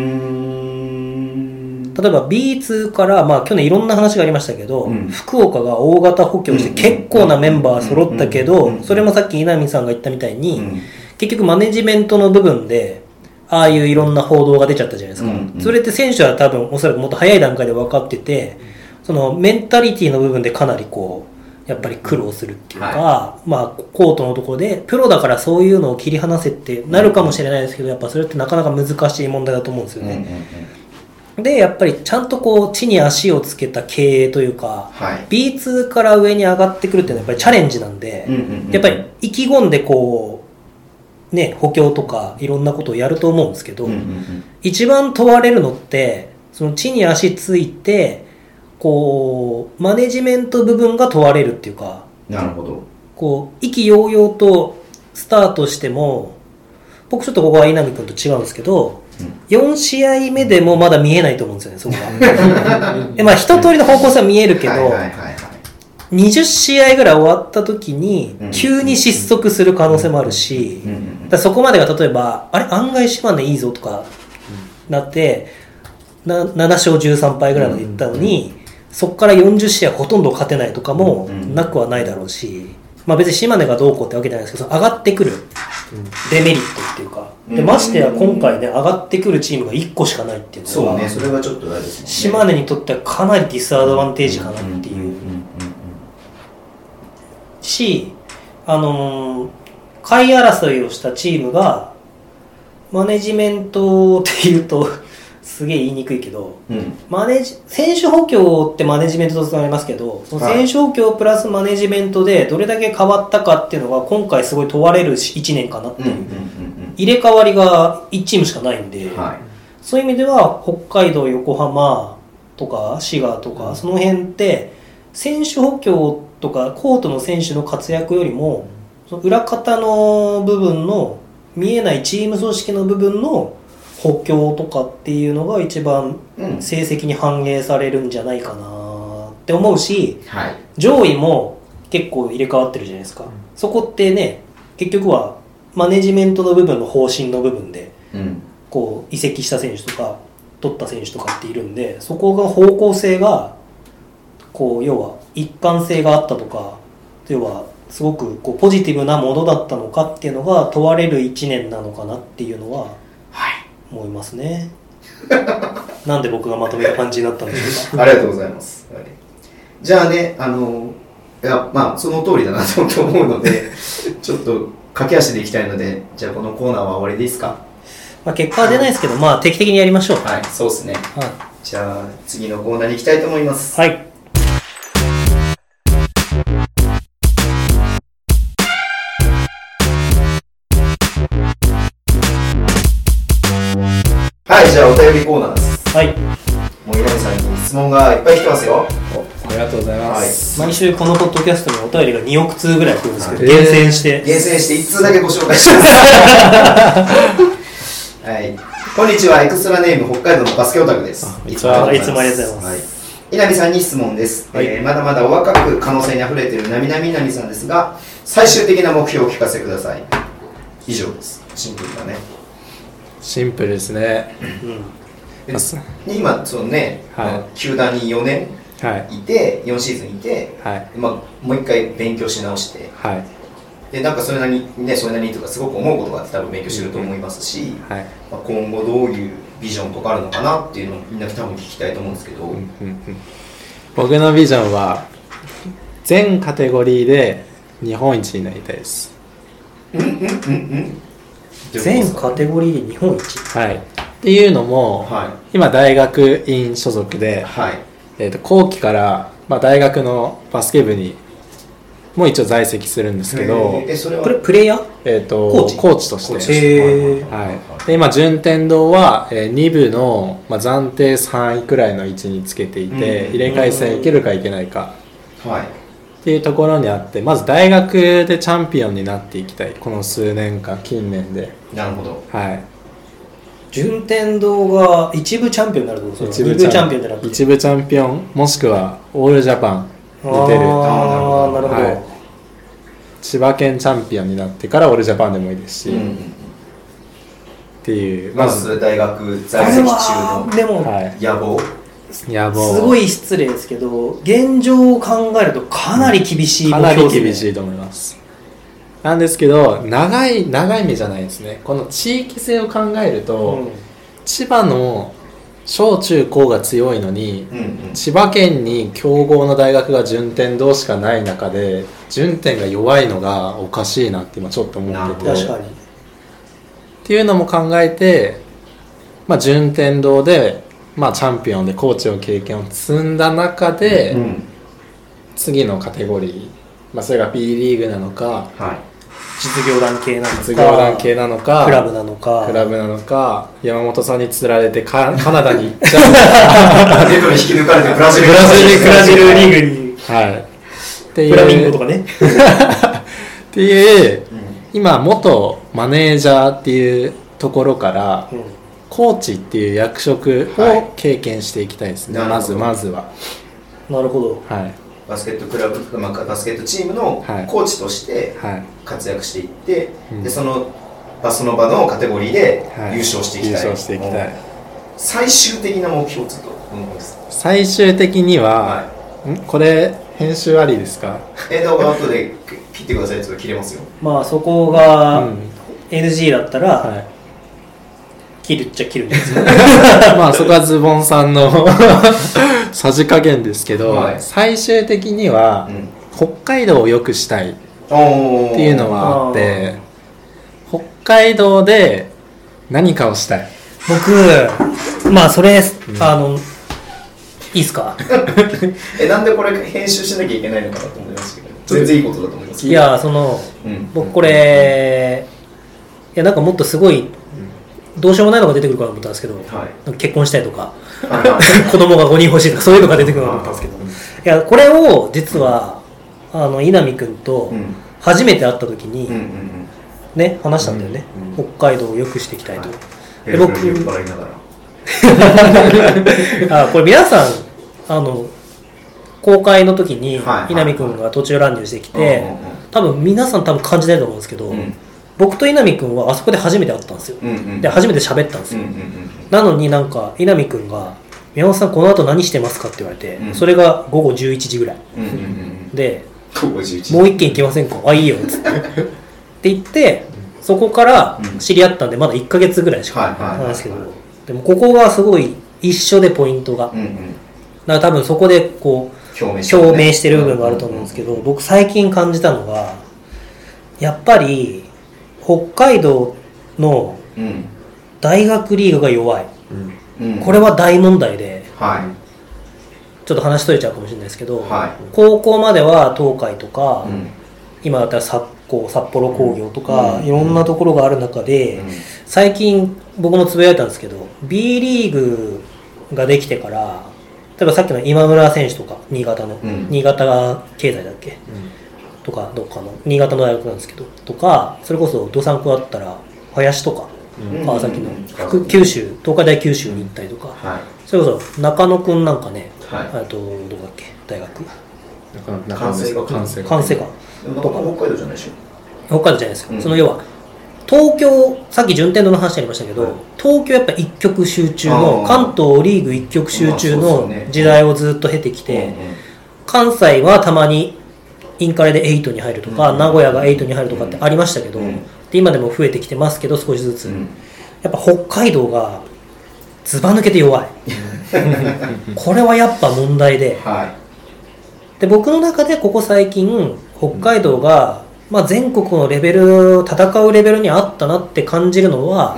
例えば B2 から、去年いろんな話がありましたけど、福岡が大型補強して結構なメンバー揃ったけど、それもさっき稲見さんが言ったみたいに、結局マネジメントの部分でああいういろんな報道が出ちゃったじゃないですか。それって選手は多分おそらくもっと早い段階で分かってて、そのメンタリティの部分でかなりこうやっぱり苦労するっていうか、コートのところでプロだからそういうのを切り離せってなるかもしれないですけど、やっぱそれってなかなか難しい問題だと思うんですよね。でやっぱりちゃんとこう地に足をつけた経営というか、B2 から上に上がってくるっていうのはやっぱりチャレンジなんで、やっぱり意気込んでこうね、補強とかいろんなことをやると思うんですけど、一番問われるのってその地に足ついてこうマネジメント部分が問われるっていうか。 なるほど。こう意気揚々とスタートしても、僕ちょっとここは稲見君と違うんですけど、4試合目でもまだ見えないと思うんですよね、そこが一通りの方向性は見えるけど、20試合ぐらい終わった時に急に失速する可能性もあるし、だそこまでが例えばあれ案外島根いいぞとかなって7勝13敗ぐらいまでいったのに、そこから40試合ほとんど勝てないとかもなくはないだろうし、別に島根がどうこうってわけじゃないですけど、上がってくるデメリットっていうかでましてや今回ね上がってくるチームが1個しかないっていうのはそうね、それはちょっとあれですね。 島根にとってはかなりディスアドバンテージかなっていうし、下位争いをしたチームがマネジメントっていうとすげえ言いにくいけど、選手補強ってマネジメントとつながりますけど、その選手補強プラスマネジメントでどれだけ変わったかっていうのが今回すごい問われる1年かなっていう、入れ替わりが1チームしかないんで、そういう意味では北海道、横浜とか滋賀とかその辺って選手補強とかコートの選手の活躍よりもその裏方の部分の見えないチーム組織の部分の補強とかっていうのが一番成績に反映されるんじゃないかなって思うし、上位も結構入れ替わってるじゃないですか。そこってね、結局はマネジメントの部分の方針の部分で、こう移籍した選手とか取った選手とかっているんで、そこが方向性がこう要は一貫性があったとか、要はすごくこうポジティブなものだったのかっていうのが問われる1年なのかなっていうのは思いますね。なんで僕がまとめた感じになったんでしょうか。 ありがとうございます。じゃあね、いやまあその通りだなと思うのでちょっと駆け足でいきたいので、じゃあこのコーナーは終わりでいいですか。 まあ、結果は出ないですけど、まあ定期的にやりましょう。 はい、そうですね。じゃあ次のコーナーに行きたいと思います。 はい。 はい、じゃあお便りコーナーです。 はい。 もう稲見さんに質問がいっぱい来てますよ。 ありがとうございます。 毎週このポッドキャストにお便りが2億通ぐらい来るんですけど、厳選して 1通だけご紹介します。はい。こんにちは、エクストラネーム北海道のバスケオタクです。 いつもありがとうございます。 稲見さんに質問です。まだまだお若く可能性にあふれているなみなみ稲見さんですが、最終的な目標を聞かせてください。以上です。シンプルだね。 シンプルですね。 今そのね、球団に4年いて、4シーズンいて、もう一回勉強し直して、でなんかそれなりにね、それなりにとかすごく思うことがあって多分勉強してると思いますし、今後どういうビジョンとかあるのかなっていうのをみんな多分聞きたいと思うんですけど、 僕のビジョンは全カテゴリーで日本一になりたいです。 全カテゴリーで日本一、 っていうのも、今大学院所属で、後期から、大学のバスケ部にもう一応在籍するんですけど、 それはプレイヤー、 コーチとして、で今順天堂は、2部の、暫定3位くらいの位置につけていて、入れ替え戦いけるかいけないか、っていうところにあって、まず大学でチャンピオンになっていきたい、この数年間近年で。 なるほど。 順天堂が一部チャンピオンになるってことですか。2部チャンピオンじゃなくて一部チャンピオンもしくはオールジャパンに出る。 なるほど、 千葉県チャンピオンになってからオールジャパンでもいいですし、っていうまず大学在籍中のでも、 野望すごい失礼ですけど、現状を考えるとかなり厳しい目標ですね。 かなり厳しいと思います。なんですけど、長い目じゃないですね。この地域性を考えると、千葉の小中高が強いのに、千葉県に強豪の大学が順天堂しかない中で順天が弱いのがおかしいなって今ちょっと思ってて、 確かにっていうのも考えて、順天堂で、チャンピオンでコーチの経験を積んだ中で、次のカテゴリー、それが B リーグなのか、 実業団系なのか、 クラブなのか、山本さんに釣られてカナダに行っちゃうデートに引き抜かれてブラジルリーグに、 っていうフラミンゴとかねっていう、今元マネージャーっていうところから、コーチっていう役職を経験していきたいですね、まずは。 なるほど。 バスケットクラブ、バスケットチームのコーチとして活躍していって、でその場のカテゴリーで優勝していきたい。最終的な目標をちょっと思います。 最終的には、これ編集ありですか？ 動画後で切ってくださいと切れますよ。 そこが NG だったら、 切るっちゃ切るんですよまあそこはズボンさんのさじ加減ですけど、 はい、 最終的には、北海道を良くしたいっていうのはあって、北海道で何かをしたい。 僕まあそれ、いいっすかなんでこれ編集しなきゃいけないのかなと思いますけど、全然いいことだと思います。 いや僕これいやなんかもっとすごいどうしようもないのが出てくるかと思ったんですけど、はい、結婚したいとか子供が5人欲しいとかそういうのが出てくるかと思ったんですけど、いやこれを実は稲見君と初めて会った時にね話したんだよね、北海道を良くしていきたいと。で僕これ皆さん公開の時に稲見君が途中乱入してきて、多分皆さん感じないと思うんですけど、僕と稲見君はあそこで初めて会ったんですよ、で初めて喋ったんですよ、なのになんか稲見君が宮本さんこの後何してますかって言われて、それが午後11時ぐらい、でもう一軒行きませんか、あいいよっつってって言って、そこから知り合ったんでまだ1ヶ月ぐらいしかないんですけど、でもここがすごい一緒でポイントが、だから多分そこでこう表明してる部分があると思うんですけど、僕最近感じたのがやっぱり北海道の大学リーグが弱い、これは大問題で、ちょっと話しとれちゃうかもしれないですけど、高校までは東海とか、今だったら札幌工業とか、いろんなところがある中で、最近僕もつぶやいたんですけど B リーグができてから、例えばさっきの今村選手とか新潟の、新潟経済だっけ、とかどっかの新潟の大学なんですけどとか、それこそどさんこだったら林とか、川崎の九州東海大九州に行ったりとか、それこそ中野くんなんかね、どこだっけ大学関西かとか北海道じゃないでしょ。 北海道じゃないですよ、その要は東京、さっき順天堂の話ありましたけど、東京やっぱ一極集中の関東リーグ一極集中の時代をずっと経てきて、関西はたまにインカレで8に入るとか、名古屋が8に入るとかってありましたけど、で今でも増えてきてますけど少しずつ、やっぱ北海道がずば抜けて弱いこれはやっぱ問題で、で僕の中でここ最近北海道が、全国のレベル戦うレベルにあったなって感じるのは、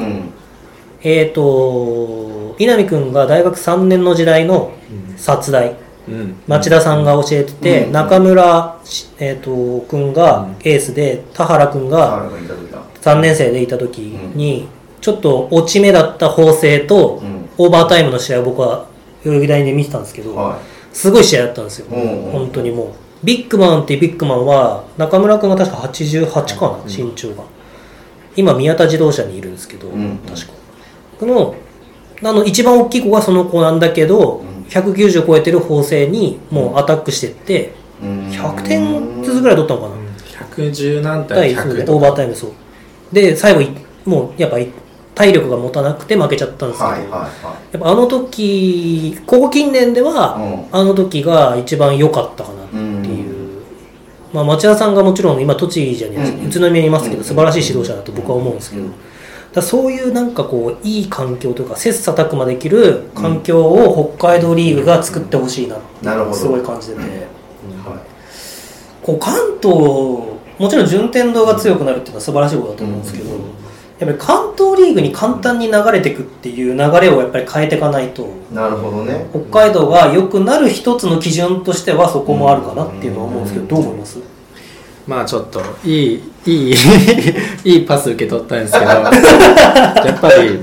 稲見君が大学3年の時代の殺大、町田さんが教えてて、中村、君がエースで田原君が3年生でいた時に、ちょっと落ち目だった法政とオーバータイムの試合を僕は代々木第二で見てたんですけど、すごい試合だったんですよ、本当にもうビッグマンっていうビッグマンは中村君が確か88かな、身長が今宮田自動車にいるんですけど、確かこの一番大きい子がその子なんだけど、190超えてる法政にもうアタックしていって100点ずつぐらい取ったのかな、 110何対100とかオーバータイム、そうで最後もうやっぱり体力が持たなくて負けちゃったんですけど、やっぱあの時ここ近年では、あの時が一番良かったかなっていう、町田さんがもちろん今栃木じゃないですか、宇都宮にいますけど素晴らしい指導者だと僕は思うんですけど、だそういうなんかこういい環境というか切磋琢磨できる環境を北海道リーグが作ってほしいなってすごい感じてて、こう関東もちろん順天堂が強くなるっていうのは素晴らしいことだと思うんですけど、やっぱり関東リーグに簡単に流れていくっていう流れをやっぱり変えていかないと、 なるほどね、 北海道が良くなる一つの基準としてはそこもあるかなっていうのは思うんですけど、どう思います？ ちょっといいパス受け取ったんですけどやっぱり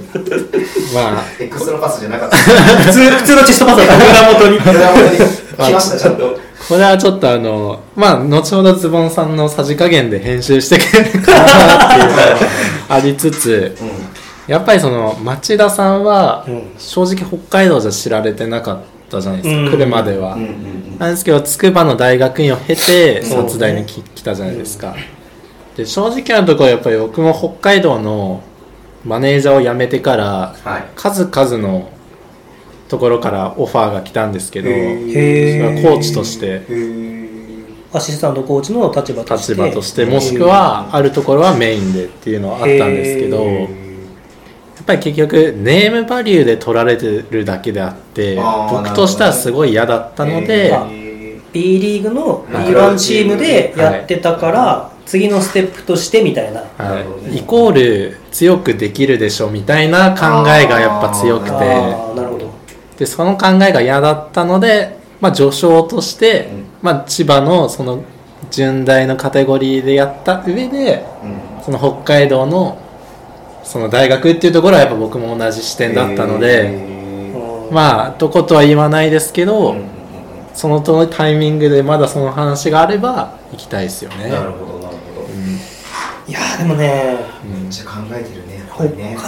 X のパスじゃなかった普通のチェストパスだった胸元に来ましたちゃんと。 これはちょっと後ほどズボンさんのさじ加減で編集してくれるかなっていうのがありつつ、やっぱりその町田さんは正直北海道じゃ知られてなかったじゃないですか、来るまでは、なんですけど筑波の大学院を経て殺大に来たじゃないですか。で正直なところやっぱり僕も北海道のマネージャーを辞めてから、数々のところからオファーが来たんですけど、それはコーチとしてアシスタントコーチの立場としてもしくはあるところはメインでっていうのはあったんですけど、やっぱり結局ネームバリューで取られてるだけであって僕としてはすごい嫌だったので、 B リーグの B1 チームでやってたから、次のステップとしてみたいな、 イコール強くできるでしょみたいな考えがやっぱ強くて、 なるほど。 でその考えが嫌だったので、序章として、千葉のその順大のカテゴリーでやった上で、その北海道のその大学っていうところはやっぱ僕も同じ視点だったので、どことは言わないですけど、そのタイミングでまだその話があれば行きたいですよね。 なるほどなるほど、 いやでもね、 めっちゃ考えてるね、やっぱりね。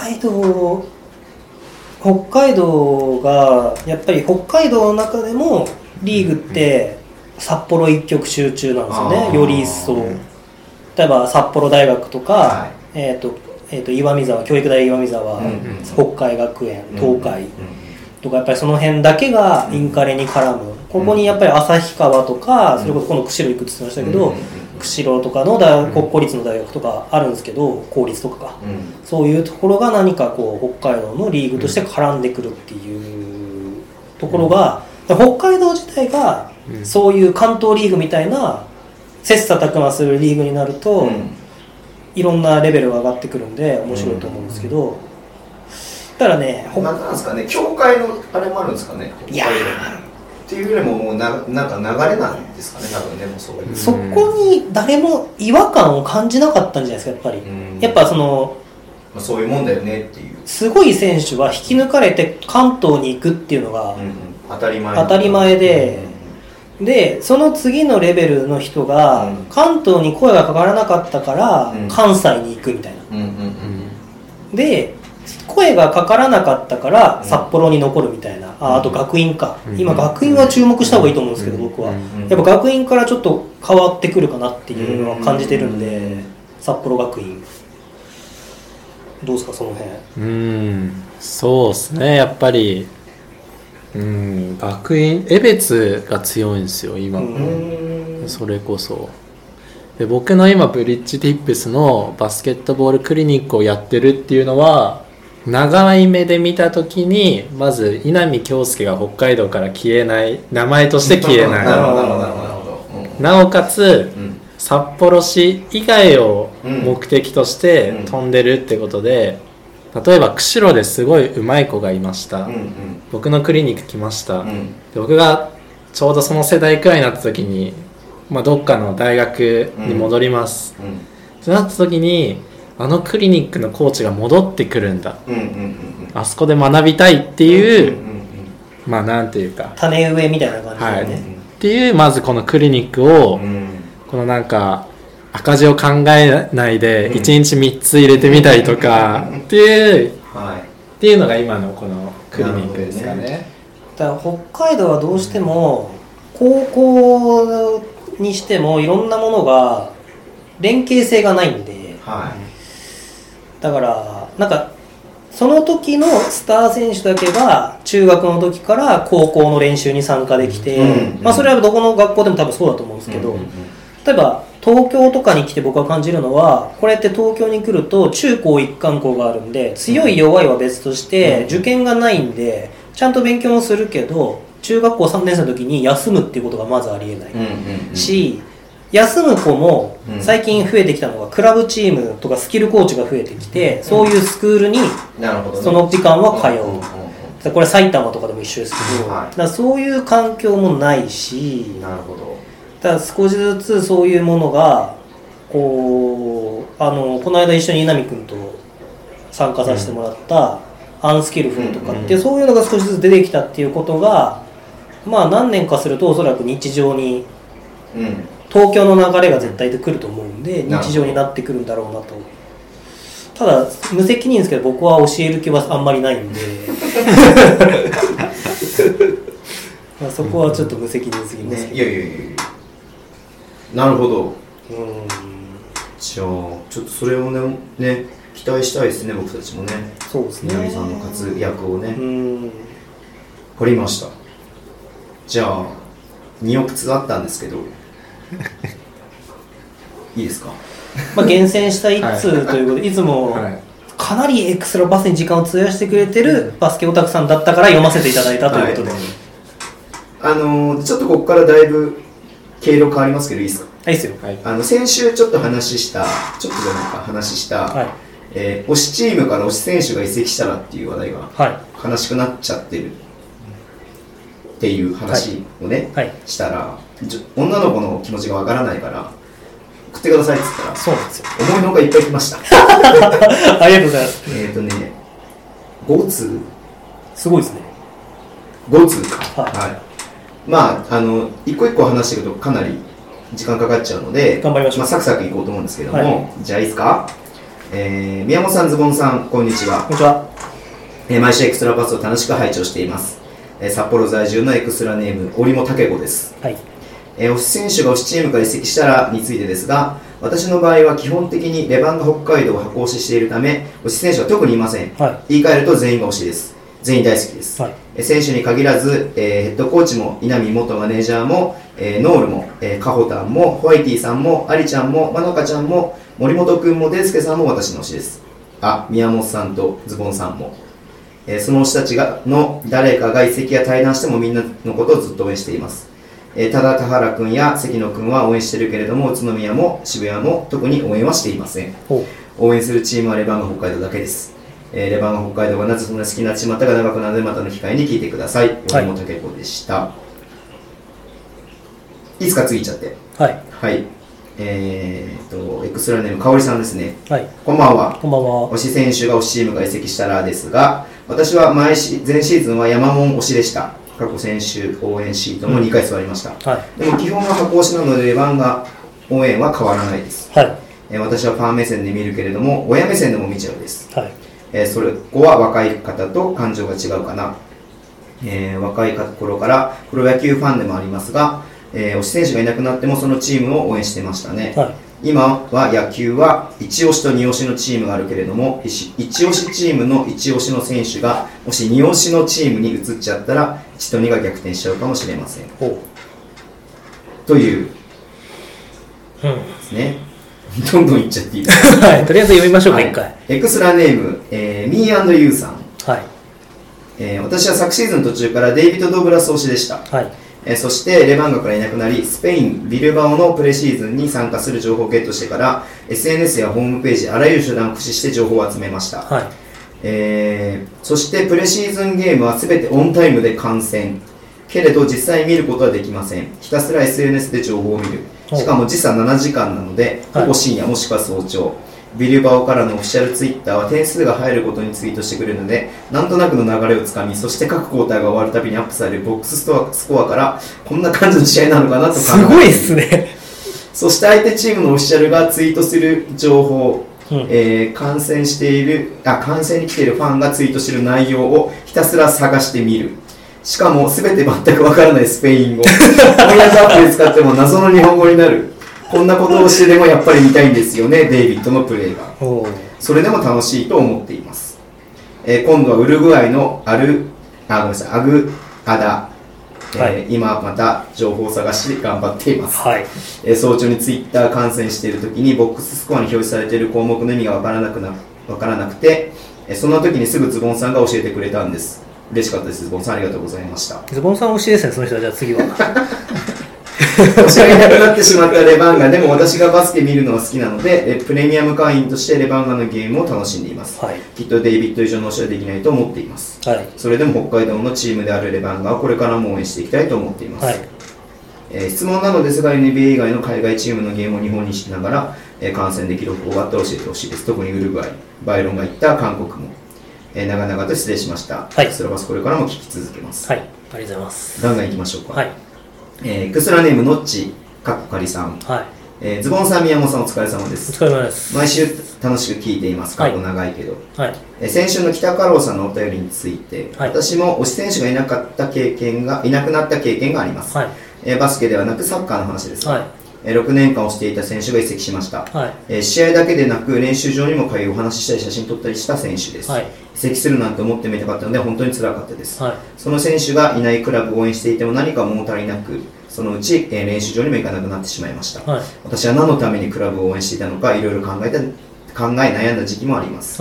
北海道がやっぱり北海道の中でもリーグって札幌一極集中なんですよね、より一層。例えば札幌大学とか、岩見沢、教育大岩見沢、北海学園、東海とか、やっぱりその辺だけがインカレに絡む。ここにやっぱり旭川とか、それこそ今度釧路行くって言ってましたけど、釧路とかの国公立の大学とかあるんですけど、公立とかか、そういうところが何かこう北海道のリーグとして絡んでくるっていうところが、北海道自体がそういう関東リーグみたいな切磋琢磨するリーグになると、いろんなレベルが上がってくるんで面白いと思うんですけど、だからね、 なんですかね、協会のあれもあるんですかね、 いやっていうよりももうなんか流れなんですかね、多分ね、もうそういう。 そこに誰も違和感を感じなかったんじゃないですか、やっぱり。やっぱそういうもんだよねっていう。 すごい選手は引き抜かれて関東に行くっていうのが当たり前で、でその次のレベルの人が関東に声がかからなかったから関西に行くみたいな。で声がかからなかったから札幌に残るみたいな。あと学院か、今学院は注目した方がいいと思うんですけど、僕はやっぱ学院からちょっと変わってくるかなっていうのは感じてるんで、札幌学院どうですか、その辺。 そうですね、やっぱり学院江別が強いんですよ今。それこそで、僕の今ブリッジティップスのバスケットボールクリニックをやってるっていうのは、長い目で見た時にまず稲見恭介が北海道から消えない、名前として消えないなおかつ、札幌市以外を目的として飛んでるってことで、例えば釧路ですごい上手い子がいました、僕のクリニック来ました、で僕がちょうどその世代くらいになった時に、どっかの大学に戻ります、ってなった時にあのクリニックのコーチが戻ってくるんだ、あそこで学びたいっていう、なんていうか種植えみたいな感じでね、 っていう、まずこのクリニックを、このなんか赤字を考えないで1日3つ入れてみたりとかっていうのが今のこのクリニックですかね。 だから北海道はどうしても高校にしてもいろんなものが連携性がないんで、だからなんかその時のスター選手だけが中学の時から高校の練習に参加できて、それはどこの学校でも多分そうだと思うんですけど、例えば東京とかに来て僕が感じるのは、これって東京に来ると中高一貫校があるんで、強い弱いは別として受験がないんでちゃんと勉強もするけど、中学校3年生の時に休むっていうことがまずありえないし、休む子も最近増えてきたのがクラブチームとかスキルコーチが増えてきて、そういうスクールにその時間は通う。これ埼玉とかでも一緒ですけど、だからそういう環境もないし、だから少しずつそういうものがこの間一緒に稲見君と参加させてもらったアンスキルフルとかって、そういうのが少しずつ出てきたっていうことが、何年かするとおそらく日常に、東京の流れが絶対で来ると思うんで、日常になってくるんだろうなと。ただ無責任ですけど、僕は教える気はあんまりないんでそこはちょっと無責任すぎますけど、 なるほど。じゃあちょっとそれをね期待したいですね、僕たちもね。 そうですね、 南さんの活躍をね掘りました。じゃあ2億つあったんですけどいいですか。 厳選した1通ということで、いつもかなりエクストラパスに時間を費やしてくれてるバスケオタクさんだったから読ませていただいたということで、 はい、ちょっとここからだいぶ経路変わりますけどいいですか？ いいですよ。 先週ちょっと話した、ちょっとじゃないか話した、はい、推しチームから推し選手が移籍したらっていう話題が悲しくなっちゃってるっていう話をね、はいはい、したら女の子の気持ちがわからないから送ってくださいって言ったら、 そうなんですよ、 思いのほかいっぱい来ましたありがとうございます。 5通すごいですね。 5通か、はい、はい、まあ一個一個話していくとかなり時間かかっちゃうので頑張りましょう。 サクサクいこうと思うんですけども、 はい、 じゃあいいですか？宮本さん、ズボンさん、こんにちは。 こんにちは。 毎週エクストラパスを楽しく拝聴しています。札幌在住のエクストラネーム折茂武子です。 はい。 推し選手が推しチームから移籍したらについてですが、私の場合は基本的にレバンガ北海道を箱推ししているため、推し選手は特にいません。 はい、 言い換えると全員が推しです。全員大好きです。はい、選手に限らず、ヘッドコーチも稲見元マネージャーも、ノールも、カホタンもホワイティさんもアリちゃんもまなかちゃんも森本くんもデスケさんも私の推しです。宮本さんとズボンさんも、その推したちの誰かが移籍や退団してもみんなのことをずっと応援しています。ただ田原くんや関野くんは応援してるけれども、宇都宮も渋谷も特に応援はしていません。応援するチームはレバンガ北海道だけです。レバンガ北海道がなぜそんな好きになってしまったか長くなるのでまたの機会に聞いてください。折茂武子でした。いいですか、次いっちゃって。 はい。 はい。エクストラネームかおりさんですね。 はい。 こんばんは。 こんばんは。 推し選手が推しチームが移籍したらですが、私は前シーズンは山門推しでした。過去選手応援シートも2回座りました。はい。でも基本は箱推しなのでレバンガ応援は変わらないです。はい。私はファン目線で見るけれども、親目線でも見ちゃうです。はい。そこは若い方と感情が違うかな。若い頃からプロ野球ファンでもありますが、推し選手がいなくなってもそのチームを応援してましたね。はい、今は野球は1推しと2推しのチームがあるけれども、1推しチームの1推しの選手がもし2推しのチームに移っちゃったら1と2が逆転しちゃうかもしれません。というですね。どんどんいっちゃっていいですか？ はい、とりあえず読みましょうか、一回。 エクストラネーム、Me&You さん。 はい。 私は昨シーズン途中からデイビッド・ドグラス推しでした。はい。そしてレバンガからいなくなり、スペイン・ビルバオのプレシーズンに参加する情報をゲットしてから SNS やホームページあらゆる手段を駆使して情報を集めました。はい。そしてプレシーズンゲームは全てオンタイムで観戦。けれど実際見ることはできません。ひたすら SNS で情報を見る。しかも時差7時間なので、ほぼ深夜もしくは早朝。ビルバオからのオフィシャルツイッターは点数が入ることにツイートしてくれるので、なんとなくの流れをつかみ、そして各クォーターが終わるたびにアップされるボックススコアからこんな感じの試合なのかなと考えてすごいっすね。 そして相手チームのオフィシャルがツイートする情報、観戦に来ているファンがツイートしている内容をひたすら探してみる。しかも全て全くわからないスペイン語。翻訳アプリ使っても謎の日本語になる。こんなことをしてでもやっぱり見たいんですよね、デイビッドのプレーが。それでも楽しいと思っています。今度はウルグアイのアグアダ、今また情報を探して頑張っています。はい、早朝にツイッター観戦しているときにボックススコアに表示されている項目の意味がわからなくて、そんな時にすぐズボンさんが教えてくれたんです。嬉しかったです。ズボンさんありがとうございました。 ズボンさん推しですね、その人は。じゃあ次は推しがいなくなってしまったレバンガでも私がバスケ見るのは好きなので、プレミアム会員としてレバンガのゲームを楽しんでいます。はい、きっとデイビッド以上の推しはできないと思っています。はい、それでも北海道のチームであるレバンガはこれからも応援していきたいと思っています。はい、質問なのですが NBA 以外の海外チームのゲームを日本にしながら、観戦できる方法があったら教えてほしいです。特にウルグアイ、バイロンが言った韓国も。長々と失礼しました。はい、スラバスこれからも聞き続けます。 はい、ありがとうございます。 ガンガンいきましょうか。 はい、 エクストラネームのっちかっこかりさん。はい、ズボンさん、宮本さんお疲れ様です。 お疲れ様です。 毎週楽しく聞いています。過去長いけど。はい、先週の北家老さんのお便りについて、はい、私も推し選手がいなくなった経験があります。はい、バスケではなくサッカーの話です。はい、6年間をしていた選手が移籍しました。はい、試合だけでなく練習場にも通いお話ししたり写真撮ったりした選手です。はい、移籍するなんて思ってみたかったので本当に辛かったです。はい、その選手がいないクラブを応援していても何か物足りなく、そのうち、練習場にも行かなくなってしまいました。はい、私は何のためにクラブを応援していたのかいろいろ考え悩んだ時期もあります。はい、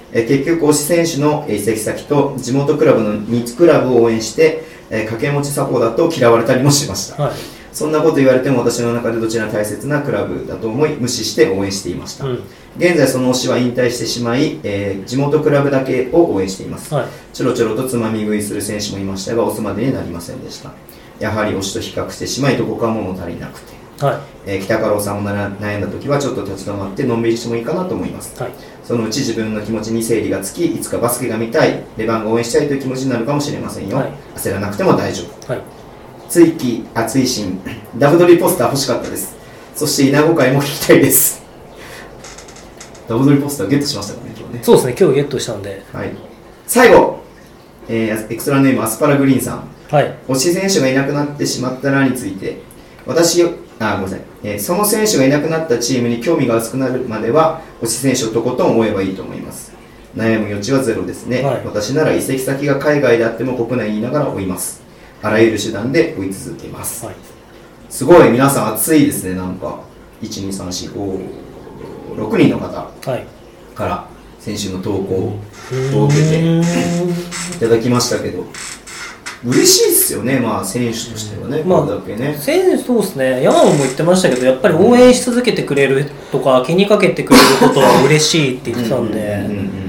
結局推し選手の移籍先と地元クラブの2クラブを応援して、掛け持ちサポだと嫌われたりもしました、はい、そんなこと言われても私の中でどちら大切なクラブだと思い無視して応援していました、現在その推しは引退してしまい、地元クラブだけを応援しています、はい、ちょろちょろとつまみ食いする選手もいましたが押すまでになりませんでした。やはり推しと比較してしまいどこか物足りなくて、はい、北太郎さんも悩んだ時はちょっと立ち止まってのんびりしてもいいかなと思います、はい、そのうち自分の気持ちに整理がつきいつかバスケが見たいレバンが応援したいという気持ちになるかもしれませんよ、はい、焦らなくても大丈夫、はい、追伸ダブドリポスター欲しかったです。そして稲子会も聞きたいです。ダブドリポスターゲットしましたかね今日ね。 そうですね今日ゲットしたんで、 はい、最後、エクストラネームアスパラグリーンさん、はい、推し選手がいなくなってしまったらについてごめんなさい、その選手がいなくなったチームに興味が薄くなるまでは推し選手をとことん追えばいいと思います。悩む余地はゼロですね、はい、私なら移籍先が海外であっても国内にいながら追います。あらゆる手段で追い続けます、はい、すごい皆さん熱いですね。なんか 1,2,3,4,5,6 人の方から先週の投稿を受けていただきましたけど嬉しいですよね、まあ、選手としてはね、これだけね。 そうですね、山本も言ってましたけど、やっぱり応援し続けてくれるとか、気にかけてくれることは嬉しいって言ってたんで、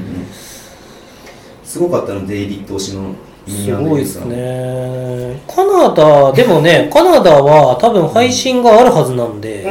すごかったの、デイビッド推しのすごいですね。カナダ、でもね、カナダは多分配信があるはずなんで、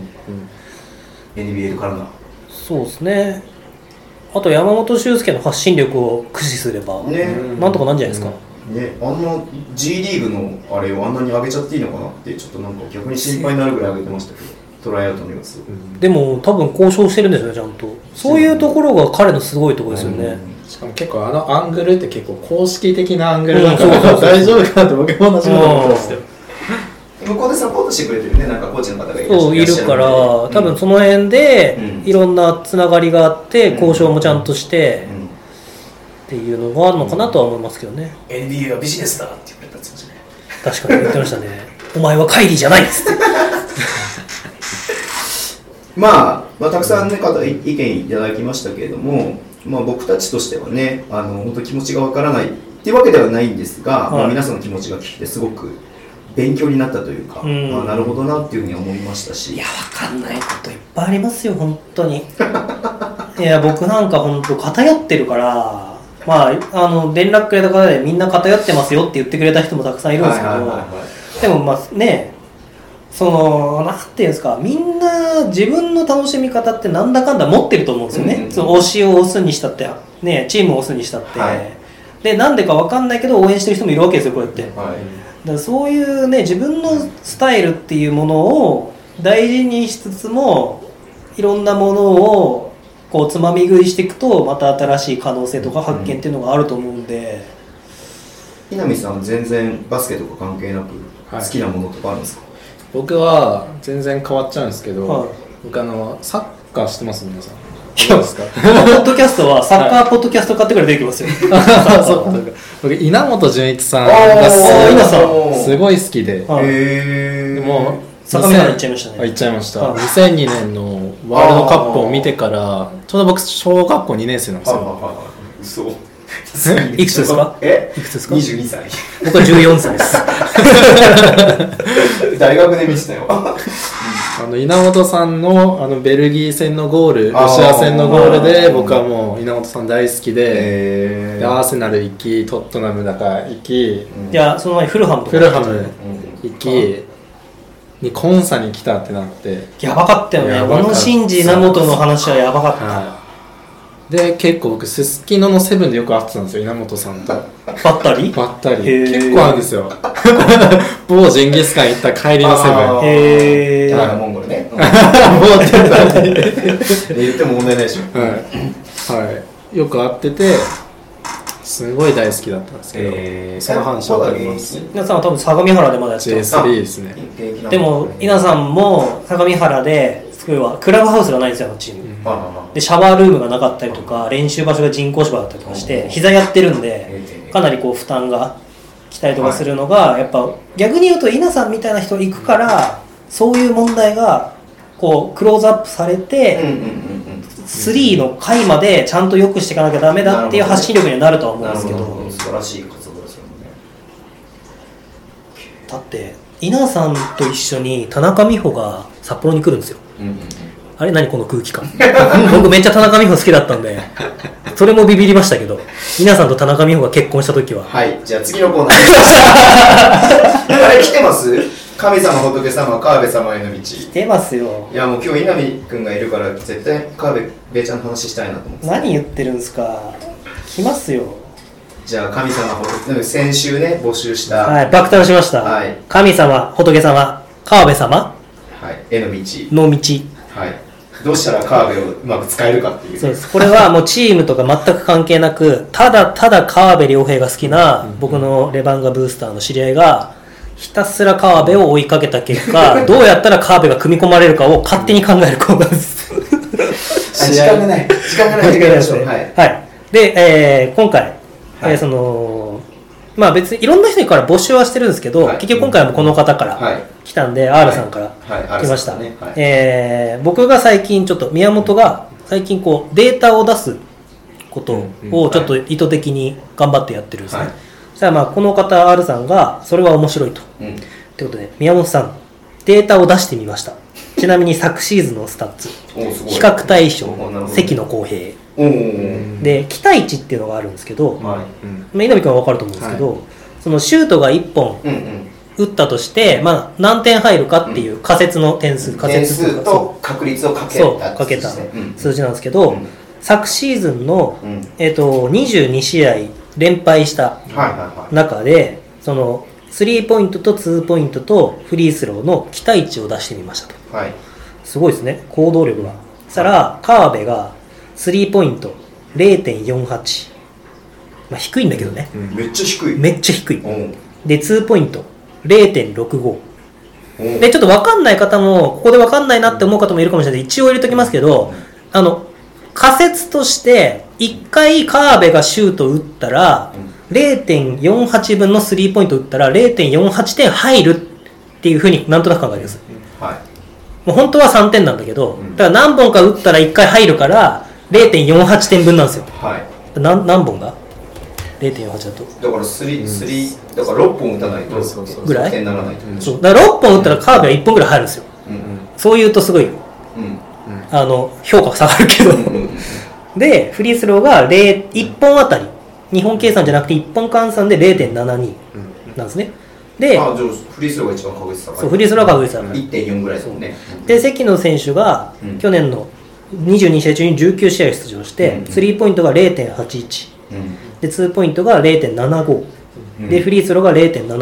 NBL からな。 そうですね。あと山本修介の発信力を駆使すれば、なんとかなんじゃないですか。 ね、あんな G リーグのあれをあんなに上げちゃっていいのかなってちょっとなんか逆に心配になるぐらい上げてましたけど、トライアウトの様子、 でも多分交渉してるんですよね、ちゃんと。そういうところが彼のすごいところですよね、 しかも結構あのアングルって結構公式的なアングルだから、大丈夫かなって僕も同じこと思いましたよ。 向こうでサポートしてくれてるね、なんかコーチの方がいるから、多分その辺でいろんなつながりがあって交渉もちゃんとして、っていうのがあるのかなとは思いますけどね。 NBA はビジネスだって言われたんですよね。 確かに言ってましたね。お前はカイリーじゃないっつって。 まあたくさんね方意見いただきましたけれども、まあ、僕たちとしてはね本当気持ちがわからないっていうわけではないんですが、まあ、皆さんの気持ちが聞いてすごく勉強になったというか、まあ、なるほどなっていうふうに思いましたし。 いや分かんないこといっぱいありますよ本当に。いや僕なんか本当偏ってるから。まあ、連絡くれた方でみんな偏ってますよって言ってくれた人もたくさんいるんですけど、でもまあね、なんていうんですか、みんな自分の楽しみ方ってなんだかんだ持ってると思うんですよね、その推しを推すにしたって、ね、チームを推すにしたって、でなんでか分かんないけど応援してる人もいるわけですよ、こうやって。だからそういうね、自分のスタイルっていうものを大事にしつつも、いろんなものをこうつまみ食いしていくとまた新しい可能性とか発見っていうのがあると思うんで、 稲見さん全然バスケとか関係なく好きなものとかあるんですか？ 僕は全然変わっちゃうんですけど、僕サッカーしてます皆さん。どうですか？ ポッドキャストはサッカーポッドキャスト買ってから出てきますよ。 そう僕稲本潤一さんがすごい好きで、でも相模原行っちゃいましたね。 行っちゃいました。2002年のワールドカップを見てからちょうど僕小学校2年生なんですよ。 いくつですか？ いくつですか？22歳。 僕は14歳です。 大学で見せたよ。 稲本さんのベルギー戦のゴール、ロシア戦のゴールで僕はもう稲本さん大好きで、アーセナル行き、トットナムだか行き、 いやその前フルハム行きにコンサに来たってなって、 やばかったよね。小野伸二稲本の話はやばかった。 で結構僕すすきののセブンでよく会ってたんですよ、稲本さんと。 ばったり結構あるんですよ。某ジンギスカン行った帰りのセブン。 モンゴルね。 某って言っても問題ないでしょ。 はい、よく会っててすごい大好きだったんですけど、その話はあります。 皆さんは多分相模原でまだやってます。 J3 ですね。 でも稲さんも相模原でクラブハウスがないんですよ、チーム。でシャワールームがなかったりとか練習場所が人工芝だったりとかして膝やってるんでかなりこう負担がきたりとかするのが、やっぱ逆に言うと稲さんみたいな人行くからそういう問題がこうクローズアップされて、 3の回までちゃんと良くしていかなきゃダメだっていう発信力にはなるとは思うんですけど、 素晴らしい活動ですよね。 だって稲さんと一緒に田中美穂が札幌に来るんですよ、あれ何この空気感僕めっちゃ田中美穂好きだったんでそれもビビりましたけど、稲さんと田中美穂が結婚した時は。 はい、じゃあ次のコーナーあれ来てます？神様仏様川辺様への道。 来てますよ。 いやもう今日稲見くんがいるから絶対川辺べちゃんの話したいなと思って。 何言ってるんですか。来ますよ。 じゃあ神様仏、先週ね募集した、 はい、爆誕しました、 はい、 神様仏様川辺様、 はい、への道の道、 はい、どうしたら川辺をうまく使えるかっていう。 そうです。これはもうチームとか全く関係なく、ただただ川辺良平が好きな僕のレバンガブースターの知り合いがひたすら川辺を追いかけた結果どうやったら川辺が組み込まれるかを勝手に考えるコーナーです時間がない時間がないです、ね、はい、はい、で、今回、はい、まあ別にいろんな人から募集はしてるんですけど、はい、結局今回もこの方から来たんで、はい、R さんから来ました、はいね、僕が最近ちょっと宮本が最近こうデータを出すことをちょっと意図的に頑張ってやってるんですね、はい、そしたらまあこの方 R さんがそれは面白いと、ということで宮本さんデータを出してみました。ちなみに昨シーズンのスタッツ比較対象関野公平で期待値っていうのがあるんですけど、稲見君は分かると思うんですけど、はい、そのシュートが1本打ったとして、まあ、何点入るかっていう仮説の点数、 点数と確率をかけた数字なんですけど、昨シーズンの、22試合連敗した中でその3ポイントと2ポイントとフリースローの期待値を出してみましたと、はい、すごいですね行動力が。そしたら川辺が3ポイント 0.48、まあ、低いんだけどね、 めっちゃ低いめっちゃ低いで2ポイント 0.65 でちょっと分かんない方もここで分かんないなって思う方もいるかもしれないので一応入れときますけど、仮説として1回川辺がシュート打ったら、0.48 分の3ポイント打ったら 0.48 点入るっていう風になんとなく考えてください、はい、もう本当は3点なんだけど、だから何本か打ったら1回入るから 0.48 点分なんですよ、はい、何本が 0.48 だとだから3だから6本打たないとぐらい点ならないと、 そうだから6本打ったらカーブが1本ぐらい入るんですよ、そう言うとすごい、評価が下がるけどでフリースローが1本あたり日本計算じゃなくて1本換算で 0.72 なんですね。で、 じゃあフリースローが一番確率高い。 そう、フリースローが確率高い。 1.4 ぐらいですもんね。 で、関野選手が去年の22試合中に19試合出場して、3ポイントが 0.81、で2ポイントが 0.75、でフリースローが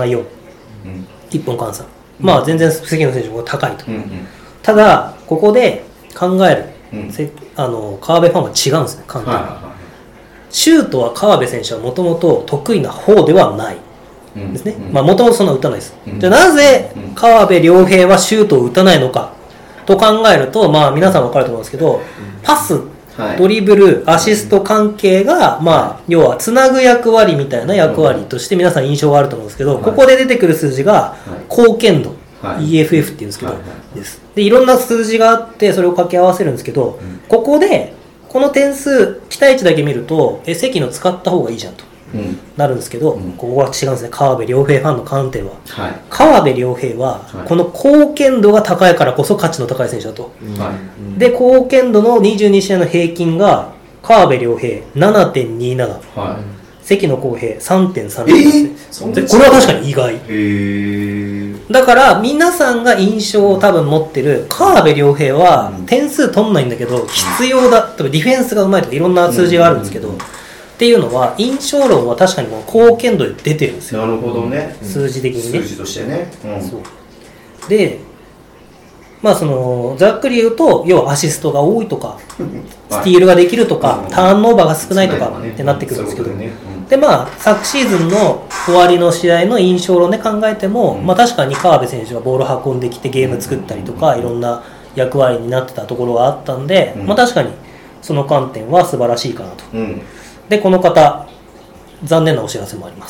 0.74、1本換算。まあ全然関野選手の方が高いと。ただここで考える川辺ファンは違うんですね、簡単に。シュートは川辺選手はもともと得意な方ではないですね。もともとそんな打たないです。じゃあなぜ川辺良平はシュートを打たないのかと考えると、まあ皆さん分かると思うんですけど、パス、ドリブル、アシスト関係が、まあ要はつなぐ役割みたいな役割として皆さん印象があると思うんですけど、ここで出てくる数字が貢献度、EFF っていうんですけど、です。でいろんな数字があってそれを掛け合わせるんですけど、ここでこの点数期待値だけ見ると関野使った方がいいじゃんとなるんですけど、ここは違うんですね。川辺良平ファンの観点は、川辺良平はこの貢献度が高いからこそ価値の高い選手だと、で貢献度の22試合の平均が川辺良平 7.27、関野公平 3.3 でこれは確かに意外だから皆さんが印象を多分持ってる川辺良平は点数取んないんだけど必要だ、例えばディフェンスがうまいとかいろんな数字があるんですけど、っていうのは印象論は確かにもう貢献度で出てるんですよ。 なるほどね、 数字的にね、 数字としてね、 そうでまあそのざっくり言うと要はアシストが多いとかスティールができるとかターンオーバーが少ないとかってなってくるんですけど、でまあ昨シーズンの終わりの試合の印象論で考えても、まあ確かに川辺選手がボール運んできてゲーム作ったりとかいろんな役割になってたところがあったんで、まあ確かにその観点は素晴らしいかなと。でこの方残念なお知らせもあります、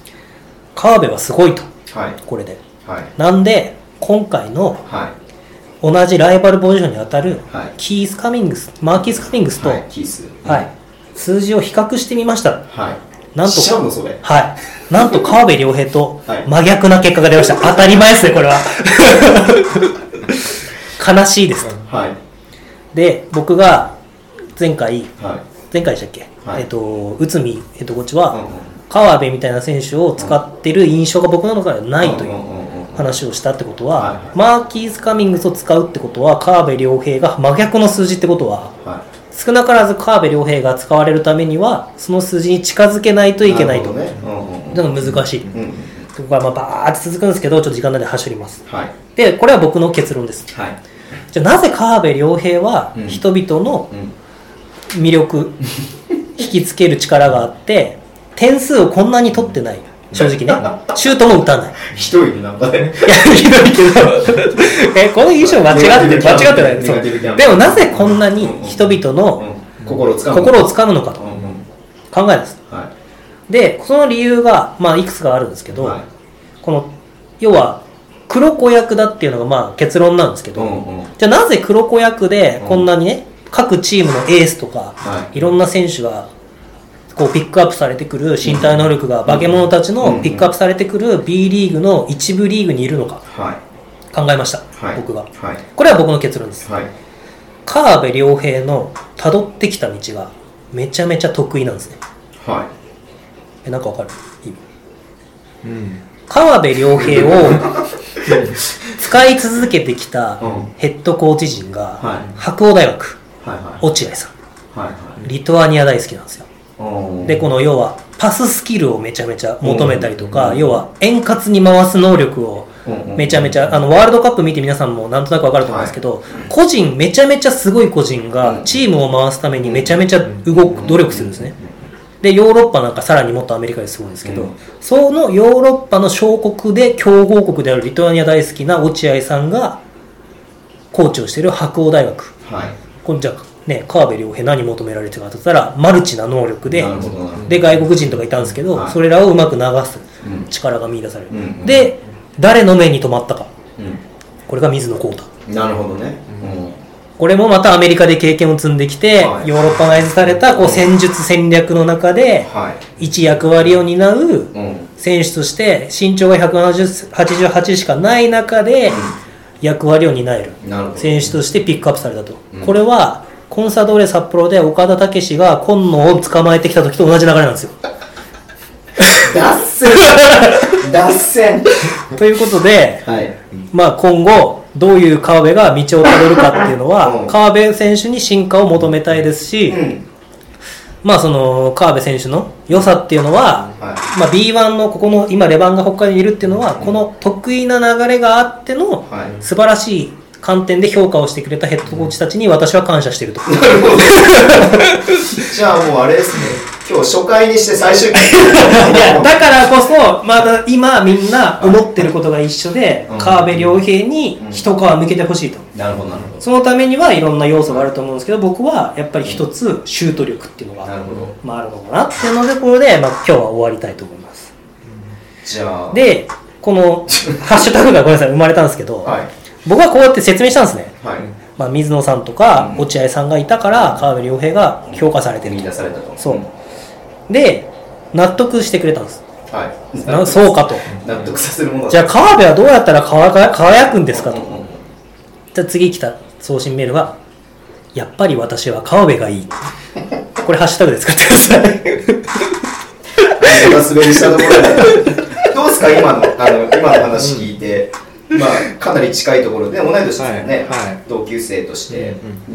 川辺はすごいと、これで、なんで今回の、 同じライバルポジションに当たるはいマーキース・カミングスと、 はい、キース。 はい、数字を比較してみました。 はい。 なんとしちゃうのそれ。 はい、なんと川辺良平とはい真逆な結果が出ました。当たり前ですね、これは。悲しいですと。 はい。 で、僕が前回はい。 でしたっけ、 はい内海ヘッドコーチは、 うんうん川辺みたいな選手を使ってる印象が僕の中ではないといううんうんうん話をしたってことは、 はいはいマーキーズ・カミングスを使うってことは川辺良平が真逆の数字ってことは、 は少なからず川辺良平が使われるためにはその数字に近づけないとい。 いけないと。 なるほどね。 だから難しい。 うんうん。 ここからまあバーって続くんですけど、ちょっと時間なんで走ります。 はい。 で、これは僕の結論です。 はい。 じゃあなぜ川辺良平はうん人々のうん。 魅力、引きつける力があって点数をこんなに取ってない。正直ね、シュートも打たない。 一人でなんかね。 いや、ひどいけどこの印象間違ってない。 ネガティブそうキャンペーンでもなぜこんなに人々の心をつかむ。 心をつかむのかとうんうん。 考えます。 はで、その理由が、まあ、いくつかあるんですけい。 ど、 はい。 この、要は、黒子役だっていうのがまあ結論なんですけど、 うんうん。 じゃあなぜ黒子役でこんなにね、各チームのエースとか、 はいろんな選手がこうピックアップされてくる身体能力が化け物たちのピックアップされてくる B リーグの一部リーグにいるのかはい。 考えました、 はい。 僕が。 はい。 これは僕の結論です。 はい。 川辺良平の辿ってきた道がめちゃめちゃ得意なんですね。 はい。 なんかわかる？意味。 うん川辺良平を使い続けてきたヘッドコーチ陣がはい白鴎大学はい。はい。 落合さん、 はい。 リトアニア大好きなんですよ。 はい。 でこの要はパススキルをめちゃめちゃ求めたりとか、 うん要は円滑に回す能力をめちゃめちゃワールドカップ見て皆さんもなんとなく分かると思うんですけど、個人めちゃめちゃすごい個人がチームを回すためにめちゃめちゃ努力するんですね。でヨーロッパなんかさらにもっとアメリカですごいんですけど、そのヨーロッパの小国で強豪国であるリトアニア大好きな落合さんがコーチをしている白鴎大学、 はい。 これじゃあね、川辺良平何求められてるかと言ったらマルチな能力で、 なるほどなるほどで外国人とかいたんですけど、 はいそれらをうまく流すうん力が見出される、 うんで誰の目に留まったか、 うこれが水野浩太。 ん。なるほどね。 これもまたアメリカで経験を積んできて、 はいヨーロッパナイズされたこう戦術戦略の中ではい。 一役割を担ううん。 選手として身長が188しかない中で役割を担えるなるほど。 選手としてピックアップされたと、 うんこれはコンサドーレ札幌で岡田武史が今野を捕まえてきた時と同じ流れなんですよ。 脱線脱線ということで、 はい。 まあ、今後どういう川辺が道をたどるかっていうのは、 うん川辺選手に進化を求めたいですし、 うん。 まあ、その川辺選手の良さっていうのは、 はまあ、B1 のここの今レバンが北海道にいるっていうのは、この得意な流れがあってのはい素晴らしい観点で評価をしてくれたヘッドコーチたちに私は感謝していると。 なるほど。じゃあもうあれですね。今日初回にして最終回。 いやだからこそまだ今みんな思ってることが一緒で、 うん川辺良平に一皮向けてほしいと。 なるほどなるほそのためにはいろんな要素があると思うんですけど、僕はやっぱり一つシュート力っていうのが、 ど。なるほど。 まあ、あるのかなっていうので、これで、まあ、今日は終わりたいと思います。 じゃあ。、 でこのハッシュタグがごめんなさい生まれたんですけど、 はい。 僕はこうやって説明したんですね。 はい。 まあ、水野さんとかうん落合さんがいたから川辺良平が評価されてる見と。 出されたと。 そうで納得してくれたんです。 はい。 そうかと。 納得させるものだ。 じゃあ川辺はどうやったら輝くんですかと。 うんうんうんじゃあ次来た送信メールはやっぱり私は川辺がいい。これハッシュタグで使ってください。 が滑りしたところで、どうですか今の話聞いて、まあかなり近いところで同い年ですよね、 はいはい同級生としてうん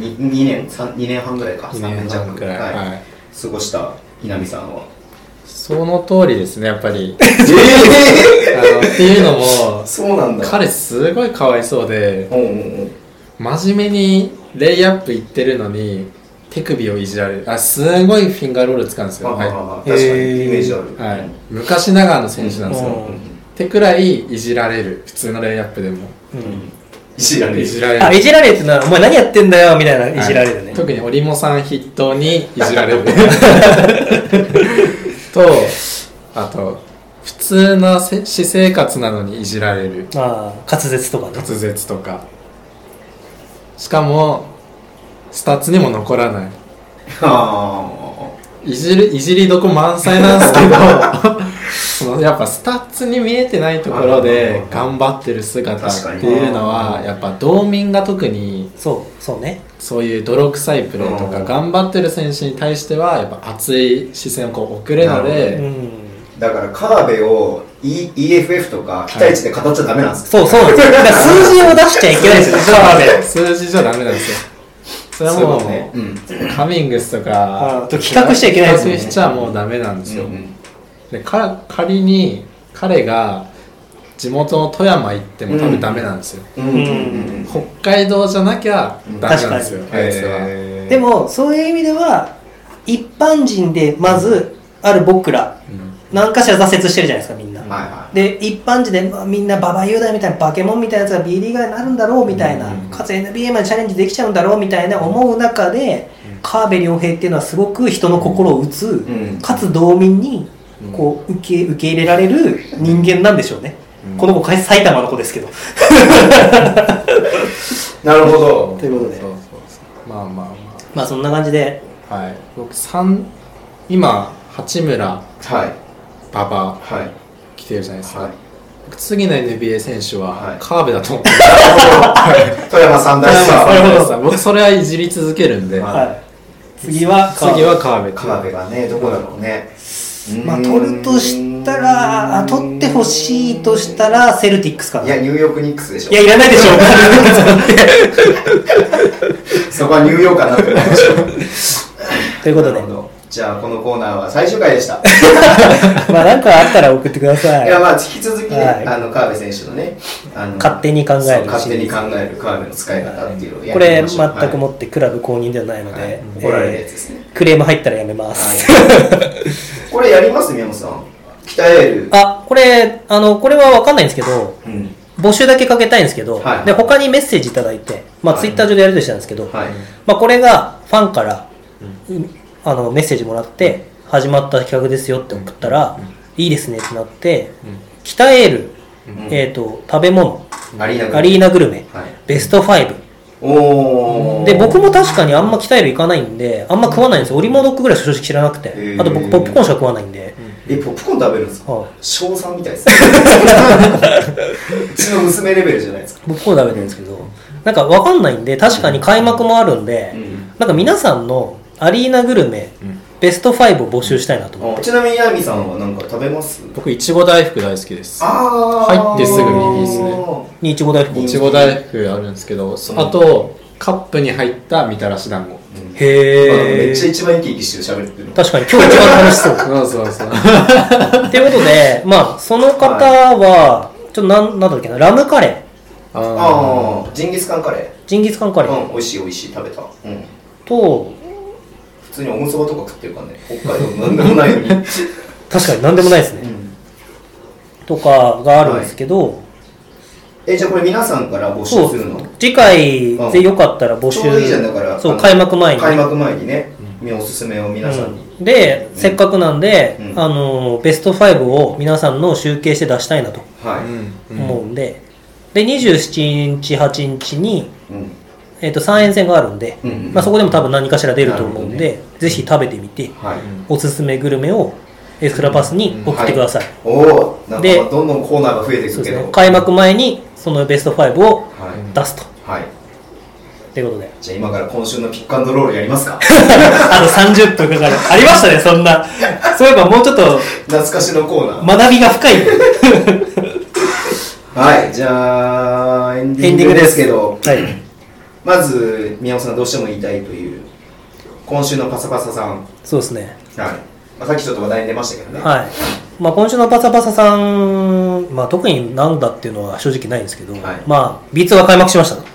2年半ぐらいか、 2 3年年弱半くらい、 はいはい過ごした稲見さんは。 その通りですねやっぱりえっていうのもそうなんだ。 彼すごいかわいそうでうんうんうん。 真面目にレイアップ行ってるのに手首をいじられるすごいフィンガーロール使うんですよ、はい確かにイメージある。 はい、昔ながらの選手なんですよ、 うんってくらいいじられる普通のレイアップでもいじられる。 いじられるあ、いじられるってのはお前何やってんだよみたいないじられるね、 はい特に織茂さん筆頭にいじられるとあと普通の私生活なのにいじられるああ滑舌とかね。 滑舌とかしかもスタッツにも残らない。いじりどこ満載なんですけどそのやっぱスタッツに見えてないところで頑張ってる姿っていうのはやっぱ道民が特にそうね、 そういう泥臭いプレーとか頑張ってる選手に対してはやっぱ熱い視線をこう送るので、 だから川辺を EFF とか期待値で語っちゃダメなんですよ。そうなんですよ。だから数字を出しちゃいけないですよね、川辺。 数字じゃダメなんですよ。それはもうね、カミングスとか比較しちゃいけないですよね。 比較しちゃもうダメなんですよ。で仮に彼が地元の富山行っても多分ダメなんですよ。北海道じゃなきゃダメなんですよ。 でもそういう意味では一般人でまずある僕ら、何かしら挫折してるじゃないですかみんな。で一般人でみんな馬場雄大みたいなバケモンみたいなやつが B リーガーになるんだろうみたいな、かつ NBA までチャレンジできちゃうんだろうみたいな思う中で、川辺良平っていうのはすごく人の心を打つ、かつ道民にこう受け入れられる人間なんでしょうね。この子埼玉の子ですけどなるほど。 ということでまあそんな感じで、 はい、僕今八村、馬場、来てるじゃないですか。次の NBA 選手は川辺だと思って富山三大スター。 僕それはいじり続けるんで、 次は川辺がね、どこだろうね。 まあ取るとしたら、取ってほしいとしたらセルティックスかな。 いやニューヨークニックスでしょ。 いやいらないでしょそこはニューヨークかなって思いましょう。 ということで、 じゃあこのコーナーは最終回でした。 まあなんかあったら送ってください。 いやまあ引き続きね、川辺選手のね、 勝手に考える川辺の使い方っていうのをやこれ全くもってクラブ公認ではないので、 怒られるやつですね。 クレーム入ったらやめます。 これやります宮本さん。鍛える。 これは分かんないんですけど、募集だけかけたいんですけど、で他にメッセージいただいて、まあツイッター上でやり取りしたんですけど、まあこれがファンからメッセージもらって始まった企画ですよって送ったら、いいですねってなって、鍛える、食べ物、アリーナグルメ、ベスト5。で僕も確かにあんま鍛える行かないんであんま食わないんですよ。オリモドッグぐらい正直知らなくて、あと僕ポップコーンしか食わないんで。 ポップコーン食べるんですか？小3みたいですね。うちの娘レベルじゃないですか。 ポップコーン食べてるんですけど、なんか分かんないんで、確かに開幕もあるんで、なんか皆さんのアリーナグルメ、ベスト5を募集したいなと思って。 ちなみにヤミさんは何か食べます？ 僕いちご大福大好きです。入ってすぐ右ですね。 にいちご大福。 いちご大福あるんですけど、あとカップに入ったみたらし団子。 へめっちゃ一番生き生きして喋ってる。 確かに今日一番楽しそう。 そうっていうことで、まあその方はちょっとなんだっけな、ラムカレー。ジンギスカンカレー。 ジンギスカンカレー。 美味しい食べた。 と普通におむそばとか食ってるからね。北海道なんでもないのに。 確かになんでもないですね。とかがあるんですけど。 じゃあこれ皆さんから募集するの？ 次回でよかったら募集。 ちょうどいいじゃん。だからそう開幕前にねおすすめを皆さんに。 でせっかくなんでベスト5を皆さんの集計して出したいなと思うんで、で27日8日に3連戦があるんで、まあそこでも多分何かしら出ると思うんで、ぜひ食べてみておすすめグルメをエクストラパスに送ってください。 なんかどんどんコーナーが増えていくけど、 開幕前にそのベスト5を出すと。ということで、 じゃあ今から今週のピックアンドロールやりますか？ あと30分かかる。ありましたね、そんな。そういえばもうちょっと懐かしのコーナー。学びが深い。 はい、じゃあエンディングですけど、まず宮本さんどうしても言いたいという今週のパサパサさん。 そうですね。 さっきちょっと話題に出ましたけどね。 まあ、今週のパサパサさん、まあ、特になんだっていうのは正直ないんですけど、まあ B2 が開幕しましたと。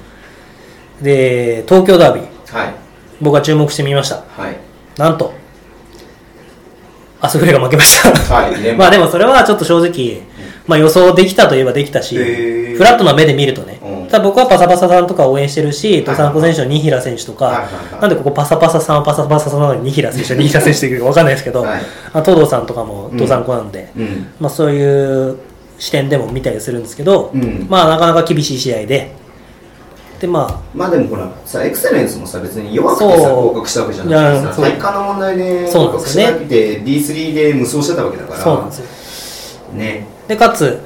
で東京ダービー、僕は注目してみました。なんとアスフレが負けました。まあでもそれはちょっと正直、まあ、予想できたといえばできたし、フラットな目で見るとね、ただ僕はパサパサさんとか応援してるし、ドサンコ選手の新平選手とか、なんでここパサパサさんパサパサさんなのに新平選手っていうか分かんないですけど、東堂さんとかもドサンコなんで、まあそういう視点でも見たりするんですけど、まあなかなか厳しい試合ででまあでもほらさエクセレンスもさ別に弱くてさ合格したわけじゃなくてさ体感の問題で合格しただけで D3 で無双してたわけだからそうなんですよね。 でかつ、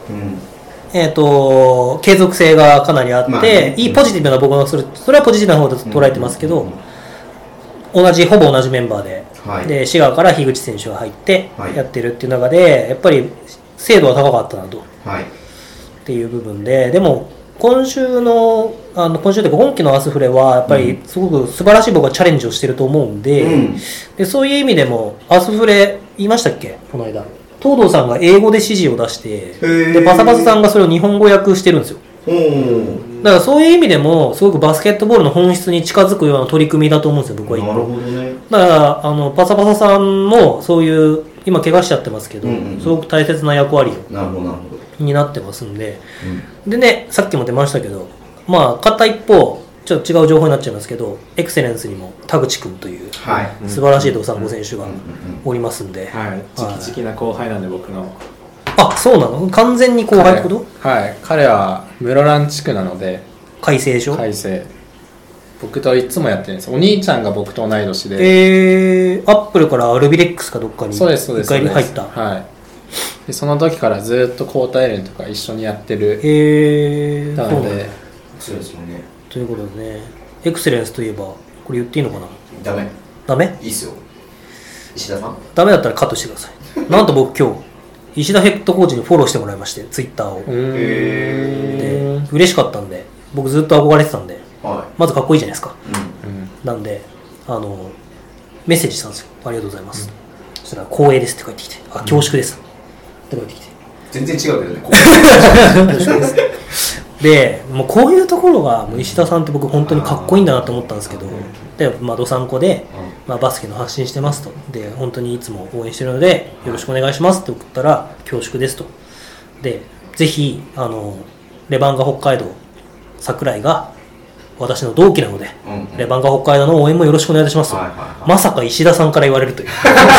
継続性がかなりあって、いいポジティブな僕のそれはポジティブな方で捉えてますけど、ほぼ同じメンバーで、で滋賀から樋口選手が入ってやってるっていう中でやっぱり精度は高かったなと、っていう部分で、でも今週というか今期のアスフレはやっぱりすごく素晴らしい僕はチャレンジをしてると思うんで、でそういう意味でもアスフレ言いましたっけこの間東堂さんが英語で指示を出してでパサパサさんがそれを日本語訳してるんですよ。だからそういう意味でもすごくバスケットボールの本質に近づくような取り組みだと思うんですよ僕は。 なるほどね。 だからパサパサさんもそういう今怪我しちゃってますけど、すごく大切な役割になってますんで、でねさっきも出ましたけど片一方ちょっと違う情報になっちゃいますけどエクセレンスにも田口君という素晴らしいドサンゴ選手がおりますんで、 直々な後輩なんで僕の。 あ、そうなの？完全に後輩ってこと？ 彼は室蘭地区なので海星でしょ？ 海星僕といつもやってるんです。お兄ちゃんが僕と同い年でアップルからアルビレックスかどっかにそうです一回入った。 でその時からずっと交代連とか一緒にやってるなのでそうですよね。 ということでねエクセレンスといえばこれ言っていいのかな？ダメ？ いいっすよ。石田さんダメだったらカットしてください。なんと僕今日石田ヘッドコーチにフォローしてもらいましてツイッターをで嬉しかったんで僕ずっと憧れてたんで、まずかっこいいじゃないですか、なんでメッセージしたんですよ。ありがとうございます、そしたら光栄ですって返ってきて恐縮ですって返ってきて全然違うけどね恐縮ですでもうこういうところがもう石田さんって僕本当にかっこいいんだなと思ったんですけどでどさんこでバスケの発信してますとで本当にいつも応援してるのでよろしくお願いしますって送ったら恐縮ですとでぜひレバンガ北海道桜井が私の同期なので、レバンガ北海道の応援もよろしくお願いしますと、まさか石田さんから言われるという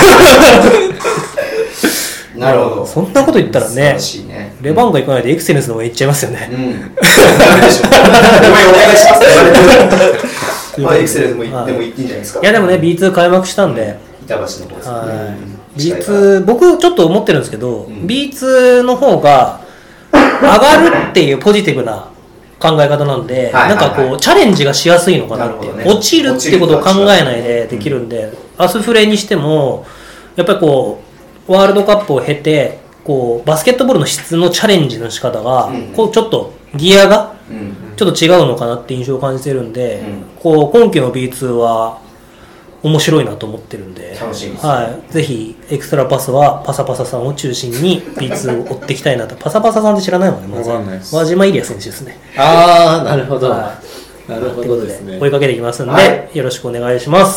なるほど。 そんなこと言ったらね、レバンガ行かないでエクセレンスの応援行っちゃいますよね。 ダメでしょ。お願いしますって言われてエクセレンスもでも行っていいんじゃないですか。 いやでもね B2 開幕したんで、 板橋の方ですね。 B2 僕ちょっと思ってるんですけど、B2 の方が上がるっていうポジティブな考え方なんで、なんかこうチャレンジがしやすいのかなって、落ちるっていうことを考えないでできるんで、アスフレにしてもやっぱりこうワールドカップを経てこうバスケットボールの質のチャレンジの仕方がこうちょっとギアがちょっと違うのかなって印象を感じてるんで、こう今季の B2 は面白いなと思ってるんで、 楽しみですね。 ぜひエクストラパスはパサパサさんを中心に B2 を追っていきたいなと。パサパサさんって知らないもんね。まずわかんないです。 輪島イリア選手ですね。 なるほど、なるほどですね。 追いかけていきますんで、よろしくお願いします。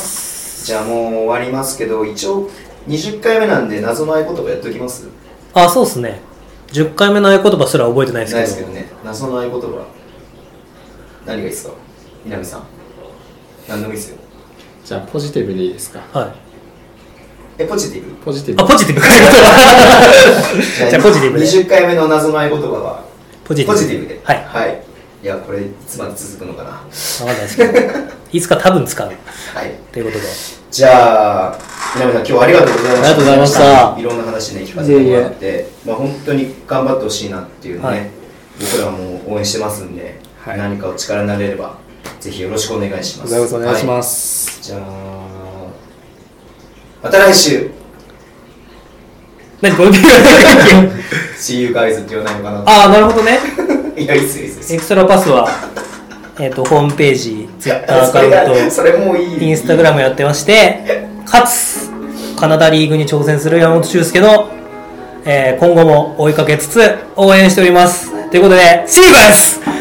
じゃあもう終わりますけど、一応20回目なんで謎の合言葉やっておきます？ そうですね。10回目の合言葉すら覚えてないですけどね。謎の合言葉何がいいですか？南さん何でもいいですよ。 じゃあポジティブでいいですか？ ポジティブ？ ポジティブ。じゃあポジティブで。 20回目の謎の合言葉はポジティブで。いやこれいつまで続くのかな。わかんないですけど、いつか多分使う。ということで。 じゃあ南さん今日ありがとうございました。 ありがとうございました。 いろんな話ね聞かせてもらって、本当に頑張ってほしいなっていうね、僕らはもう応援してますんで、何かお力になれればぜひよろしくお願いします。 お願いします。 じゃあまた来週。 何これ See you guys って言わないのかな。 なるほどね。 いやいいっすエクストラパスはホームページ、ツイッターアカウント、 それもういい。 インスタグラムやってまして、かつカナダリーグに挑戦する山本修介の、今後も追いかけつつ応援しております。ということで See you guys!